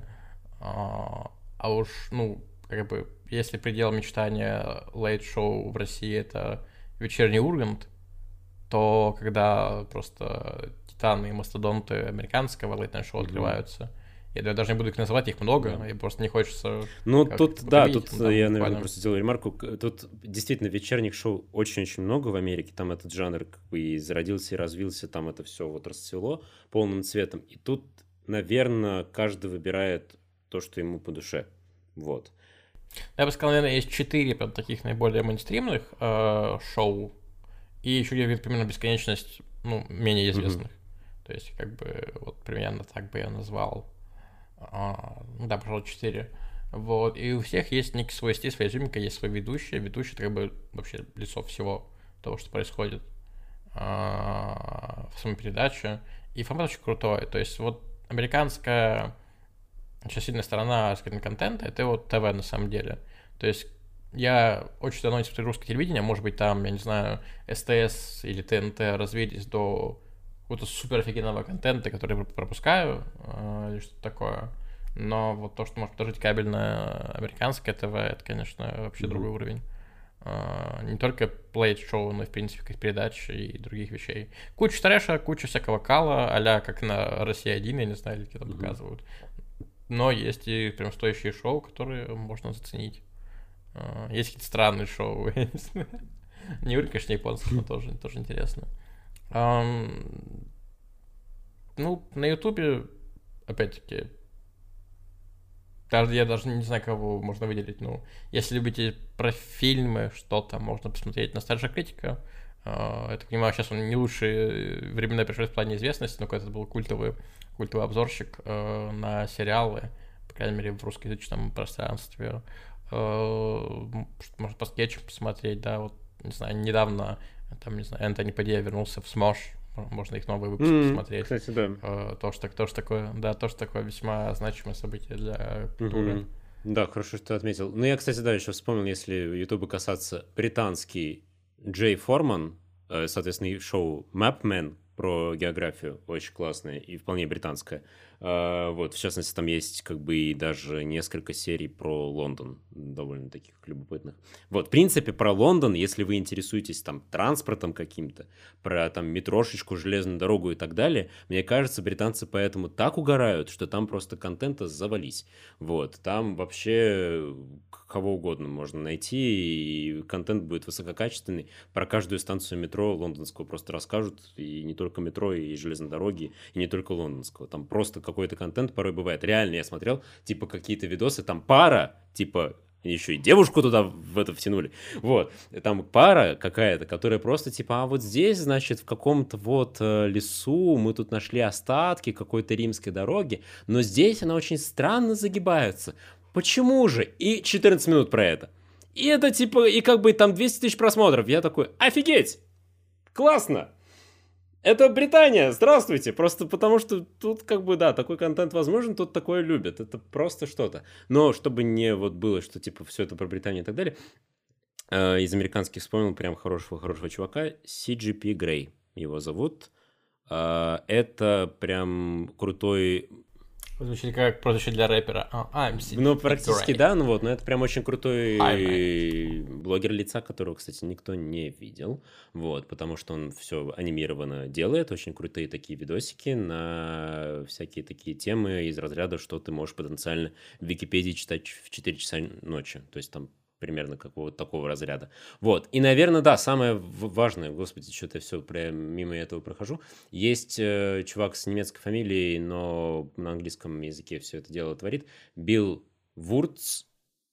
А уж, как бы, если предел мечтания лейт-шоу в России — это вечерний Ургант, то когда просто титаны и мастодонты американского лейт-найт-шоу открываются, я даже не буду их называть, их много, и просто не хочется... Ну, тут я, наверное, просто сделаю ремарку. Тут действительно вечерних шоу очень-очень много в Америке. Там этот жанр как бы и зародился, и развился, там это все вот расцвело полным цветом. И тут, наверное, каждый выбирает то, что ему по душе. Вот. Я бы сказал, наверное, есть 4 таких наиболее мейнстримных шоу, и еще есть примерно бесконечность, менее известных. То есть, как бы, вот примерно так бы я назвал. Да, пожалуй, 4. Вот. И у всех есть некий свой стиль, своя изюминка, есть свой ведущий. Ведущий — это как бы вообще лицо всего того, что происходит в самой передаче. И формат очень крутой. То есть, вот американская очень сильная сторона, скажем, контента — это вот ТВ на самом деле. То есть я очень давно не смотрю русское телевидение, может быть, там, я не знаю, СТС или ТНТ развились до какого-то супер офигенного контента, который я пропускаю, или что-то такое. Но вот то, что может предложить кабельное американское ТВ, это, конечно, вообще другой уровень. Не только плейт-шоу, но и, в принципе, как передач и других вещей. Куча трэша, куча всякого кала, а-ля как на «Россия-1», я не знаю, или где-то показывают. Но есть и прям стоящие шоу, которые можно заценить. Есть какие-то странные шоу. Не говорю, конечно, японские, но тоже интересно. На Ютубе, опять-таки, я даже не знаю, кого можно выделить. Если любите про фильмы что-то, можно посмотреть «Ностальжия критика». Я так понимаю, сейчас он не лучшие времена пришлось в плане известности, но какой-то был культовый обзорщик на сериалы, по крайней мере, в русскоязычном пространстве. Можно по скетчам посмотреть, да, вот, не знаю, недавно, там, не знаю, Энтони Падия вернулся в Smosh, можно их новые выпуски посмотреть. Кстати, да. Тоже такое весьма значимое событие для культуры. Да, хорошо, что ты отметил. Ну, я, кстати, да, еще вспомнил, если Ютуба касаться, британский Джей Форман, соответственно, шоу Mapman про географию, очень классное и вполне британское. Вот, в частности, там есть как бы и даже несколько серий про Лондон, довольно таких любопытных. Вот, в принципе, про Лондон, если вы интересуетесь там транспортом каким-то, про там метрошечку, железную дорогу и так далее, мне кажется, британцы поэтому так угорают, что там просто контента завались. Вот, там вообще кого угодно можно найти, и контент будет высококачественный. Про каждую станцию метро лондонского просто расскажут, и не только метро, и железной дороги, и не только лондонского. Там просто какой-то контент порой бывает. Реально, я смотрел, типа, какие-то видосы, там пара, типа, еще и девушку туда в это втянули. Вот. Там пара какая-то, которая просто типа, а вот здесь, значит, в каком-то вот лесу мы тут нашли остатки какой-то римской дороги, но здесь она очень странно загибается. Почему же? И 14 минут про это. И это типа, и как бы там 200 тысяч просмотров. Я такой, офигеть! Классно! Это Британия, здравствуйте! Просто потому что тут как бы, да, такой контент возможен, тут такое любят. Это просто что-то. Но чтобы не вот было, что типа все это про Британию и так далее, из американских вспомнил прям хорошего чувака, CGP Grey его зовут. Это прям крутой... Звучит как прозвище для рэпера. Ну, практически, Grey. да, ну вот, но это прям очень крутой Hi, блогер лица, которого, кстати, никто не видел, вот, потому что он все анимированно делает, очень крутые такие видосики на всякие такие темы из разряда, что ты можешь потенциально в Википедии читать в 4 часа ночи, то есть там примерно какого-то такого разряда. Вот. И, наверное, да, самое важное, господи, что-то я все мимо этого прохожу. Есть чувак с немецкой фамилией, но на английском языке все это дело творит. Билл Вурц.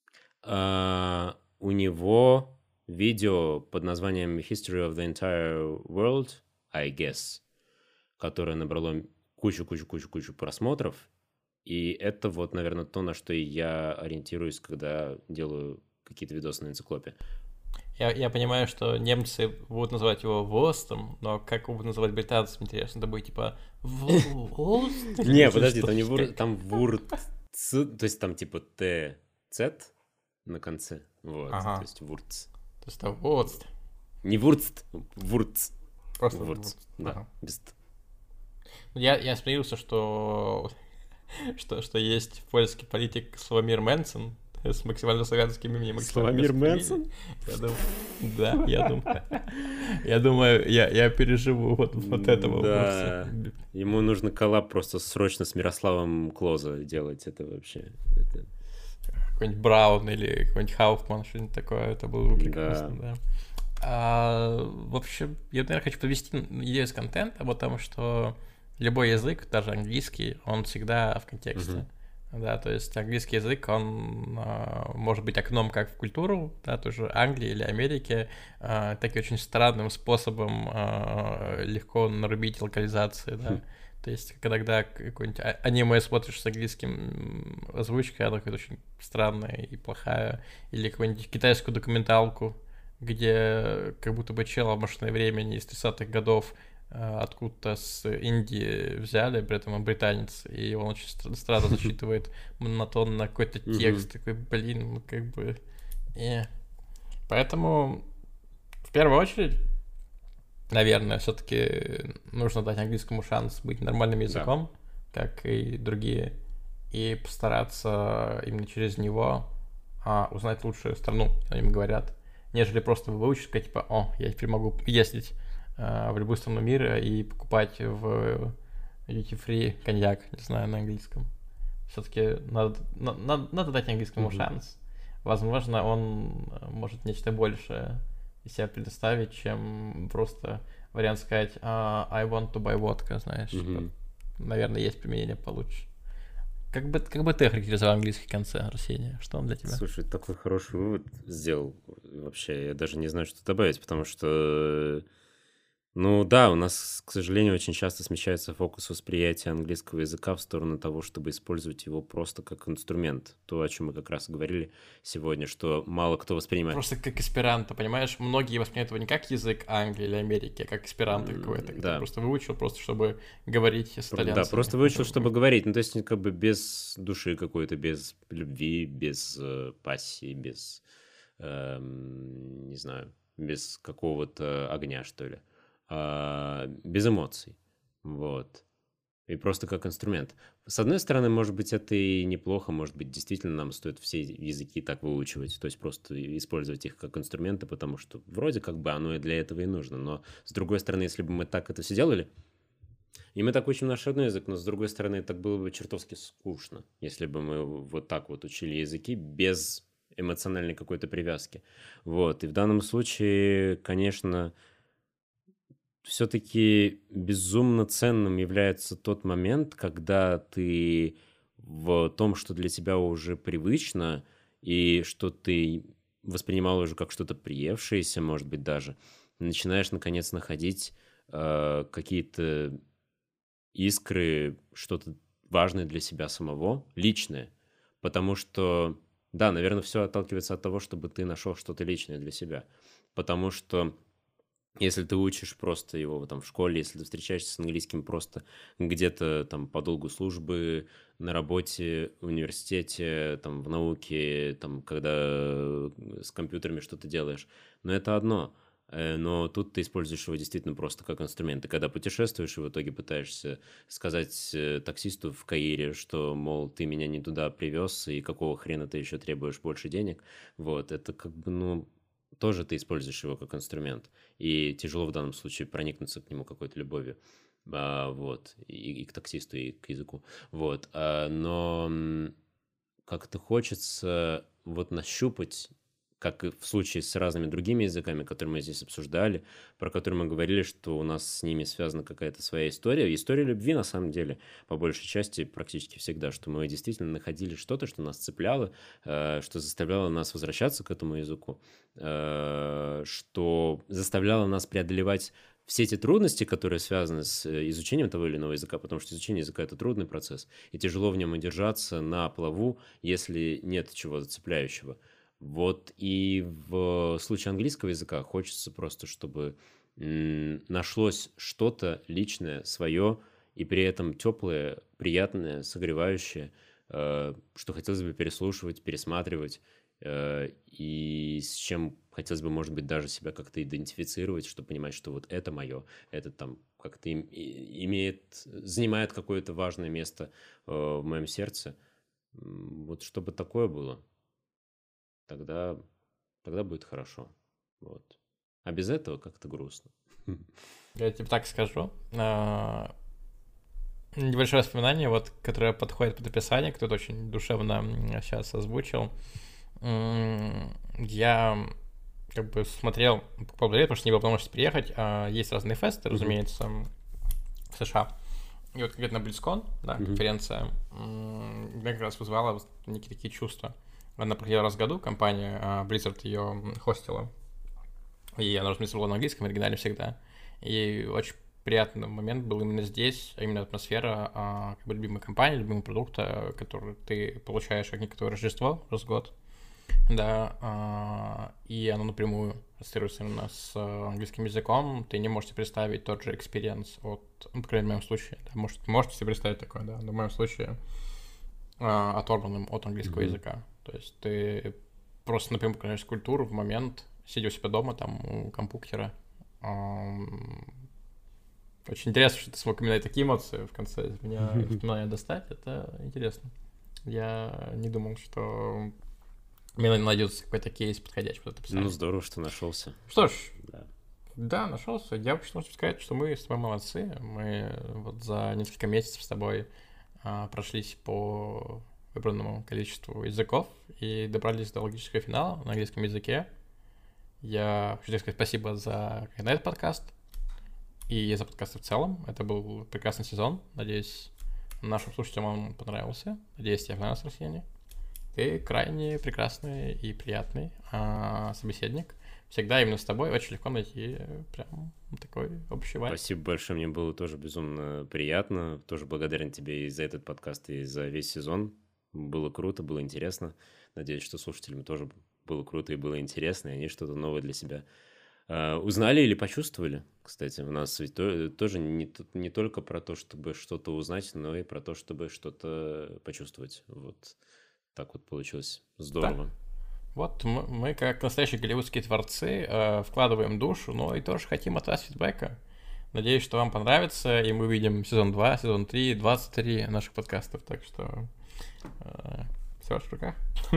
У него видео под названием History of the Entire World, I guess, которое набрало кучу просмотров. И это вот, наверное, то, на что я ориентируюсь, когда делаю какие-то видосы на энциклопе. Я понимаю, что немцы будут называть его Востом, но как будут называть британцев, интересно, это будет типа Вост? Не, подожди, там Вурц, то есть там типа ТЦ на конце, вот, то есть Вурц. То есть это Вост. Не Вурц, Вурц. Просто Вурц, да, без... Я смеялся, что есть польский политик Славомир Менсон, с максимально славянским именем. Славомир Менсон? Я думаю, я переживу вот этого. Да, ему нужно коллаб просто срочно с Мирославом Клоза делать, это вообще... Какой-нибудь Браун или какой-нибудь Хауфман, что-нибудь такое, это было бы прекрасно, да. В общем, я, наверное, хочу подвести идею с контента, потому что любой язык, даже английский, он всегда в контексте. Да, то есть английский язык, он может быть окном как в культуру, да, той же Англии или Америки, так и очень странным способом легко нарубить локализации, да. То есть, когда какое-нибудь аниме смотришь с английским озвучкой, она какая-то очень странная и плохая, или какую-нибудь китайскую документалку, где как будто бы чела в машинное времени из 30-х годов откуда-то с Индии взяли, при этом он британец, и он очень странно зачитывает монотонно какой-то текст, такой, блин, ну как бы... Поэтому, в первую очередь, наверное, все-таки нужно дать английскому шанс быть нормальным языком, как и другие, и постараться именно через него узнать лучшую страну, о нем говорят, нежели просто выучить, сказать, типа, я теперь могу ездить в любую страну мира и покупать в duty-free коньяк, не знаю, на английском. Все-таки надо дать английскому шанс. Возможно, он может нечто большее из себя предоставить, чем просто вариант сказать I want to buy vodka, знаешь. Наверное, есть применение получше. Как бы ты охарактеризовал английский конце, Арсения? Что он для тебя? Слушай, такой хороший вывод сделал. Вообще, я даже не знаю, что добавить, потому что... Ну да, у нас, к сожалению, очень часто смещается фокус восприятия английского языка в сторону того, чтобы использовать его просто как инструмент. То, о чем мы как раз говорили сегодня, что мало кто воспринимает. Просто как эсперанто, понимаешь? Многие воспринимают его не как язык Англии или Америки, а как эсперанто какой-то. Да. Просто выучил, просто чтобы говорить с итальянцами. Да, просто выучил, чтобы говорить. Ну, то есть, как бы без души какой-то, без любви, без пассии, без, не знаю, без какого-то огня, что ли. Без эмоций, вот, и просто как инструмент. С одной стороны, может быть, это и неплохо, может быть, действительно нам стоит все языки так выучивать, то есть просто использовать их как инструменты, потому что вроде как бы оно и для этого и нужно, но с другой стороны, если бы мы так это все делали, и мы так учим наш родной язык, но с другой стороны, так было бы чертовски скучно, если бы мы вот так вот учили языки без эмоциональной какой-то привязки, вот, и в данном случае, конечно... Все-таки безумно ценным является тот момент, когда ты в том, что для тебя уже привычно, и что ты воспринимал уже как что-то приевшееся, может быть, даже, начинаешь, наконец, находить какие-то искры, что-то важное для себя самого, личное. Потому что, да, наверное, все отталкивается от того, чтобы ты нашел что-то личное для себя. Потому что если ты учишь просто его там в школе, если ты встречаешься с английским просто где-то там по долгу службы, на работе, в университете, там в науке, там когда с компьютерами что-то делаешь, но это одно. Но тут ты используешь его действительно просто как инструмент. И когда путешествуешь и в итоге пытаешься сказать таксисту в Каире, что, мол, ты меня не туда привез, и какого хрена ты еще требуешь больше денег, вот, это как бы, ну, тоже ты используешь его как инструмент. И тяжело в данном случае проникнуться к нему какой-то любовью. Вот. И к таксисту, и к языку. Вот. Но как-то хочется вот нащупать, как и в случае с разными другими языками, которые мы здесь обсуждали, про которые мы говорили, что у нас с ними связана какая-то своя история. История любви, на самом деле, по большей части, практически всегда, что мы действительно находили что-то, что нас цепляло, что заставляло нас возвращаться к этому языку, что заставляло нас преодолевать все эти трудности, которые связаны с изучением того или иного языка, потому что изучение языка — это трудный процесс, и тяжело в нем удержаться на плаву, если нет чего-то цепляющего. Вот и в случае английского языка хочется просто, чтобы нашлось что-то личное, свое, и при этом теплое, приятное, согревающее, что хотелось бы переслушивать, пересматривать, и с чем хотелось бы, может быть, даже себя как-то идентифицировать, чтобы понимать, что вот это мое, это там как-то занимает какое-то важное место в моем сердце. Вот чтобы такое было. Тогда будет хорошо. Вот. А без этого как-то грустно. Я тебе так скажу. Небольшое воспоминание, вот, которое подходит под описание, кто-то очень душевно сейчас озвучил. Я как бы смотрел, покупал билет, потому что не было возможности приехать. Есть разные фесты, разумеется, в США. И вот конкретно BlizzCon, да, конференция, меня как раз вызвала некие такие чувства. Она проходила раз в году, компания Blizzard ее хостила. И она, разумеется, была на английском, оригинале всегда. И очень приятный момент был именно здесь, а именно атмосфера как бы любимой компании, любимого продукта, который ты получаешь как некое Рождество раз в год. Да, и оно напрямую ассоциируется именно с английским языком. Ты не можешь себе представить тот же экспириенс от, ну, по крайней мере, в моем случае. Да, можете себе представить такое, да, но в моем случае оторванным от английского языка. То есть ты просто напрямую погружаешься в культуру в момент, сидя у себя дома, там, у компьютера. Очень интересно, что ты смог именно такие эмоции в конце из меня воспоминания достать. Это интересно. Я не думал, что мне найдется какой-то кейс подходящий под это описание. Ну, здорово, что нашелся. Что ж, да, нашелся. Я вообще должен сказать, что мы с тобой молодцы. Мы вот за несколько месяцев с тобой прошлись по выбранному количеству языков и добрались до логического финала на английском языке. Я хочу сказать спасибо за этот подкаст и за подкасты в целом. Это был прекрасный сезон. Надеюсь, нашим слушателям он понравился. Надеюсь, тебе понравилось, Арсений. Ты крайне прекрасный и приятный собеседник. Всегда именно с тобой очень легко найти прям такой общий вайб. Спасибо большое, мне было тоже безумно приятно. Тоже благодарен тебе и за этот подкаст, и за весь сезон. Было круто, было интересно. Надеюсь, что слушателям тоже было круто и было интересно, и они что-то новое для себя узнали или почувствовали. Кстати, у нас ведь тоже не только про то, чтобы что-то узнать, но и про то, чтобы что-то почувствовать. Вот так вот получилось. Здорово. Да. Вот мы, как настоящие голливудские творцы, вкладываем душу, но и тоже хотим от вас фидбэка. Надеюсь, что вам понравится, и мы увидим сезон 2, сезон 3, 23 наших подкастов. Так что все в ваших руках.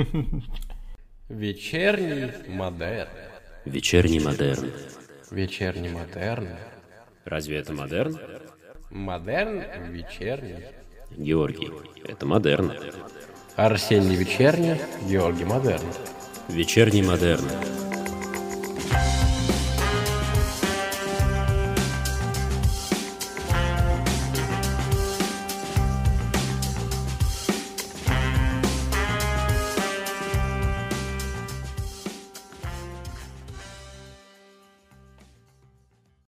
Вечерний модерн. Вечерний модерн. Вечерний модерн. Разве это модерн? Модерн вечерний. Георгий, это модерн. Арсений вечерний, Георгий модерн. Вечерний модерн.